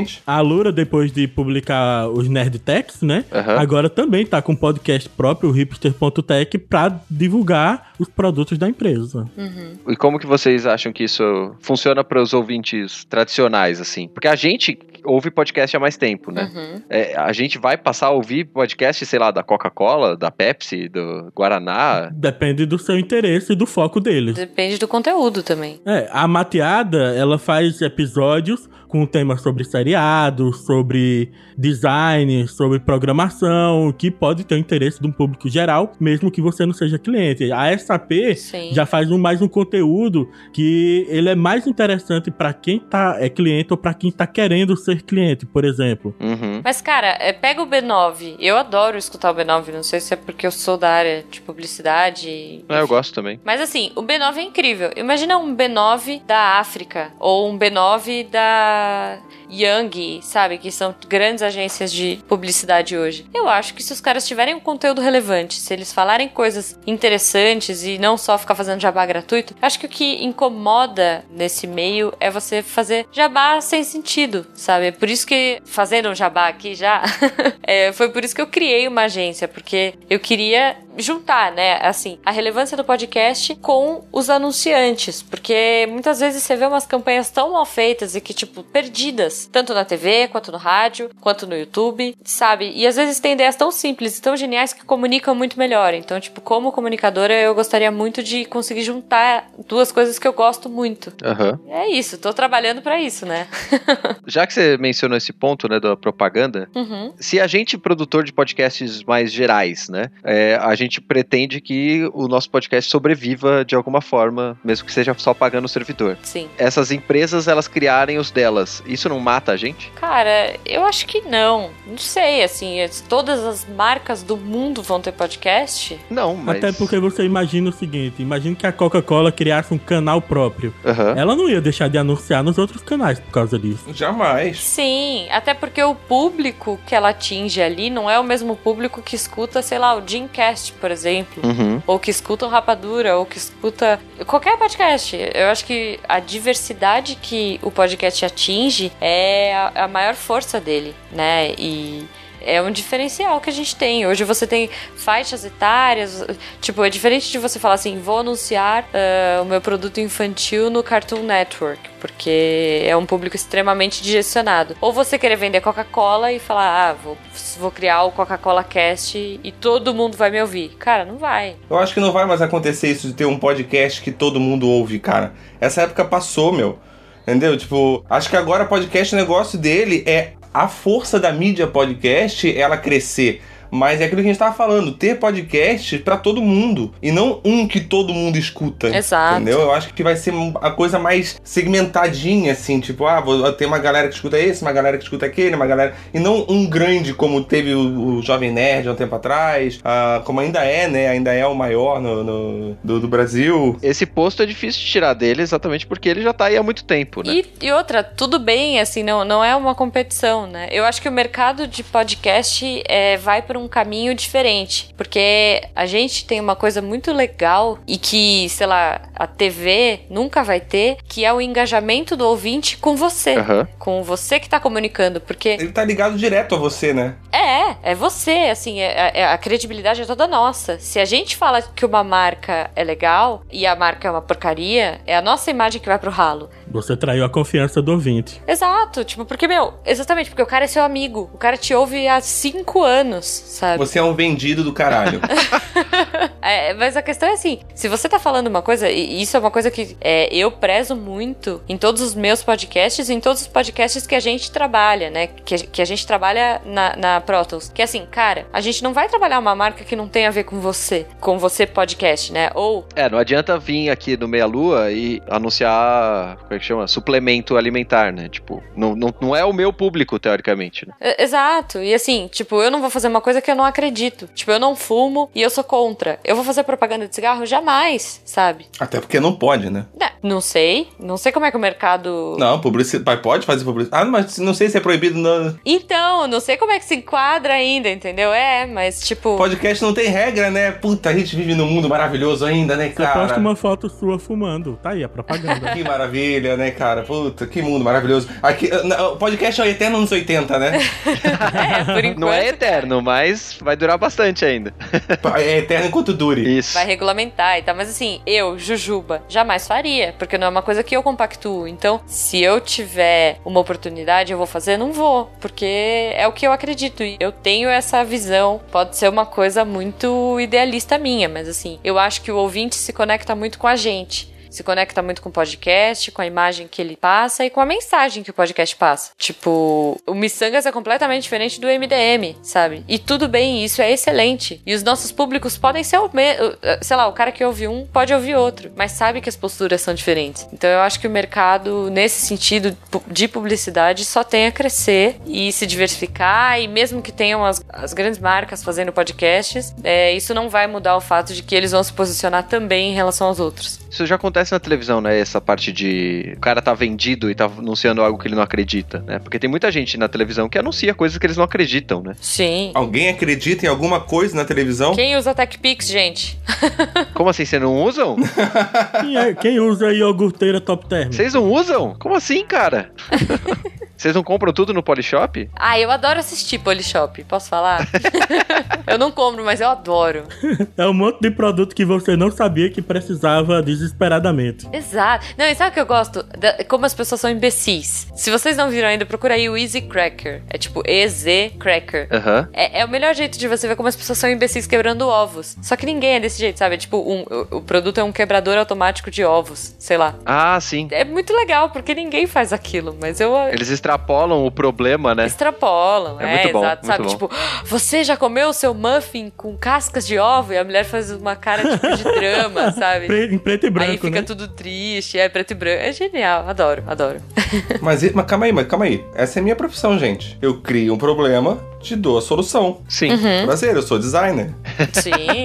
A Alura, depois de publicar os Nerdtechs, né? Agora também tá com um podcast próprio, o hipster.tech, pra divulgar os produtos da empresa. E como que vocês acham que isso funciona para os ouvintes tradicionais, assim? Porque a gente ouve podcast há mais tempo, né? A gente vai passar a ouvir podcast, sei lá, da Coca-Cola, da Pepsi, do Guaraná. Depende do seu interesse e do foco deles. Depende do conteúdo também. A Mateada, ela faz episódios com temas sobre seriados, sobre design, sobre programação, que pode ter o interesse de um público geral, mesmo que você não seja cliente. A SAP já faz mais um conteúdo que ele é mais interessante para quem é cliente ou para quem tá querendo ser cliente, por exemplo. Mas, cara, pega o B9. Eu adoro escutar o B9, não sei se é porque eu sou da área de publicidade. Eu gosto também. Mas assim, o B9 é incrível. Imagina um B9 da África, ou um B9 da Young, sabe? Que são grandes agências de publicidade hoje. Eu acho que se os caras tiverem um conteúdo relevante, se eles falarem coisas interessantes e não só ficar fazendo jabá gratuito, acho que o que incomoda nesse meio é você fazer jabá sem sentido, sabe? É por isso que, fazendo um jabá aqui já, foi por isso que eu criei uma agência, porque eu queria juntar, né, assim, a relevância do podcast com os anunciantes, porque muitas vezes você vê umas campanhas tão mal feitas e que, tipo, perdidas, tanto na TV, quanto no rádio, quanto no YouTube, sabe? E às vezes tem ideias tão simples e tão geniais que comunicam muito melhor. Então, tipo, como comunicadora, eu gostaria muito de conseguir juntar duas coisas que eu gosto muito. É isso, tô trabalhando pra isso, né? Já que você mencionou esse ponto, né, da propaganda, se a gente, produtor de podcasts mais gerais, né, a gente gente pretende que o nosso podcast sobreviva de alguma forma, mesmo que seja só pagando o servidor. Sim. Essas empresas, elas criarem os delas, isso não mata a gente? Cara, eu acho que não. Não sei, assim, todas as marcas do mundo vão ter podcast? Não, mas... Até porque você imagina o seguinte, imagina que a Coca-Cola criasse um canal próprio. Uhum. Ela não ia deixar de anunciar nos outros canais por causa disso. Jamais. Sim, até porque o público que ela atinge ali não é o mesmo público que escuta, sei lá, o Dreamcast, por exemplo. Uhum. Ou que escuta o Rapadura, ou que escuta qualquer podcast. Eu acho que a diversidade que o podcast atinge é a maior força dele, né? E é um diferencial que a gente tem. Hoje você tem faixas etárias, tipo, é diferente de você falar assim, vou anunciar o meu produto infantil no Cartoon Network, porque é um público extremamente direcionado. Ou você querer vender Coca-Cola e falar, vou criar o Coca-Cola Cast e todo mundo vai me ouvir. Cara, não vai. Eu acho que não vai mais acontecer isso de ter um podcast que todo mundo ouve, cara. Essa época passou, meu. Entendeu? Tipo, acho que agora podcast, o negócio dele é a força da mídia podcast, ela crescer. Mas é aquilo que a gente tava falando, ter podcast pra todo mundo e não um que todo mundo escuta. Exato. Entendeu? Eu acho que vai ser a coisa mais segmentadinha, assim, tipo, tem uma galera que escuta esse, uma galera que escuta aquele, uma galera... E não um grande como teve o Jovem Nerd há um tempo atrás, como ainda é, né? Ainda é o maior do Brasil. Esse posto é difícil de tirar dele exatamente porque ele já tá aí há muito tempo, né? E outra, tudo bem, assim, não é uma competição, né? Eu acho que o mercado de podcast vai por um caminho diferente, porque a gente tem uma coisa muito legal e que, sei lá, a TV nunca vai ter, que é o engajamento do ouvinte com você, com você que tá comunicando, porque... Ele tá ligado direto a você, né? É você, assim, a credibilidade é toda nossa. Se a gente fala que uma marca é legal e a marca é uma porcaria, é a nossa imagem que vai pro ralo. Você traiu a confiança do ouvinte. Exato, tipo, porque, exatamente, porque o cara é seu amigo, o cara te ouve há 5 anos, sabe? Você é um vendido do caralho. Mas a questão é assim, se você tá falando uma coisa, e isso é uma coisa que eu prezo muito em todos os meus podcasts e em todos os podcasts que a gente trabalha, né? Que a gente trabalha na Protos. Que é assim, cara, a gente não vai trabalhar uma marca que não tem a ver com você podcast, né? Ou... não adianta vir aqui no Meia Lua e anunciar, como é que chama? Suplemento alimentar, né? Tipo, não é o meu público, teoricamente, né? Exato, e assim, tipo, eu não vou fazer uma coisa que eu não acredito. Tipo, eu não fumo e eu sou contra. Eu vou fazer propaganda de cigarro? Jamais, sabe? Até porque não pode, né? Não sei como é que o mercado... Não, publicidade, pode fazer publicidade. Mas não sei se é proibido. Não. Então, não sei como é que se enquadra ainda, entendeu? Mas tipo... Podcast não tem regra, né? Puta, a gente vive num mundo maravilhoso ainda, né, cara? Você posta uma foto sua fumando. Tá aí a propaganda. Que maravilha, né, cara? Puta, que mundo maravilhoso. Aqui, o podcast é eterno nos 80, né? Por enquanto. Não é eterno, mas vai durar bastante ainda. É eterno enquanto dure. Isso. Vai regulamentar e tal. Mas assim, eu, Jujuba, jamais faria. Porque não é uma coisa que eu compactuo. Então, se eu tiver uma oportunidade, eu vou fazer? Não vou. Porque é o que eu acredito. E eu tenho essa visão. Pode ser uma coisa muito idealista minha. Mas assim, eu acho que o ouvinte se conecta muito com a gente. Se conecta muito com o podcast, com a imagem que ele passa e com a mensagem que o podcast passa. Tipo, o Missangas é completamente diferente do MDM, sabe? E tudo bem, isso é excelente. E os nossos públicos podem ser o mesmo. Sei lá, o cara que ouve um pode ouvir outro, mas sabe que as posturas são diferentes. Então eu acho que o mercado, nesse sentido de publicidade, só tem a crescer e se diversificar. E mesmo que tenham as grandes marcas fazendo podcasts, isso não vai mudar o fato de que eles vão se posicionar também em relação aos outros. Isso já acontece na televisão, né? Essa parte de o cara tá vendido e tá anunciando algo que ele não acredita, né? Porque tem muita gente na televisão que anuncia coisas que eles não acreditam, né? Sim. Alguém acredita em alguma coisa na televisão? Quem usa TechPix, gente? Como assim? Vocês não usam? Quem usa iogurteira Top Term? Vocês não usam? Como assim, cara? Vocês não compram tudo no Polishop? Eu adoro assistir Polishop. Posso falar? Eu não compro, mas eu adoro. É um monte de produto que você não sabia que precisava desesperadamente. Exato. Não, e sabe o que eu gosto? Como as pessoas são imbecis. Se vocês não viram ainda, procura aí o Easy Cracker. É tipo EZ Cracker. Aham. É o melhor jeito de você ver como as pessoas são imbecis quebrando ovos. Só que ninguém é desse jeito, sabe? É tipo, o produto é um quebrador automático de ovos, sei lá. Ah, sim. É muito legal, porque ninguém faz aquilo, mas eu... Eles extrapolam o problema, né? Extrapolam, É muito bom, exato, muito sabe? bom. Tipo, você já comeu o seu muffin com cascas de ovo? E a mulher faz uma cara tipo de drama, sabe? Em preto e branco, Aí fica né? tudo triste, preto e branco. É genial, adoro. Mas calma aí. Essa é a minha profissão, gente. Eu crio um problema, te dou a solução. Sim. Prazer, eu sou designer. Sim.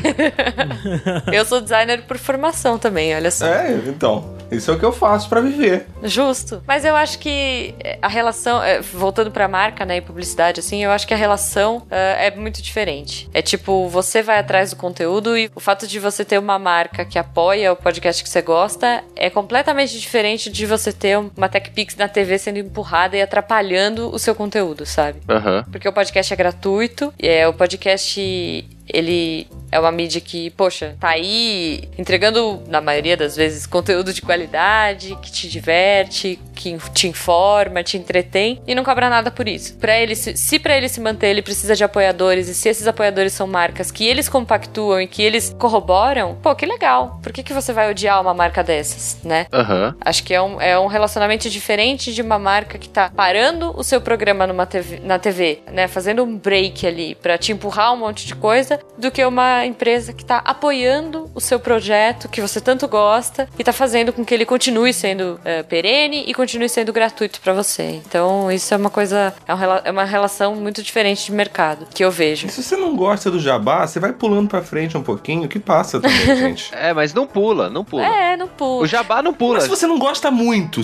Eu sou designer por formação também, olha só. Então, isso é o que eu faço pra viver. Justo. Mas eu acho que a relação, voltando pra marca, né, e publicidade, assim, eu acho que a relação é muito diferente. É tipo, você vai atrás do conteúdo e o fato de você ter uma marca que apoia o podcast que você gosta é completamente diferente de você ter uma TechPix na TV sendo empurrada e atrapalhando o seu conteúdo, sabe? Aham. Porque o podcast é gratuito, o podcast... Ele é uma mídia que, poxa, tá aí entregando, na maioria das vezes, conteúdo de qualidade, que te diverte, que te informa, te entretém e não cobra nada por isso. Se pra ele se manter, ele precisa de apoiadores, e se esses apoiadores são marcas que eles compactuam e que eles corroboram, pô, que legal. Por que você vai odiar uma marca dessas, né? Aham. Acho que é um relacionamento diferente de uma marca que tá parando o seu programa na TV, né? Fazendo um break ali pra te empurrar um monte de coisa, do que uma empresa que tá apoiando o seu projeto, que você tanto gosta, e tá fazendo com que ele continue sendo perene e continue sendo gratuito pra você. Então, isso é uma coisa, é uma relação muito diferente de mercado, que eu vejo. E se você não gosta do jabá, você vai pulando pra frente um pouquinho, que passa também, gente. Mas não pula. Não pula. O jabá não pula. Mas se você não gosta muito,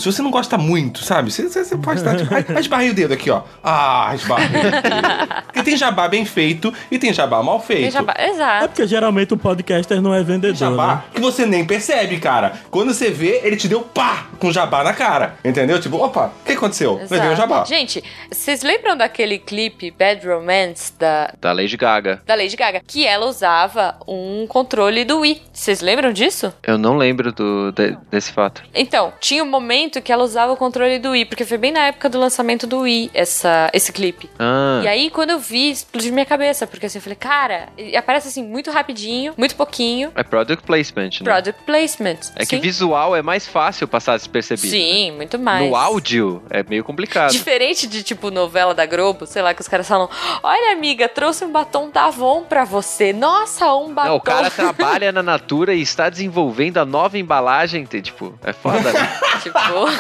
sabe? Você pode dar, tipo, esbarrei o dedo aqui, ó. Esbarrei o dedo. Porque tem jabá bem feito e tem jabá mal feito. Tem jabá, É exato. porque geralmente o podcaster não é vendedor, Jabá né? que você nem percebe, cara. Quando você vê, ele te deu pá com jabá na cara. Entendeu? Tipo, opa, o que aconteceu? Exato. Levei um jabá. Gente, vocês lembram daquele clipe Bad Romance Da Lady Gaga. da Lady Gaga? Que ela usava um controle do Wii. Vocês lembram disso? Eu não lembro desse fato. Então, tinha um momento que ela usava o controle do Wii, porque foi bem na época do lançamento do Wii esse clipe. Ah. E aí, quando eu vi, explodiu minha cabeça, porque assim, eu falei, cara, aparece assim, muito rapidinho, muito pouquinho. É product placement, né? Product placement. É que sim. visual é mais fácil passar despercebido. Sim, muito mais. No áudio é meio complicado. Diferente de, tipo, novela da Globo, sei lá, que os caras falam, olha, amiga, trouxe um batom da Avon pra você. Nossa, um batom. Não, o cara trabalha na Natura e está desenvolvendo a nova embalagem, tipo, é foda, né? Tipo...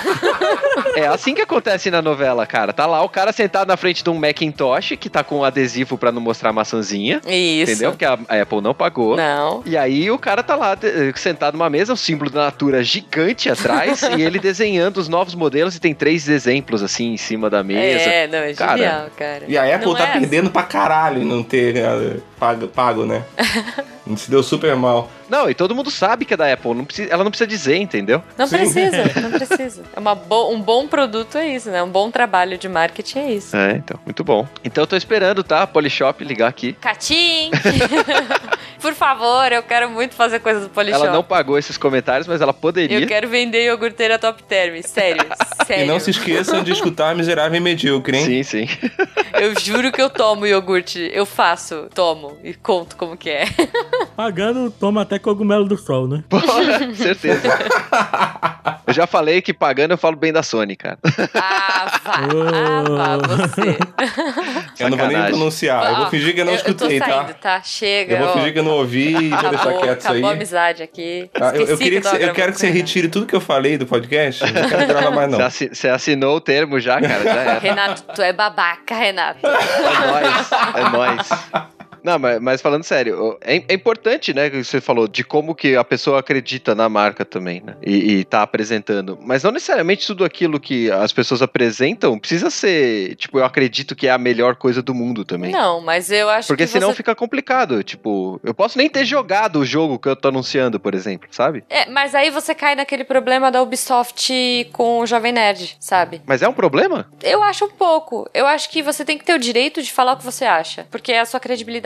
É assim que acontece na novela, cara. Tá lá o cara sentado na frente de um Macintosh que tá com um adesivo pra não mostrar a maçãzinha. Isso. Entendeu? Porque a Apple não pagou. Não. E aí o cara tá lá sentado numa mesa, o símbolo da Natura gigante atrás, e ele desenhando os novos modelos e tem 3 exemplos assim em cima da mesa. É, não, é genial, cara. E a Apple Não tá é perdendo pra caralho em não ter pago, né? Se deu super mal. Não, e todo mundo sabe que é da Apple, ela não precisa dizer, entendeu? Não precisa, não precisa. Um bom produto é isso, né? Um bom trabalho de marketing é isso. É, então, muito bom. Então eu tô esperando, tá? A Polishop ligar aqui. Catim! Por favor, eu quero muito fazer coisa do Polishop. Ela não pagou esses comentários, mas ela poderia. Eu quero vender iogurteira Top Term, sério. E não se esqueçam de escutar Miserável e Medíocre, hein? Sim, sim. Eu juro que eu tomo iogurte. Eu tomo e conto como que é. Pagando, toma até cogumelo do sol, né? Porra, certeza. Eu já falei que pagando eu falo bem da Sony, cara. Vá você. Eu não vou nem pronunciar. Eu vou fingir que eu não escutei, eu tô saindo, tá? Chega. Eu vou fingir que eu não ouvi e vou deixar quieto isso aí. Acabou a amizade aqui. Tá? Eu quero que você retire tudo que eu falei do podcast. Não quero gravar mais, não. Você assinou o termo já, cara? Já era. Renato, tu é babaca, Renato. É nóis. Não, mas falando sério, é importante, né, que você falou, de como que a pessoa acredita na marca também, né, e tá apresentando. Mas não necessariamente tudo aquilo que as pessoas apresentam precisa ser, tipo, eu acredito que é a melhor coisa do mundo também. Não, mas eu acho porque que senão fica complicado, tipo, eu posso nem ter jogado o jogo que eu tô anunciando, por exemplo, sabe? Mas aí você cai naquele problema da Ubisoft com o Jovem Nerd, sabe? Mas é um problema? Eu acho um pouco. Eu acho que você tem que ter o direito de falar o que você acha, porque a sua credibilidade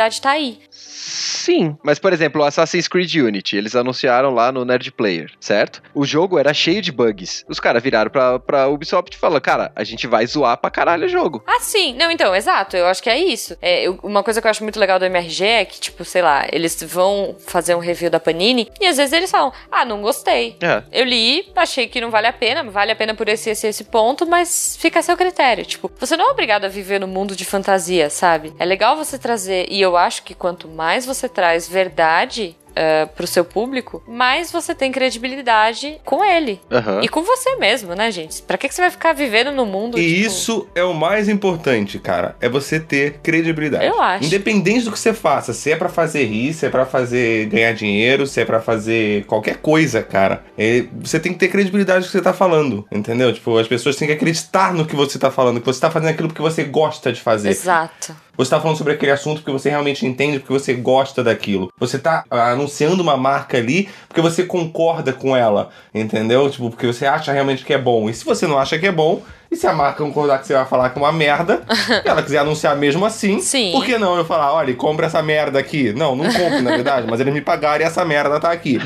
credibilidade tá aí. Sim, mas por exemplo, o Assassin's Creed Unity, eles anunciaram lá no Nerd Player, certo? O jogo era cheio de bugs. Os caras viraram pra Ubisoft e falaram, cara, a gente vai zoar pra caralho o jogo. Ah, sim. Não, então, exato. Eu acho que é isso. Uma coisa que eu acho muito legal do MRG é que, tipo, sei lá, eles vão fazer um review da Panini e às vezes eles falam, não gostei. Eu li, achei que não vale a pena por esse ponto, mas fica a seu critério. Tipo, você não é obrigado a viver no mundo de fantasia, sabe? É legal você trazer, e eu acho que quanto mais você traz verdade pro seu público, mais você tem credibilidade com ele. E com você mesmo, né, gente? Pra que você vai ficar vivendo no mundo? E isso é o mais importante, cara. É você ter credibilidade. Eu acho. Independente do que você faça. Se é pra fazer rir, se é pra fazer ganhar dinheiro, se é pra fazer qualquer coisa, cara. Você tem que ter credibilidade do que você tá falando. Entendeu? Tipo, as pessoas têm que acreditar no que você tá falando. Que você tá fazendo aquilo porque você gosta de fazer. Exato. Você tá falando sobre aquele assunto porque você realmente entende, porque você gosta daquilo. Você tá anunciando uma marca ali porque você concorda com ela, entendeu? Tipo, porque você acha realmente que é bom. E se você não acha que é bom, e se a marca concordar que você vai falar que é uma merda, e ela quiser anunciar mesmo assim, sim, por que não eu falar, olha, compra essa merda aqui? Não compre, na verdade, mas eles me pagaram e essa merda tá aqui.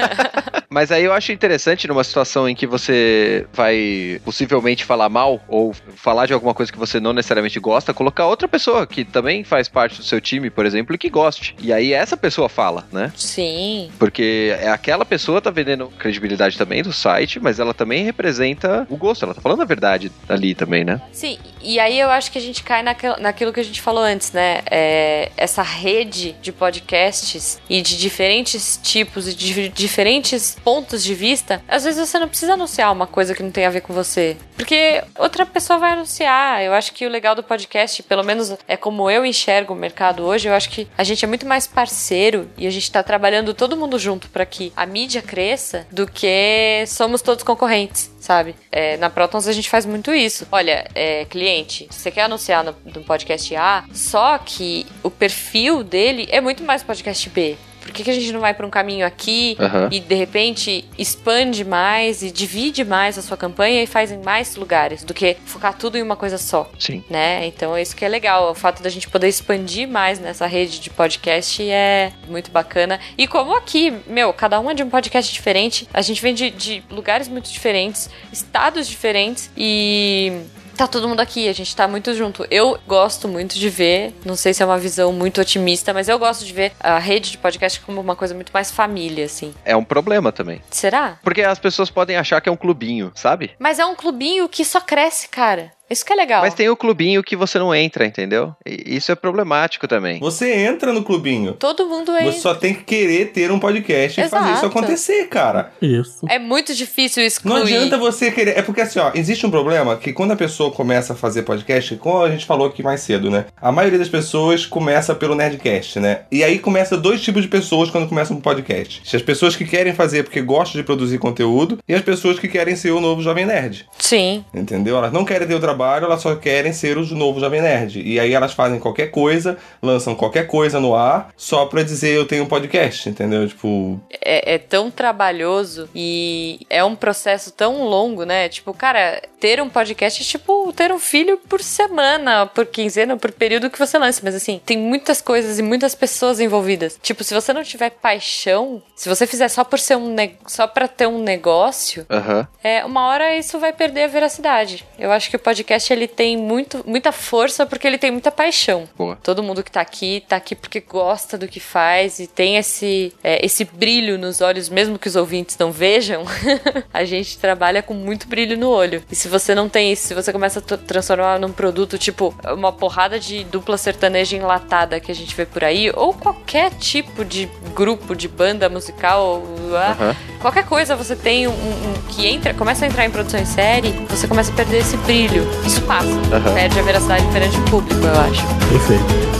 Mas aí eu acho interessante numa situação em que você vai possivelmente falar mal ou falar de alguma coisa que você não necessariamente gosta, colocar outra pessoa que também faz parte do seu time, por exemplo, e que goste. E aí essa pessoa fala, né? Sim. Porque aquela pessoa tá vendendo credibilidade também do site, mas ela também representa o gosto. Ela tá falando a verdade ali também, né? Sim, e aí eu acho que a gente cai naquilo que a gente falou antes, né? Essa rede de podcasts e de diferentes tipos e de diferentes pontos de vista, às vezes você não precisa anunciar uma coisa que não tem a ver com você, porque outra pessoa vai anunciar. Eu acho que o legal do podcast, pelo menos é como eu enxergo o mercado hoje, eu acho que a gente é muito mais parceiro e a gente tá trabalhando todo mundo junto para que a mídia cresça do que somos todos concorrentes, sabe? Na Protons a gente faz muito isso. Olha, cliente, você quer anunciar no podcast A, só que o perfil dele é muito mais podcast B. Por que a gente não vai para um caminho aqui e, de repente, expande mais e divide mais a sua campanha e faz em mais lugares do que focar tudo em uma coisa só? Sim. Né? Então, é isso que é legal. O fato da gente poder expandir mais nessa rede de podcast é muito bacana. E como aqui, cada um é de um podcast diferente. A gente vem de lugares muito diferentes, estados diferentes e... tá todo mundo aqui, a gente tá muito junto. Eu gosto muito de ver, não sei se é uma visão muito otimista, mas eu gosto de ver a rede de podcast como uma coisa muito mais família, assim. É um problema também. Será? Porque as pessoas podem achar que é um clubinho, sabe? Mas é um clubinho que só cresce, cara. Isso que é legal. Mas tem o clubinho que você não entra, entendeu? E isso é problemático também. Você entra no clubinho. Todo mundo entra. Você só tem que querer ter um podcast e fazer isso acontecer, cara. Isso. É muito difícil excluir. Não adianta você querer... É porque assim, existe um problema que quando a pessoa começa a fazer podcast, como a gente falou aqui mais cedo, né? A maioria das pessoas começa pelo Nerdcast, né? E aí começa dois tipos de pessoas quando começam um podcast. As pessoas que querem fazer porque gostam de produzir conteúdo e as pessoas que querem ser o novo Jovem Nerd. Sim. Entendeu? Elas não querem ter o trabalho, elas só querem ser o novo Jovem Nerd. E aí elas fazem qualquer coisa, lançam qualquer coisa no ar, só pra dizer eu tenho um podcast, entendeu? Tipo... É tão trabalhoso e é um processo tão longo, né? Tipo, cara, ter um podcast é tipo ter um filho por semana, por quinzena, por período que você lança. Mas assim, tem muitas coisas e muitas pessoas envolvidas. Tipo, se você não tiver paixão, se você fizer só por ser só pra ter um negócio, uma hora isso vai perder a veracidade. Eu acho que o podcast, ele tem muita força porque ele tem muita paixão. Boa. Todo mundo que tá aqui porque gosta do que faz e tem esse brilho nos olhos, mesmo que os ouvintes não vejam. A gente trabalha com muito brilho no olho. E se você não tem isso, se você começa a transformar num produto tipo uma porrada de dupla sertaneja enlatada que a gente vê por aí, ou qualquer tipo de grupo, de banda musical, qualquer coisa você tem que começa a entrar em produção em série, você começa a perder esse brilho. Isso passa. Perde a veracidade perante o público, eu acho. Perfeito.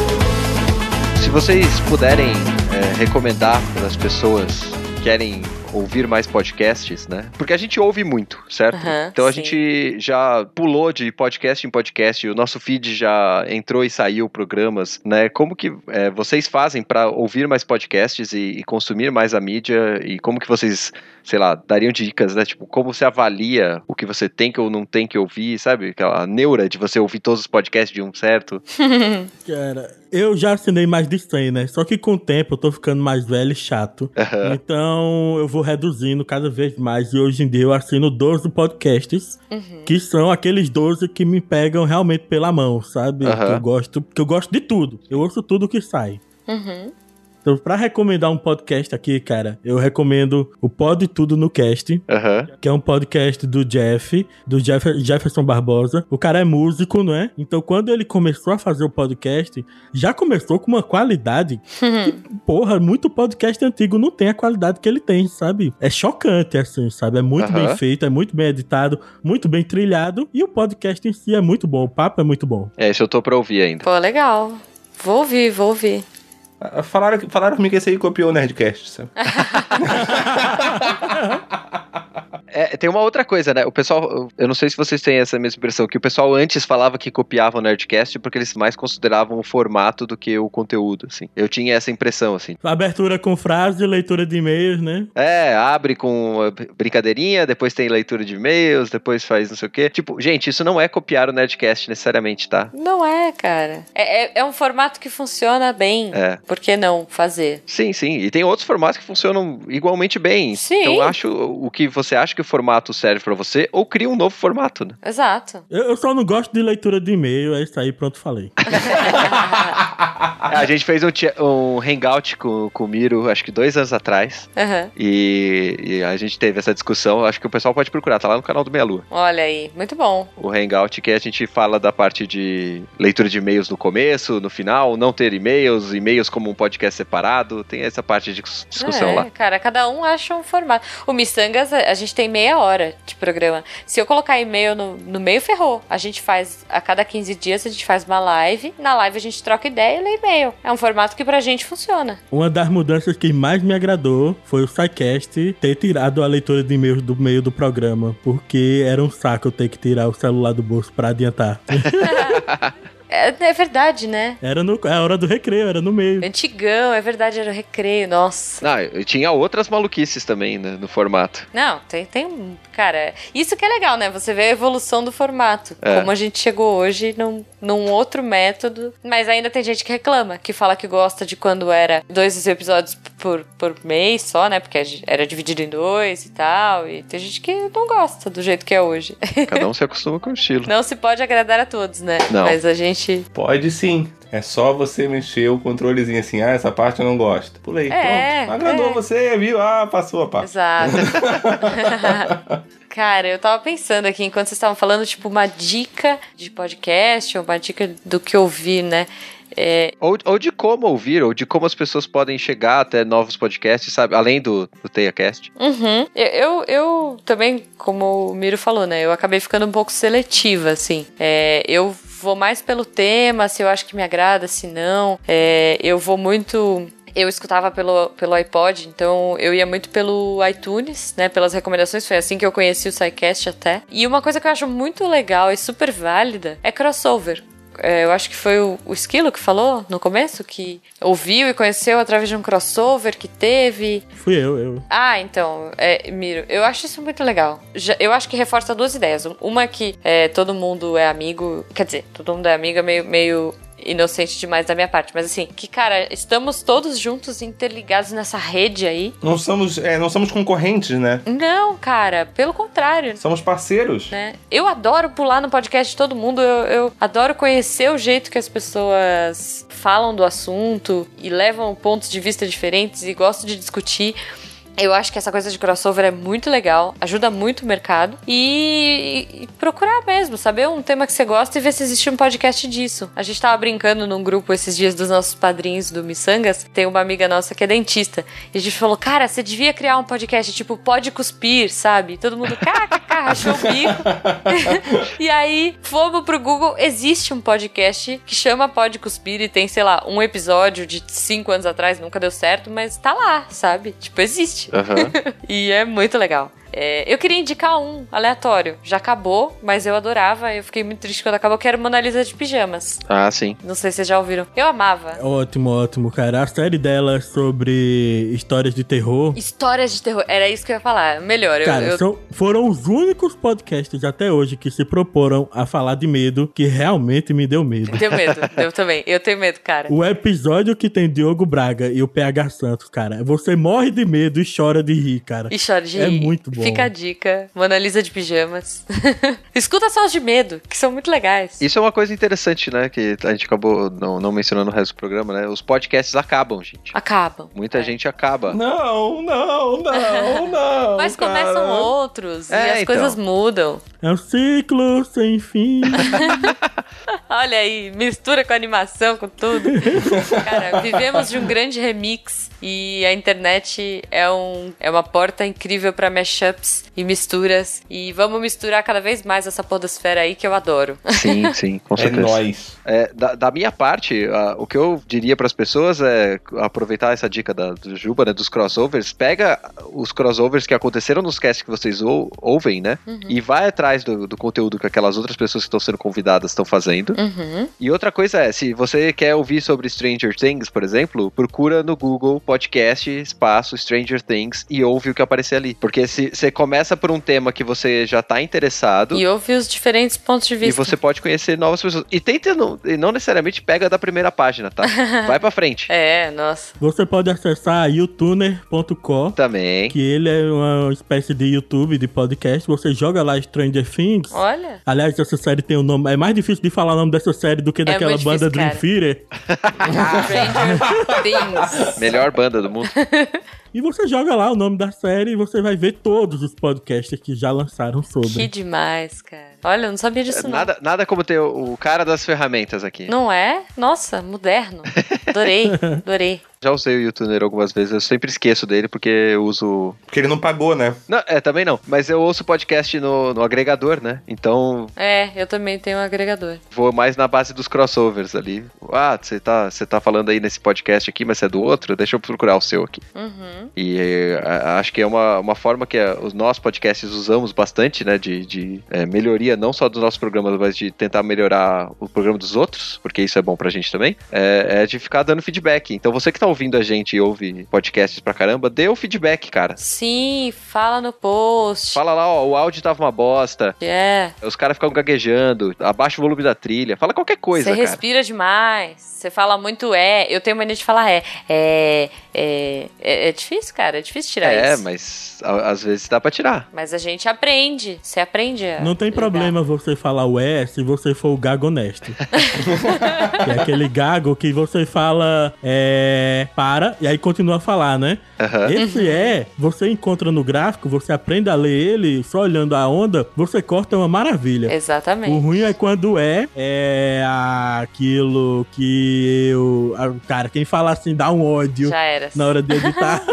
Se vocês puderem recomendar para as pessoas que querem ouvir mais podcasts, né? Porque a gente ouve muito, certo? Então a gente já pulou de podcast em podcast, o nosso feed já entrou e saiu programas, né? Como que vocês fazem pra ouvir mais podcasts e consumir mais a mídia, e como que vocês, sei lá, dariam dicas, né? Tipo, como você avalia o que você tem que ou não tem que ouvir, sabe? Aquela neura de você ouvir todos os podcasts de um certo. Cara, eu já assinei mais de 100, né? Só que com o tempo eu tô ficando mais velho e chato. Então eu vou reduzindo cada vez mais. E hoje em dia eu assino 12 podcasts, que são aqueles 12 que me pegam realmente pela mão, sabe? Que eu gosto de tudo. Eu ouço tudo que sai. Então, pra recomendar um podcast aqui, cara, eu recomendo o Pode Tudo no Cast, que é um podcast do Jefferson Barbosa. O cara é músico, não é? Então, quando ele começou a fazer o podcast, já começou com uma qualidade que, porra, muito podcast antigo não tem a qualidade que ele tem, sabe? É chocante, assim, sabe? É muito bem feito, é muito bem editado, muito bem trilhado, e o podcast em si é muito bom, o papo é muito bom. Esse eu tô pra ouvir ainda. Pô, legal. Vou ouvir. Falaram comigo que esse aí copiou o Nerdcast, sabe? Tem uma outra coisa, né? O pessoal, eu não sei se vocês têm essa mesma impressão, que o pessoal antes falava que copiava o Nerdcast porque eles mais consideravam o formato do que o conteúdo, assim. Eu tinha essa impressão, assim. Abertura com frase, leitura de e-mails, né? Abre com brincadeirinha, depois tem leitura de e-mails, depois faz não sei o quê. Tipo, gente, isso não é copiar o Nerdcast necessariamente, tá? Não é, cara. É um formato que funciona bem. Por que não fazer? Sim. E tem outros formatos que funcionam igualmente bem. Sim. Então, acho o que você acha que o formato serve pra você, ou cria um novo formato, né? Exato. Eu só não gosto de leitura de e-mail, é isso aí, pronto, falei. A gente fez um hangout com o Miro, acho que 2 anos atrás. E a gente teve essa discussão, acho que o pessoal pode procurar, tá lá no canal do Meia Lua. Olha aí, muito bom. O hangout que a gente fala da parte de leitura de e-mails no começo, no final, não ter e-mails como um podcast separado, tem essa parte de discussão lá. Cara, cada um acha um formato. O Missangas, a gente tem meia hora de programa. Se eu colocar e-mail no meio, ferrou. A gente faz, a cada 15 dias, a gente faz uma live. Na live a gente troca ideia e lê e-mail. É um formato que pra gente funciona. Uma das mudanças que mais me agradou foi o SciCast ter tirado a leitura de e-mails do meio do programa, porque era um saco eu ter que tirar o celular do bolso pra adiantar. É verdade, né? Era a hora do recreio, era no meio. Antigão, é verdade, era o recreio, nossa. Eu tinha outras maluquices também, né, no formato. Não, tem cara, isso que é legal, né? Você vê a evolução do formato. Como a gente chegou hoje num outro método. Mas ainda tem gente que reclama, que fala que gosta de quando era 2 episódios por mês só, né? Porque era dividido em 2 e tal. E tem gente que não gosta do jeito que é hoje. Cada um se acostuma com o estilo. Não se pode agradar a todos, né? Não. Mas a gente... Pode sim. É só você mexer o controlezinho assim, essa parte eu não gosto. Pulei, pronto. Agradou você, viu? Passou a parte. Exato. Cara, eu tava pensando aqui, enquanto vocês estavam falando, tipo, uma dica de podcast, ou uma dica do que ouvir, né? Ou de como ouvir, ou de como as pessoas podem chegar até novos podcasts, sabe? Além do TeiaCast. Eu também, como o Miro falou, né? Eu acabei ficando um pouco seletiva, assim. Eu vou mais pelo tema, se eu acho que me agrada, se não. Eu vou muito... Eu escutava pelo iPod, então eu ia muito pelo iTunes, né, pelas recomendações, foi assim que eu conheci o SciCast até. E uma coisa que eu acho muito legal e super válida é crossover. Eu acho que foi o Esquilo que falou no começo, que ouviu e conheceu através de um crossover que teve. Fui eu. Então, Miro, eu acho isso muito legal. Eu acho que reforça 2 ideias. Uma que todo mundo é amigo, quer dizer, todo mundo é amigo é meio inocente demais da minha parte, mas assim, que cara, estamos todos juntos interligados nessa rede aí. Não somos concorrentes, né? Não, cara, pelo contrário. Somos parceiros. Né? Eu adoro pular no podcast de todo mundo, eu adoro conhecer o jeito que as pessoas falam do assunto e levam pontos de vista diferentes e gosto de discutir. Eu acho que essa coisa de crossover é muito legal, ajuda muito o mercado e procurar mesmo, saber um tema que você gosta e ver se existe um podcast disso. A gente tava brincando num grupo esses dias dos nossos padrinhos do Missangas, tem uma amiga nossa que é dentista, e a gente falou, cara, você devia criar um podcast tipo Pode Cuspir, sabe? Todo mundo, kkk. rachou o bico. E aí, fomos pro Google. Existe um podcast que chama Pode Cuspir e tem, sei lá, um episódio de 5 anos atrás, nunca deu certo, mas tá lá, sabe? Tipo, existe. E é muito legal. Eu queria indicar um aleatório. Já acabou, mas eu adorava. Eu fiquei muito triste quando acabou, que era Mona Lisa de Pijamas. Ah, sim. Não sei se vocês já ouviram. Eu amava. Ótimo, cara. A série dela é sobre histórias de terror. Histórias de terror. Era isso que eu ia falar. Melhor. Cara, foram os únicos podcasts até hoje que se proporam a falar de medo, que realmente me deu medo. Deu medo. Eu também. Eu tenho medo, cara. O episódio que tem Diogo Braga e o PH Santos, cara, você morre de medo e chora de rir, cara. E chora de rir. É muito bom. Fica a dica. Mona Lisa de Pijamas. Escuta só os de medo, que são muito legais. Isso é uma coisa interessante, né? Que a gente acabou não mencionando no resto do programa, né? Os podcasts acabam, gente. Acabam. Muita gente acaba. Não. Mas começam cara. outros e as coisas mudam. É um ciclo sem fim. Olha aí, mistura com animação, com tudo. Cara, vivemos de um grande remix e a internet é uma porta incrível pra mashups e misturas. E vamos misturar cada vez mais essa podosfera aí que eu adoro. Sim, com certeza. É nóis. Da minha parte, o que eu diria pras pessoas é aproveitar essa dica do Juba, né, dos crossovers. Pega os crossovers que aconteceram nos casts que vocês ouvem, né? E vai atrás do conteúdo que aquelas outras pessoas que estão sendo convidadas estão fazendo. E outra coisa é, se você quer ouvir sobre Stranger Things, por exemplo, procura no Google podcast espaço Stranger Things e ouve o que aparecer ali. Porque se você começa por um tema que você já tá interessado... E ouve os diferentes pontos de vista. E você pode conhecer novas pessoas. E tenta, não necessariamente pega da primeira página, tá? Vai pra frente. Nossa. Você pode acessar youtuner.com também. Que ele é uma espécie de YouTube, de podcast. Você joga lá Stranger Things. Olha. Aliás, essa série tem um nome... É mais difícil de falar o nome dessa série do que daquela banda Dream Theater. Stranger Things. Melhor banda do mundo. E você joga lá o nome da série e você vai ver todos os podcasts que já lançaram sobre. Que demais, cara. Olha, eu não sabia disso não. Nada como ter o cara das ferramentas aqui. Não é? Nossa, moderno. Adorei. Já usei o YouTuner algumas vezes, eu sempre esqueço dele porque eu uso... Porque ele não pagou, né? Não, também não. Mas eu ouço podcast no agregador, né? Então... eu também tenho um agregador. Vou mais na base dos crossovers ali. Ah, você tá falando aí nesse podcast aqui, mas você é do outro? Deixa eu procurar o seu aqui. E acho que é uma forma que os nossos podcasts usamos bastante, né? De melhoria, não só dos nossos programas, mas de tentar melhorar o programa dos outros, porque isso é bom pra gente também. É de ficar dando feedback. Então você que tá ouvindo a gente e ouve podcasts pra caramba, dê o feedback, cara. Sim, fala no post. Fala lá, ó, o áudio tava uma bosta. Os caras ficam gaguejando, abaixa o volume da trilha, fala qualquer coisa, cara. Você respira demais, você fala muito eu tenho mania de falar é difícil, cara, é difícil tirar isso. Mas às vezes dá pra tirar. Mas a gente aprende, você aprende Não tem problema você falar se você for o gago honesto. Que é aquele gago que você fala para, e aí continua a falar, né? Esse você encontra no gráfico, você aprende a ler ele, só olhando a onda, você corta uma maravilha. Exatamente. O ruim é quando é aquilo que cara, quem fala assim dá um ódio. Já era. Na hora de editar.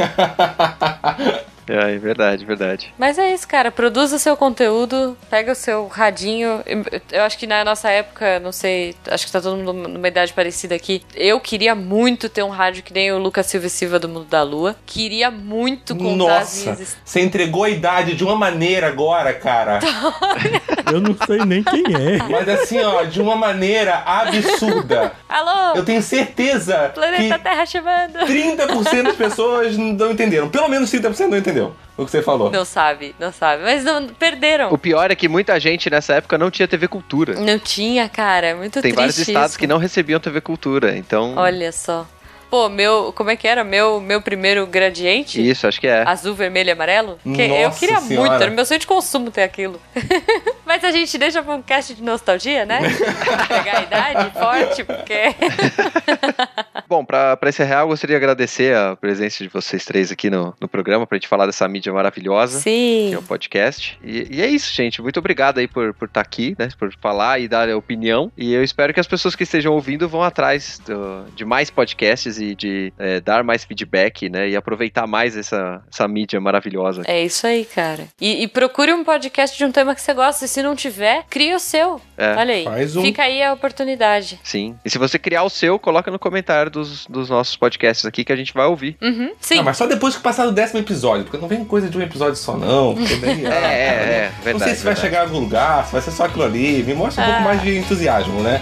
É verdade. Mas é isso, cara. Produza seu conteúdo, pega o seu radinho. Eu acho que na nossa época, não sei, acho que tá todo mundo numa idade parecida aqui. Eu queria muito ter um rádio que nem o Lucas Silva do Mundo da Lua. Queria muito contar as minhas... Nossa, você entregou a idade de uma maneira agora, cara. Eu não sei nem quem é. Mas assim, ó, de uma maneira absurda. Alô? Eu tenho certeza Planeta que Terra chamando. 30% das pessoas não entenderam. Pelo menos 30% não entenderam o que você falou. Não sabe. Mas não perderam. O pior é que muita gente nessa época não tinha TV Cultura. Não tinha, cara. Muito triste. Tem vários estados isso. que não recebiam TV Cultura, então... Olha só. Pô, como é que era? Meu primeiro gradiente? Isso, acho que é. Azul, vermelho e amarelo? Nossa eu queria senhora. muito, era meu sonho de consumo ter aquilo. Mas a gente deixa pra um cast de nostalgia, né? Pegar a idade forte, porque... Bom, pra encerrar, eu gostaria de agradecer a presença de vocês três aqui no programa, pra gente falar dessa mídia maravilhosa. Sim. Que é o podcast. E é isso, gente. Muito obrigado aí por estar aqui, né? Por falar e dar a opinião. E eu espero que as pessoas que estejam ouvindo vão atrás de mais podcasts e de dar mais feedback, né? E aproveitar mais essa mídia maravilhosa. É isso aí, cara. E procure um podcast de um tema que você gosta. E se não tiver, cria o seu. Olha aí. Fica aí a oportunidade. Sim. E se você criar o seu, coloca no comentário dos nossos podcasts aqui que a gente vai ouvir. Uhum. Sim. Não, mas só depois que passar do 10º episódio, porque não vem coisa de um episódio só, não. Daí, verdade. Não sei se vai chegar a algum lugar, se vai ser só aquilo ali. Me mostra um pouco mais de entusiasmo, né?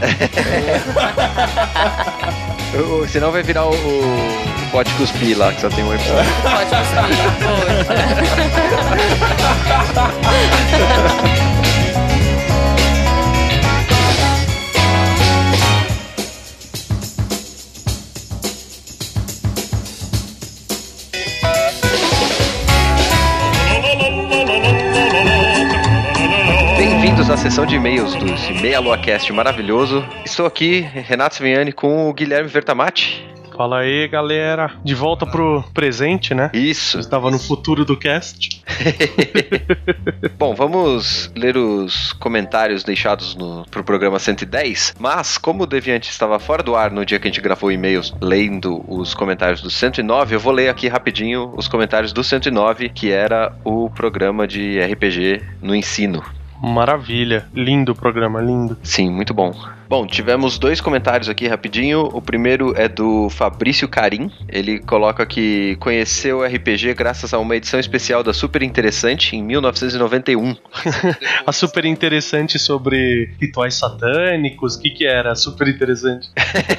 Senão vai virar o Pode Cuspir lá, que só tem um episódio. Pode cuspir. Bem-vindos à sessão de e-mails do Meia Lua Cast maravilhoso. Estou aqui, Renato Sviani, com o Guilherme Vertamati. Fala aí, galera. De volta pro presente, né? Isso. Estava no futuro do cast. Bom, vamos ler os comentários deixados pro programa 110, mas como o Deviante estava fora do ar no dia que a gente gravou e-mails lendo os comentários do 109, eu vou ler aqui rapidinho os comentários do 109, que era o programa de RPG no ensino. Maravilha. Lindo o programa, lindo. Sim, muito bom. Bom, tivemos 2 comentários aqui rapidinho. O primeiro é do Fabrício Carim. Ele coloca que conheceu o RPG graças a uma edição especial da Super Interessante em 1991. A Super Interessante sobre rituais satânicos. O que era Super Interessante?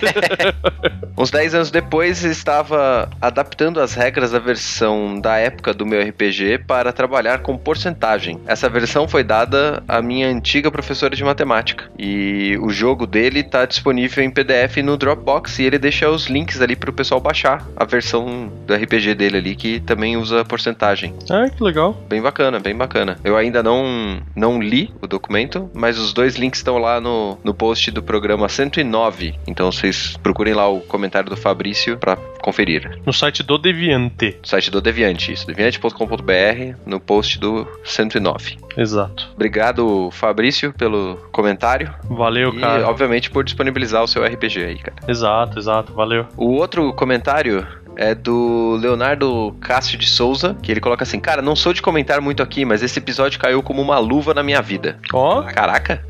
Uns 10 anos depois, estava adaptando as regras da versão da época do meu RPG para trabalhar com porcentagem. Essa versão foi dada à minha antiga professora de matemática. E o jogo dele tá disponível em PDF no Dropbox e ele deixa os links ali pro pessoal baixar a versão do RPG dele ali, que também usa porcentagem. Ah, que legal. Bem bacana, bem bacana. Eu ainda não li o documento, mas os 2 links estão lá no post do programa 109. Então vocês procurem lá o comentário do Fabrício pra conferir. No site do Deviante. No site do Deviante, isso. deviante.com.br, no post do 109. Exato. Obrigado, Fabrício, pelo comentário. Valeu, cara. E, obviamente, por disponibilizar o seu RPG aí, cara. Exato, valeu. O outro comentário é do Leonardo Cássio de Souza, que ele coloca assim: cara, não sou de comentar muito aqui, mas esse episódio caiu como uma luva na minha vida. Ó. Caraca.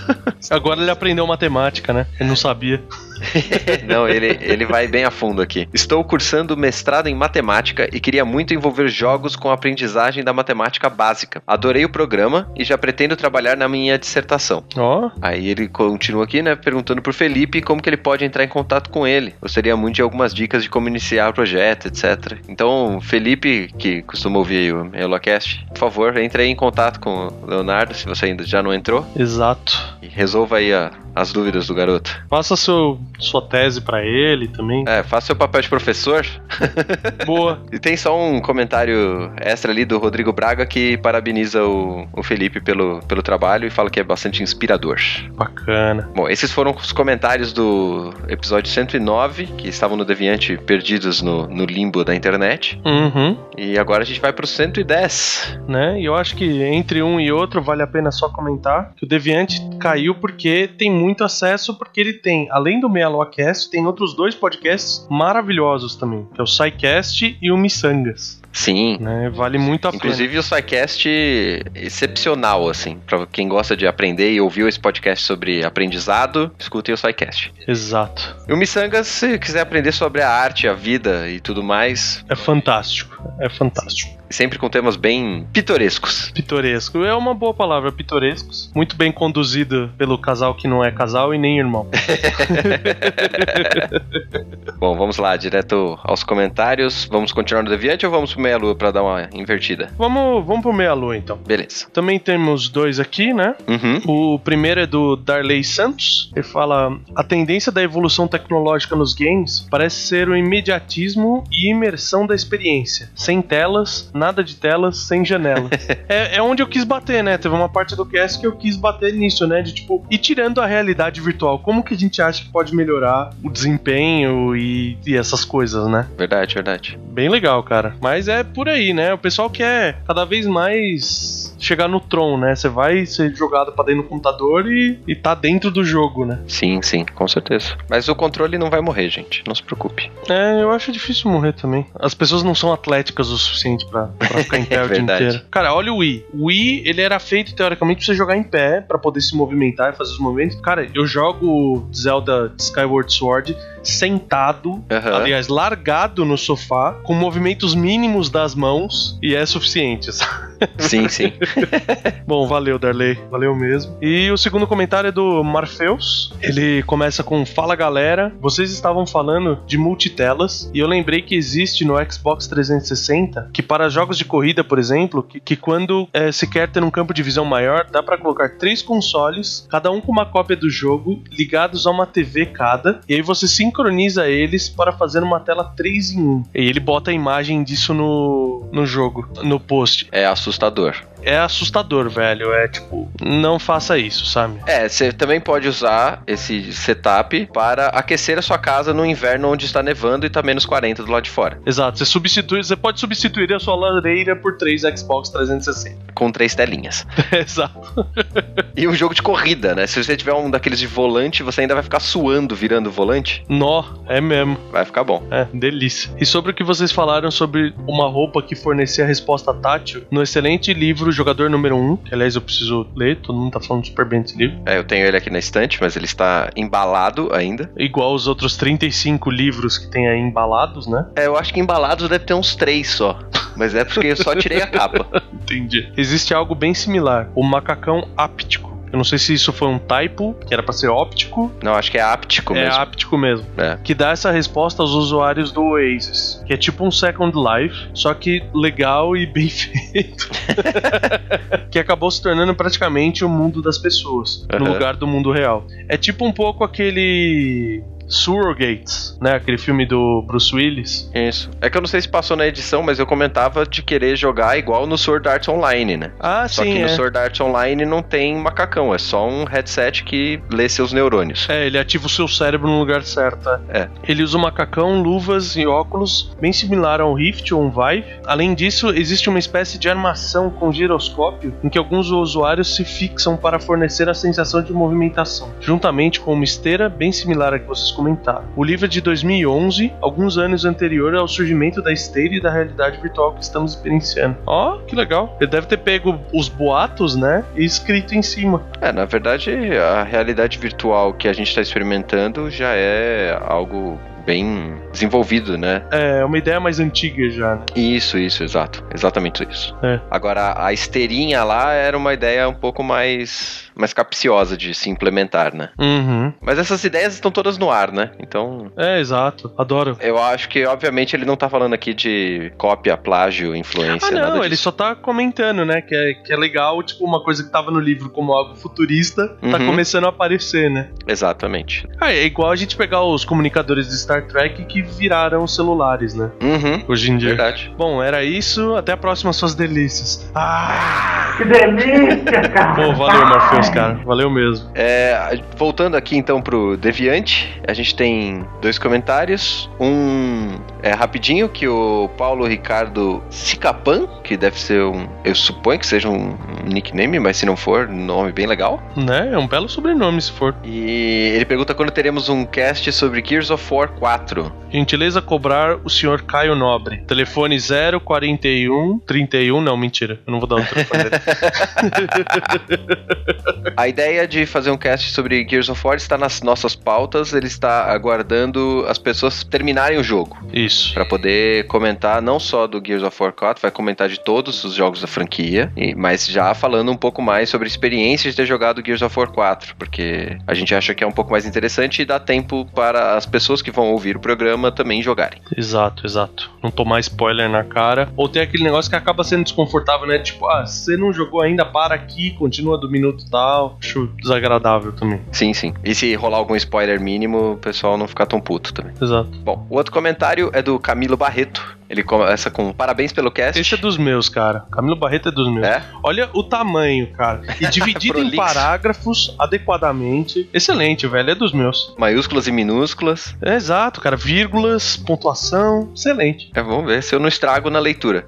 Agora ele aprendeu matemática, né? Ele não sabia. Não, ele vai bem a fundo aqui. Estou cursando mestrado em matemática e queria muito envolver jogos com a aprendizagem da matemática básica. Adorei o programa e já pretendo trabalhar na minha dissertação. Ó. Aí ele continua aqui, né, perguntando pro Felipe como que ele pode entrar em contato com ele. Gostaria muito de algumas dicas de como iniciar o projeto, etc. Então, Felipe, que costuma ouvir o Elocast, por favor, entre aí em contato com o Leonardo, se você ainda já não entrou. Exato. E resolva aí as dúvidas do garoto. Faça sua tese pra ele também. Faça seu papel de professor. Boa. E tem só um comentário extra ali do Rodrigo Braga que parabeniza o Felipe pelo trabalho e fala que é bastante inspirador. Bacana. Bom, esses foram os comentários do episódio 109, que estavam no Deviante perdidos no limbo da internet. Uhum. E agora a gente vai pro 110. Né? E eu acho que entre um e outro vale a pena só comentar que o Deviante caiu porque tem muito acesso, porque ele tem, além do Meia Lua Cast, tem outros 2 podcasts maravilhosos também, que é o SciCast e o Missangas. Sim. Né? Vale muito a pena. Inclusive o SciCast excepcional, assim. Pra quem gosta de aprender e ouviu esse podcast sobre aprendizado, escutem o SciCast. Exato. E o Missangas, se quiser aprender sobre a arte, a vida e tudo mais... É fantástico. É fantástico. Sempre com temas bem pitorescos. Pitoresco. É uma boa palavra, pitorescos. Muito bem conduzido pelo casal que não é casal e nem irmão. Bom, vamos lá, direto aos comentários. Vamos continuar no Deviante ou vamos pro Meia Lua pra dar uma invertida? Vamos pro Meia Lua, então. Beleza. Também temos 2 aqui, né? Uhum. O primeiro é do Darley Santos. Ele fala: a tendência da evolução tecnológica nos games parece ser o imediatismo e imersão da experiência. sem telas, nada de telas, sem janelas. É onde eu quis bater, né? Teve uma parte do cast que eu quis bater nisso, né? De tipo, e tirando a realidade virtual, como que a gente acha que pode melhorar o desempenho e essas coisas, né? Verdade, verdade. Bem legal, cara. Mas é por aí, né? O pessoal quer cada vez mais chegar no Tron, né? Você vai ser jogado pra dentro do computador e tá dentro do jogo, né? Sim, com certeza. Mas o controle não vai morrer, gente. Não se preocupe. Eu acho difícil morrer também. As pessoas não são atléticas o suficiente pra ficar em pé o dia inteiro. Cara, olha o Wii. O Wii, ele era feito, teoricamente, pra você jogar em pé, pra poder se movimentar e fazer os movimentos. Cara, eu jogo Zelda Skyward Sword sentado, aliás, largado no sofá, com movimentos mínimos das mãos, e é suficiente. Sim. Bom, valeu, Darley. Valeu mesmo. E o segundo comentário é do Morpheus. Ele começa com: fala, galera, vocês estavam falando de multitelas, e eu lembrei que existe no Xbox 360, que para jogos de corrida, por exemplo, que quando se quer ter um campo de visão maior, dá pra colocar 3 consoles, cada um com uma cópia do jogo, ligados a uma TV cada, e aí você sincroniza eles para fazer uma tela 3 em 1. E ele bota a imagem disso no jogo, no post. É assustador. É assustador, velho. É tipo, não faça isso, sabe? Você também pode usar esse setup para aquecer a sua casa no inverno onde está nevando e tá menos 40 do lado de fora. Exato, você pode substituir a sua lareira por 3 Xbox 360. Com 3 telinhas. Exato. E um jogo de corrida, né? Se você tiver um daqueles de volante, você ainda vai ficar suando virando o volante. Nó, é mesmo. Vai ficar bom. É, delícia. E sobre o que vocês falaram sobre uma roupa que fornecia a resposta tátil, no excelente livro Jogador Número 1, que aliás eu preciso ler, todo mundo tá falando super bem desse livro. Eu tenho ele aqui na estante, mas ele está embalado ainda. Igual os outros 35 livros que tem aí embalados, né? Eu acho que embalados deve ter uns 3 só. Mas é porque eu só tirei a capa. Entendi. Existe algo bem similar, o macacão áptico. Eu não sei se isso foi um typo, que era pra ser óptico. Não, acho que é áptico mesmo. É áptico mesmo. Que dá essa resposta aos usuários do Oasis. Que é tipo um Second Life, só que legal e bem feito. Que acabou se tornando praticamente o mundo das pessoas, no lugar do mundo real. É tipo um pouco aquele Surrogates, né? Aquele filme do Bruce Willis. Isso. É que eu não sei se passou na edição, mas eu comentava de querer jogar igual no Sword Art Online, né? Só sim, que no Sword Art Online não tem macacão, é só um headset que lê seus neurônios. Ele ativa o seu cérebro no lugar certo. Ele usa um macacão, luvas e óculos, bem similar a um Rift ou um Vive. Além disso, existe uma espécie de armação com giroscópio em que alguns usuários se fixam para fornecer a sensação de movimentação, juntamente com uma esteira bem similar a que vocês comentaram. O livro é de 2011, alguns anos anterior ao surgimento da esteira e da realidade virtual que estamos experienciando. Que legal. Ele deve ter pego os boatos, né, e escrito em cima. Na verdade, a realidade virtual que a gente está experimentando já é algo bem desenvolvido, né? É uma ideia mais antiga já, né? Isso, exato. Exatamente isso. Agora, a esteirinha lá era uma ideia um pouco mais capciosa de se implementar, né? Mas essas ideias estão todas no ar, né? Então... exato. Adoro. Eu acho que, obviamente, ele não tá falando aqui de cópia, plágio, influência, nada disso. Ele só tá comentando, né? Que é legal, tipo, uma coisa que tava no livro como algo futurista, tá começando a aparecer, né? Exatamente. É igual a gente pegar os comunicadores de Star Trek que viraram celulares, né? Hoje em dia. Verdade. Bom, era isso. Até a próxima, suas delícias. Que delícia, cara! Pô, valeu, Morpheus, cara. Valeu mesmo. Voltando aqui, então, pro Deviante, a gente tem 2 comentários. Um rapidinho, que o Paulo Ricardo Sicapan, que deve ser eu suponho que seja um nickname, mas se não for, um nome bem legal. Né? É um belo sobrenome, se for. E ele pergunta quando teremos um cast sobre Gears of War 4. Gentileza cobrar o senhor Caio Nobre. Telefone 041 31. Não, mentira. Eu não vou dar o telefone dele. A ideia de fazer um cast sobre Gears of War está nas nossas pautas. Ele está aguardando as pessoas terminarem o jogo. Isso. Pra poder comentar não só do Gears of War 4, vai comentar de todos os jogos da franquia, mas já falando um pouco mais sobre a experiência de ter jogado Gears of War 4, porque a gente acha que é um pouco mais interessante e dá tempo para as pessoas que vão ouvir o programa também jogarem. Exato. Não tomar spoiler na cara. Ou tem aquele negócio que acaba sendo desconfortável, né? Tipo, se você não jogou ainda, para aqui, continua do minuto tal. Acho desagradável também. Sim. E se rolar algum spoiler mínimo, o pessoal não ficar tão puto também. Exato. Bom, o outro comentário é do Camilo Barreto. Ele começa com parabéns pelo cast. Esse é dos meus, cara. Camilo Barreto é dos meus. É? Olha o tamanho, cara. E dividido em parágrafos adequadamente. Excelente, velho. É dos meus. Maiúsculas e minúsculas. É, exato, cara. Vírgulas, pontuação. Excelente. Vamos ver se eu não estrago na leitura.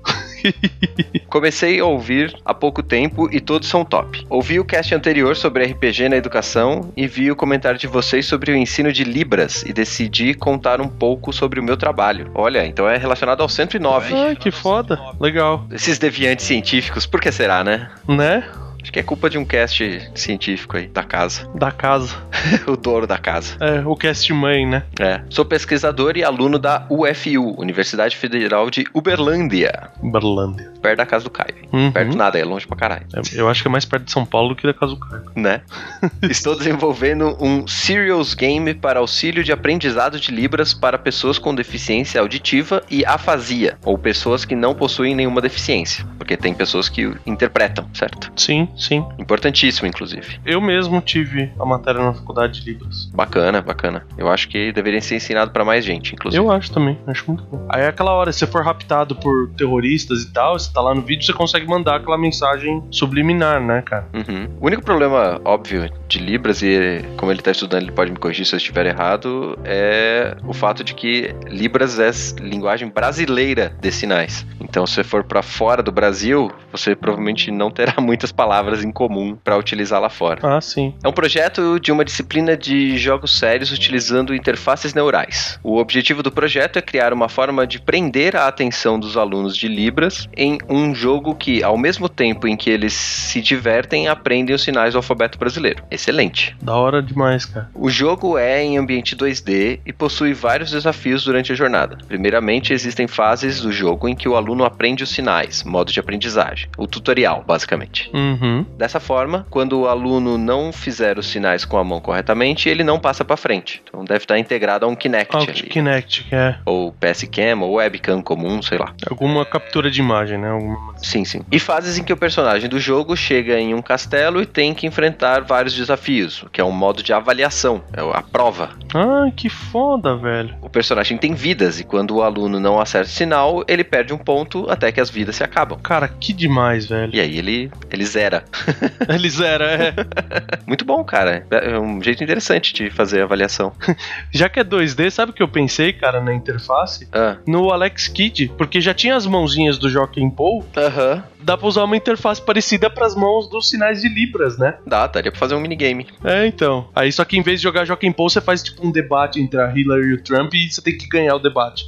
Comecei a ouvir há pouco tempo e todos são top. Ouvi o cast anterior sobre RPG na educação e vi o comentário de vocês sobre o ensino de Libras e decidi contar um pouco sobre o meu trabalho. Olha, então é relacionado ao 109. Ai, que foda. Legal. Esses deviantes científicos, por que será, né? Né? Acho que é culpa de um cast científico aí, da casa. Da casa. O dono da casa. É, o cast mãe, né? É. Sou pesquisador e aluno da UFU, Universidade Federal de Uberlândia. Uberlândia. Perto da casa do Caio. Uhum. Perto nada, é longe pra caralho. Eu acho que é mais perto de São Paulo do que da casa do Caio. Né? Estou desenvolvendo um Serious Game para auxílio de aprendizado de Libras para pessoas com deficiência auditiva e afasia, ou pessoas que não possuem nenhuma deficiência, porque tem pessoas que interpretam, certo? Sim, sim. Importantíssimo, inclusive. Eu mesmo tive a matéria na faculdade de Libras. Bacana, bacana. Eu acho que deveria ser ensinado pra mais gente, inclusive. Eu acho também, acho muito bom. Aí é aquela hora, se você for raptado por terroristas e tal, você tá lá no vídeo, você consegue mandar aquela mensagem subliminar, né, cara? Uhum. O único problema, óbvio, de Libras, e como ele tá estudando, ele pode me corrigir se eu estiver errado, é o fato de que Libras é linguagem brasileira de sinais. Então, se você for pra fora do Brasil, você provavelmente não terá muitas palavras em comum para utilizar lá fora. Ah, sim. É um projeto de uma disciplina de jogos sérios utilizando interfaces neurais. O objetivo do projeto é criar uma forma de prender a atenção dos alunos de Libras em um jogo que, ao mesmo tempo em que eles se divertem, aprendem os sinais do alfabeto brasileiro. Excelente. Da hora demais, cara. O jogo é em ambiente 2D e possui vários desafios durante a jornada. Primeiramente, existem fases do jogo em que o aluno aprende os sinais, modo de aprendizagem. O tutorial, basicamente. Uhum. Dessa forma, quando o aluno não fizer os sinais com a mão corretamente, ele não passa pra frente. Então deve estar integrado a um Kinect ali. Kinect, que é... Ou PSCam, ou webcam comum, sei lá. Alguma captura de imagem, né? Sim, sim. E fases em que o personagem do jogo chega em um castelo e tem que enfrentar vários desafios, que é um modo de avaliação, é a prova. Ah, que foda, velho. O personagem tem vidas e quando o aluno não acerta o sinal, ele perde um ponto até que as vidas se acabam. Cara, que demais, velho. E aí ele zera. Ele zera, é. Muito bom, cara. É um jeito interessante de fazer a avaliação. Já que é 2D, sabe o que eu pensei, cara, na interface? No Alex Kidd, porque já tinha as mãozinhas do Joaquim Phoe. Aham. Dá pra usar uma interface parecida pras mãos dos sinais de Libras, né? Daria pra fazer um minigame. É, então. Aí só que em vez de jogar Joaquim Phoe, você faz tipo um debate entre a Hillary e o Trump e você tem que ganhar o debate.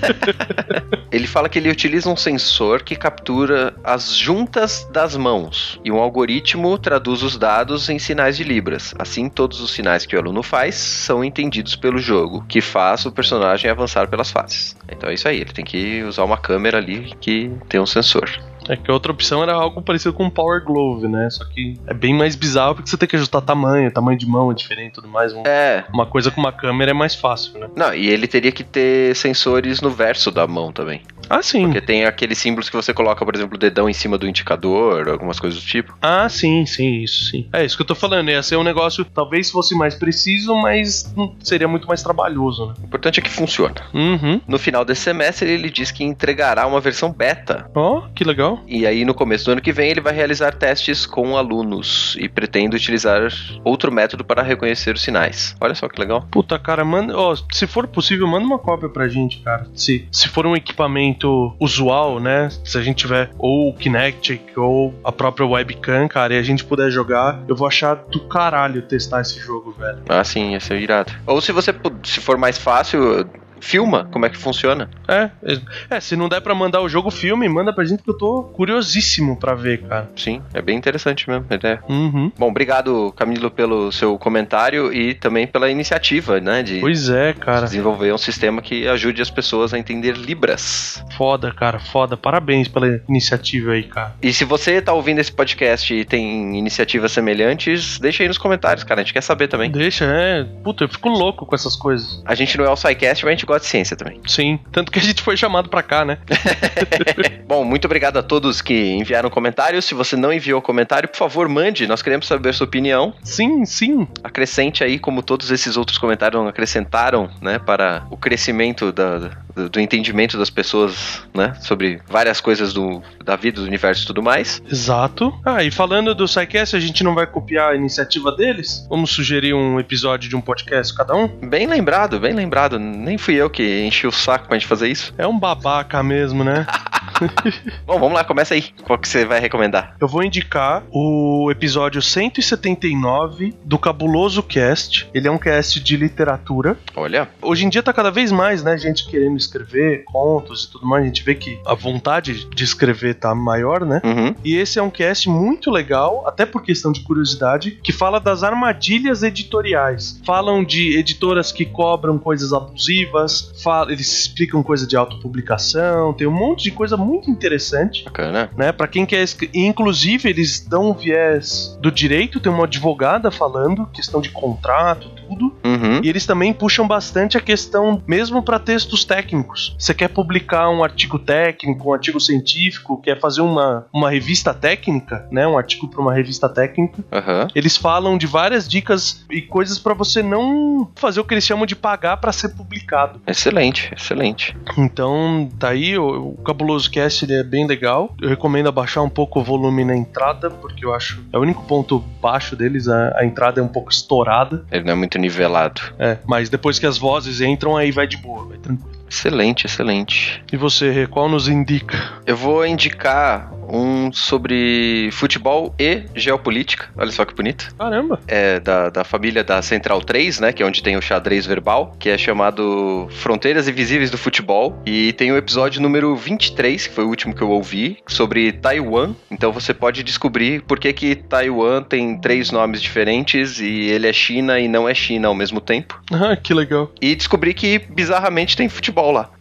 Ele fala que ele utiliza um sensor que captura as juntas das mãos e um algoritmo traduz os dados em sinais de Libras. Assim, todos os sinais que o aluno faz são entendidos pelo jogo, que faz o personagem avançar pelas fases. Então é isso aí, ele tem que usar uma câmera ali que tem um sensor. É que a outra opção era algo parecido com um Power Glove, né? Só que é bem mais bizarro porque você tem que ajustar tamanho de mão é diferente e tudo mais. Uma coisa com uma câmera é mais fácil, né? Não, e ele teria que ter sensores no verso da mão também. Ah, sim. Porque tem aqueles símbolos que você coloca, por exemplo, o dedão em cima do indicador, algumas coisas do tipo. Ah, sim, isso sim. É isso que eu tô falando, ia ser um negócio, talvez fosse mais preciso, mas seria muito mais trabalhoso, né? O importante é que funciona. Uhum. No final desse semestre, ele diz que entregará uma versão beta. Ó, que legal. E aí, no começo do ano que vem, ele vai realizar testes com alunos e pretende utilizar outro método para reconhecer os sinais. Olha só que legal. Puta, cara, manda, se for possível, manda uma cópia pra gente, cara. Se for um equipamento usual, né? Se a gente tiver ou o Kinect ou a própria webcam, cara, e a gente puder jogar, eu vou achar do caralho testar esse jogo, velho. Ah, sim, ia ser irado. Ou se for mais fácil, filma como é que funciona. Se não der pra mandar o jogo filme, manda pra gente que eu tô curiosíssimo pra ver, cara. Sim, é bem interessante mesmo a ideia. Uhum. Bom, obrigado, Camilo, pelo seu comentário e também pela iniciativa, né, de pois é, cara, desenvolver um sistema que ajude as pessoas a entender Libras. Foda, cara, foda. Parabéns pela iniciativa aí, cara. E se você tá ouvindo esse podcast e tem iniciativas semelhantes, deixa aí nos comentários, cara, a gente quer saber também. Deixa, puta, eu fico louco com essas coisas. A gente não é o SciCast, mas a gente gosta de ciência também. Sim, tanto que a gente foi chamado pra cá, né? Bom, muito obrigado a todos que enviaram comentários. Se você não enviou comentário, por favor, mande. Nós queremos saber a sua opinião. Sim. Acrescente aí, como todos esses outros comentários acrescentaram, né, para o crescimento do entendimento das pessoas, né? Sobre várias coisas da vida, do universo e tudo mais. Exato. E falando do SciCast, a gente não vai copiar a iniciativa deles? Vamos sugerir um episódio de um podcast cada um? Bem lembrado. Nem fui eu que enchi o saco pra gente fazer isso. É um babaca mesmo, né? Bom, vamos lá, começa aí. Qual que você vai recomendar? Eu vou indicar o episódio 179 do Cabuloso Cast. Ele é um cast de literatura. Olha. Hoje em dia tá cada vez mais, né, gente querendo escrever contos e tudo mais. A gente vê que a vontade de escrever tá maior, né? Uhum. E esse é um cast muito legal, até por questão de curiosidade, que fala das armadilhas editoriais. Falam de editoras que cobram coisas abusivas, eles explicam coisa de autopublicação, tem um monte de coisa muito interessante. Bacana. Né? Pra quem quer inclusive, eles dão um viés do direito, tem uma advogada falando, questão de contrato, tudo. Uhum. E eles também puxam bastante a questão, mesmo para textos técnicos. Você quer publicar um artigo técnico, um artigo científico, quer fazer uma revista técnica, né? Um artigo para uma revista técnica. Uhum. Eles falam de várias dicas e coisas para você não fazer o que eles chamam de pagar para ser publicado. Excelente, excelente. Então, tá aí, o Cabuloso Cast, ele é bem legal. Eu recomendo abaixar um pouco o volume na entrada, porque eu acho é o único ponto baixo deles, a entrada é um pouco estourada. Ele não é muito nivelado. Mas depois que as vozes entram, aí vai de boa, vai tranquilo. Excelente, excelente. E você, qual nos indica? Eu vou indicar um sobre futebol e geopolítica. Olha só que bonito. Caramba. É da família da Central 3, né? Que é onde tem o xadrez verbal, que é chamado Fronteiras Invisíveis do Futebol. E tem o episódio número 23, que foi o último que eu ouvi, sobre Taiwan. Então você pode descobrir por que Taiwan tem 3 nomes diferentes e ele é China e não é China ao mesmo tempo. Ah, que legal. E descobri que, bizarramente, tem futebol lá.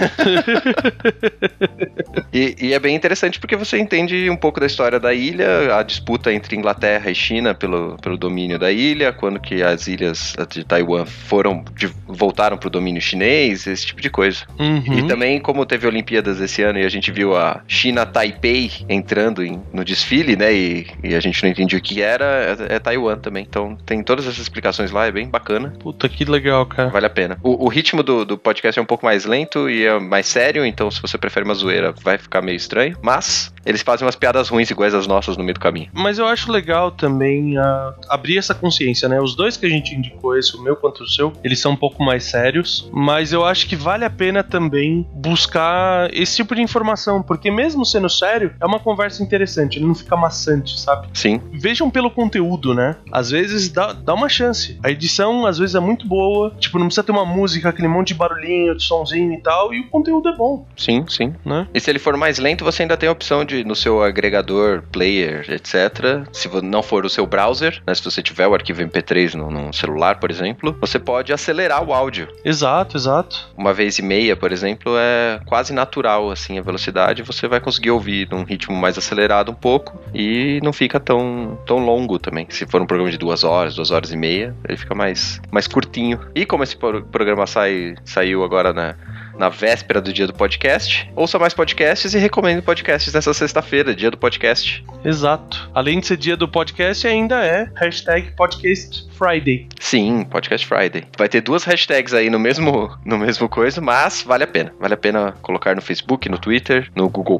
e é bem interessante porque você entende um pouco da história da ilha, a disputa entre Inglaterra e China pelo domínio da ilha, quando que as ilhas de Taiwan voltaram pro domínio chinês, esse tipo de coisa. Uhum. E também, como teve Olimpíadas esse ano e a gente viu a China Taipei entrando no desfile, né, e a gente não entendia o que era, é Taiwan também. Então tem todas essas explicações lá, é bem bacana. Puta, que legal, cara. Vale a pena. O ritmo do podcast é um pouco mais lento e é mais sério, então se você prefere uma zoeira, vai ficar meio estranho. Mas eles fazem umas piadas ruins iguais às nossas no meio do caminho. Mas eu acho legal também abrir essa consciência, né? Os dois que a gente indicou, esse, o meu quanto o seu, eles são um pouco mais sérios, mas eu acho que vale a pena também buscar esse tipo de informação, porque mesmo sendo sério, é uma conversa interessante, ele não fica maçante, sabe? Sim. Vejam pelo conteúdo, né? Às vezes dá uma chance. A edição, às vezes, é muito boa, tipo, não precisa ter uma música, aquele monte de barulhinho, de somzinho e tal, e o conteúdo é bom. Sim, sim. Né? E se ele for mais lento, você ainda tem a opção de, no seu agregador, player, etc., se não for o seu browser, né, se você tiver o arquivo MP3 no celular, por exemplo, você pode acelerar o áudio. Exato, exato. 1,5 vezes, por exemplo, é quase natural, assim, a velocidade, você vai conseguir ouvir num ritmo mais acelerado um pouco e não fica tão longo também. Se for um programa de 2 horas, 2 horas e meia, ele fica mais curtinho. E como esse programa saiu agora na véspera do dia do podcast, ouça mais podcasts e recomendo podcasts nessa sexta-feira, dia do podcast. Exato. Além de ser dia do podcast, ainda é #Podcast Friday. Sim, Podcast Friday. Vai ter 2 hashtags aí no mesmo coisa, mas vale a pena. Vale a pena colocar no Facebook, no Twitter, no Google+.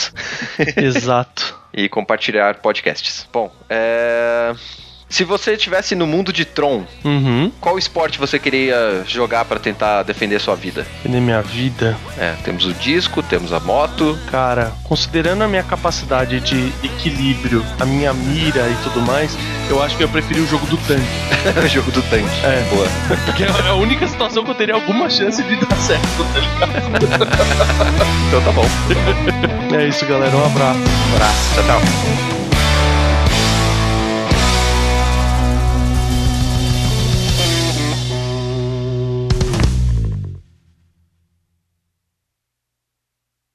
Exato. E compartilhar podcasts. Bom, se você estivesse no mundo de Tron, qual esporte você queria jogar pra tentar defender sua vida? Defender minha vida? Temos o disco, temos a moto. Cara, considerando a minha capacidade de equilíbrio, a minha mira e tudo mais, eu acho que eu preferi o jogo do tanque. O jogo do tanque. Boa. Porque é a única situação que eu teria alguma chance de dar certo, tá ligado? Então tá bom. É isso, galera. Um abraço. Tchau, tchau.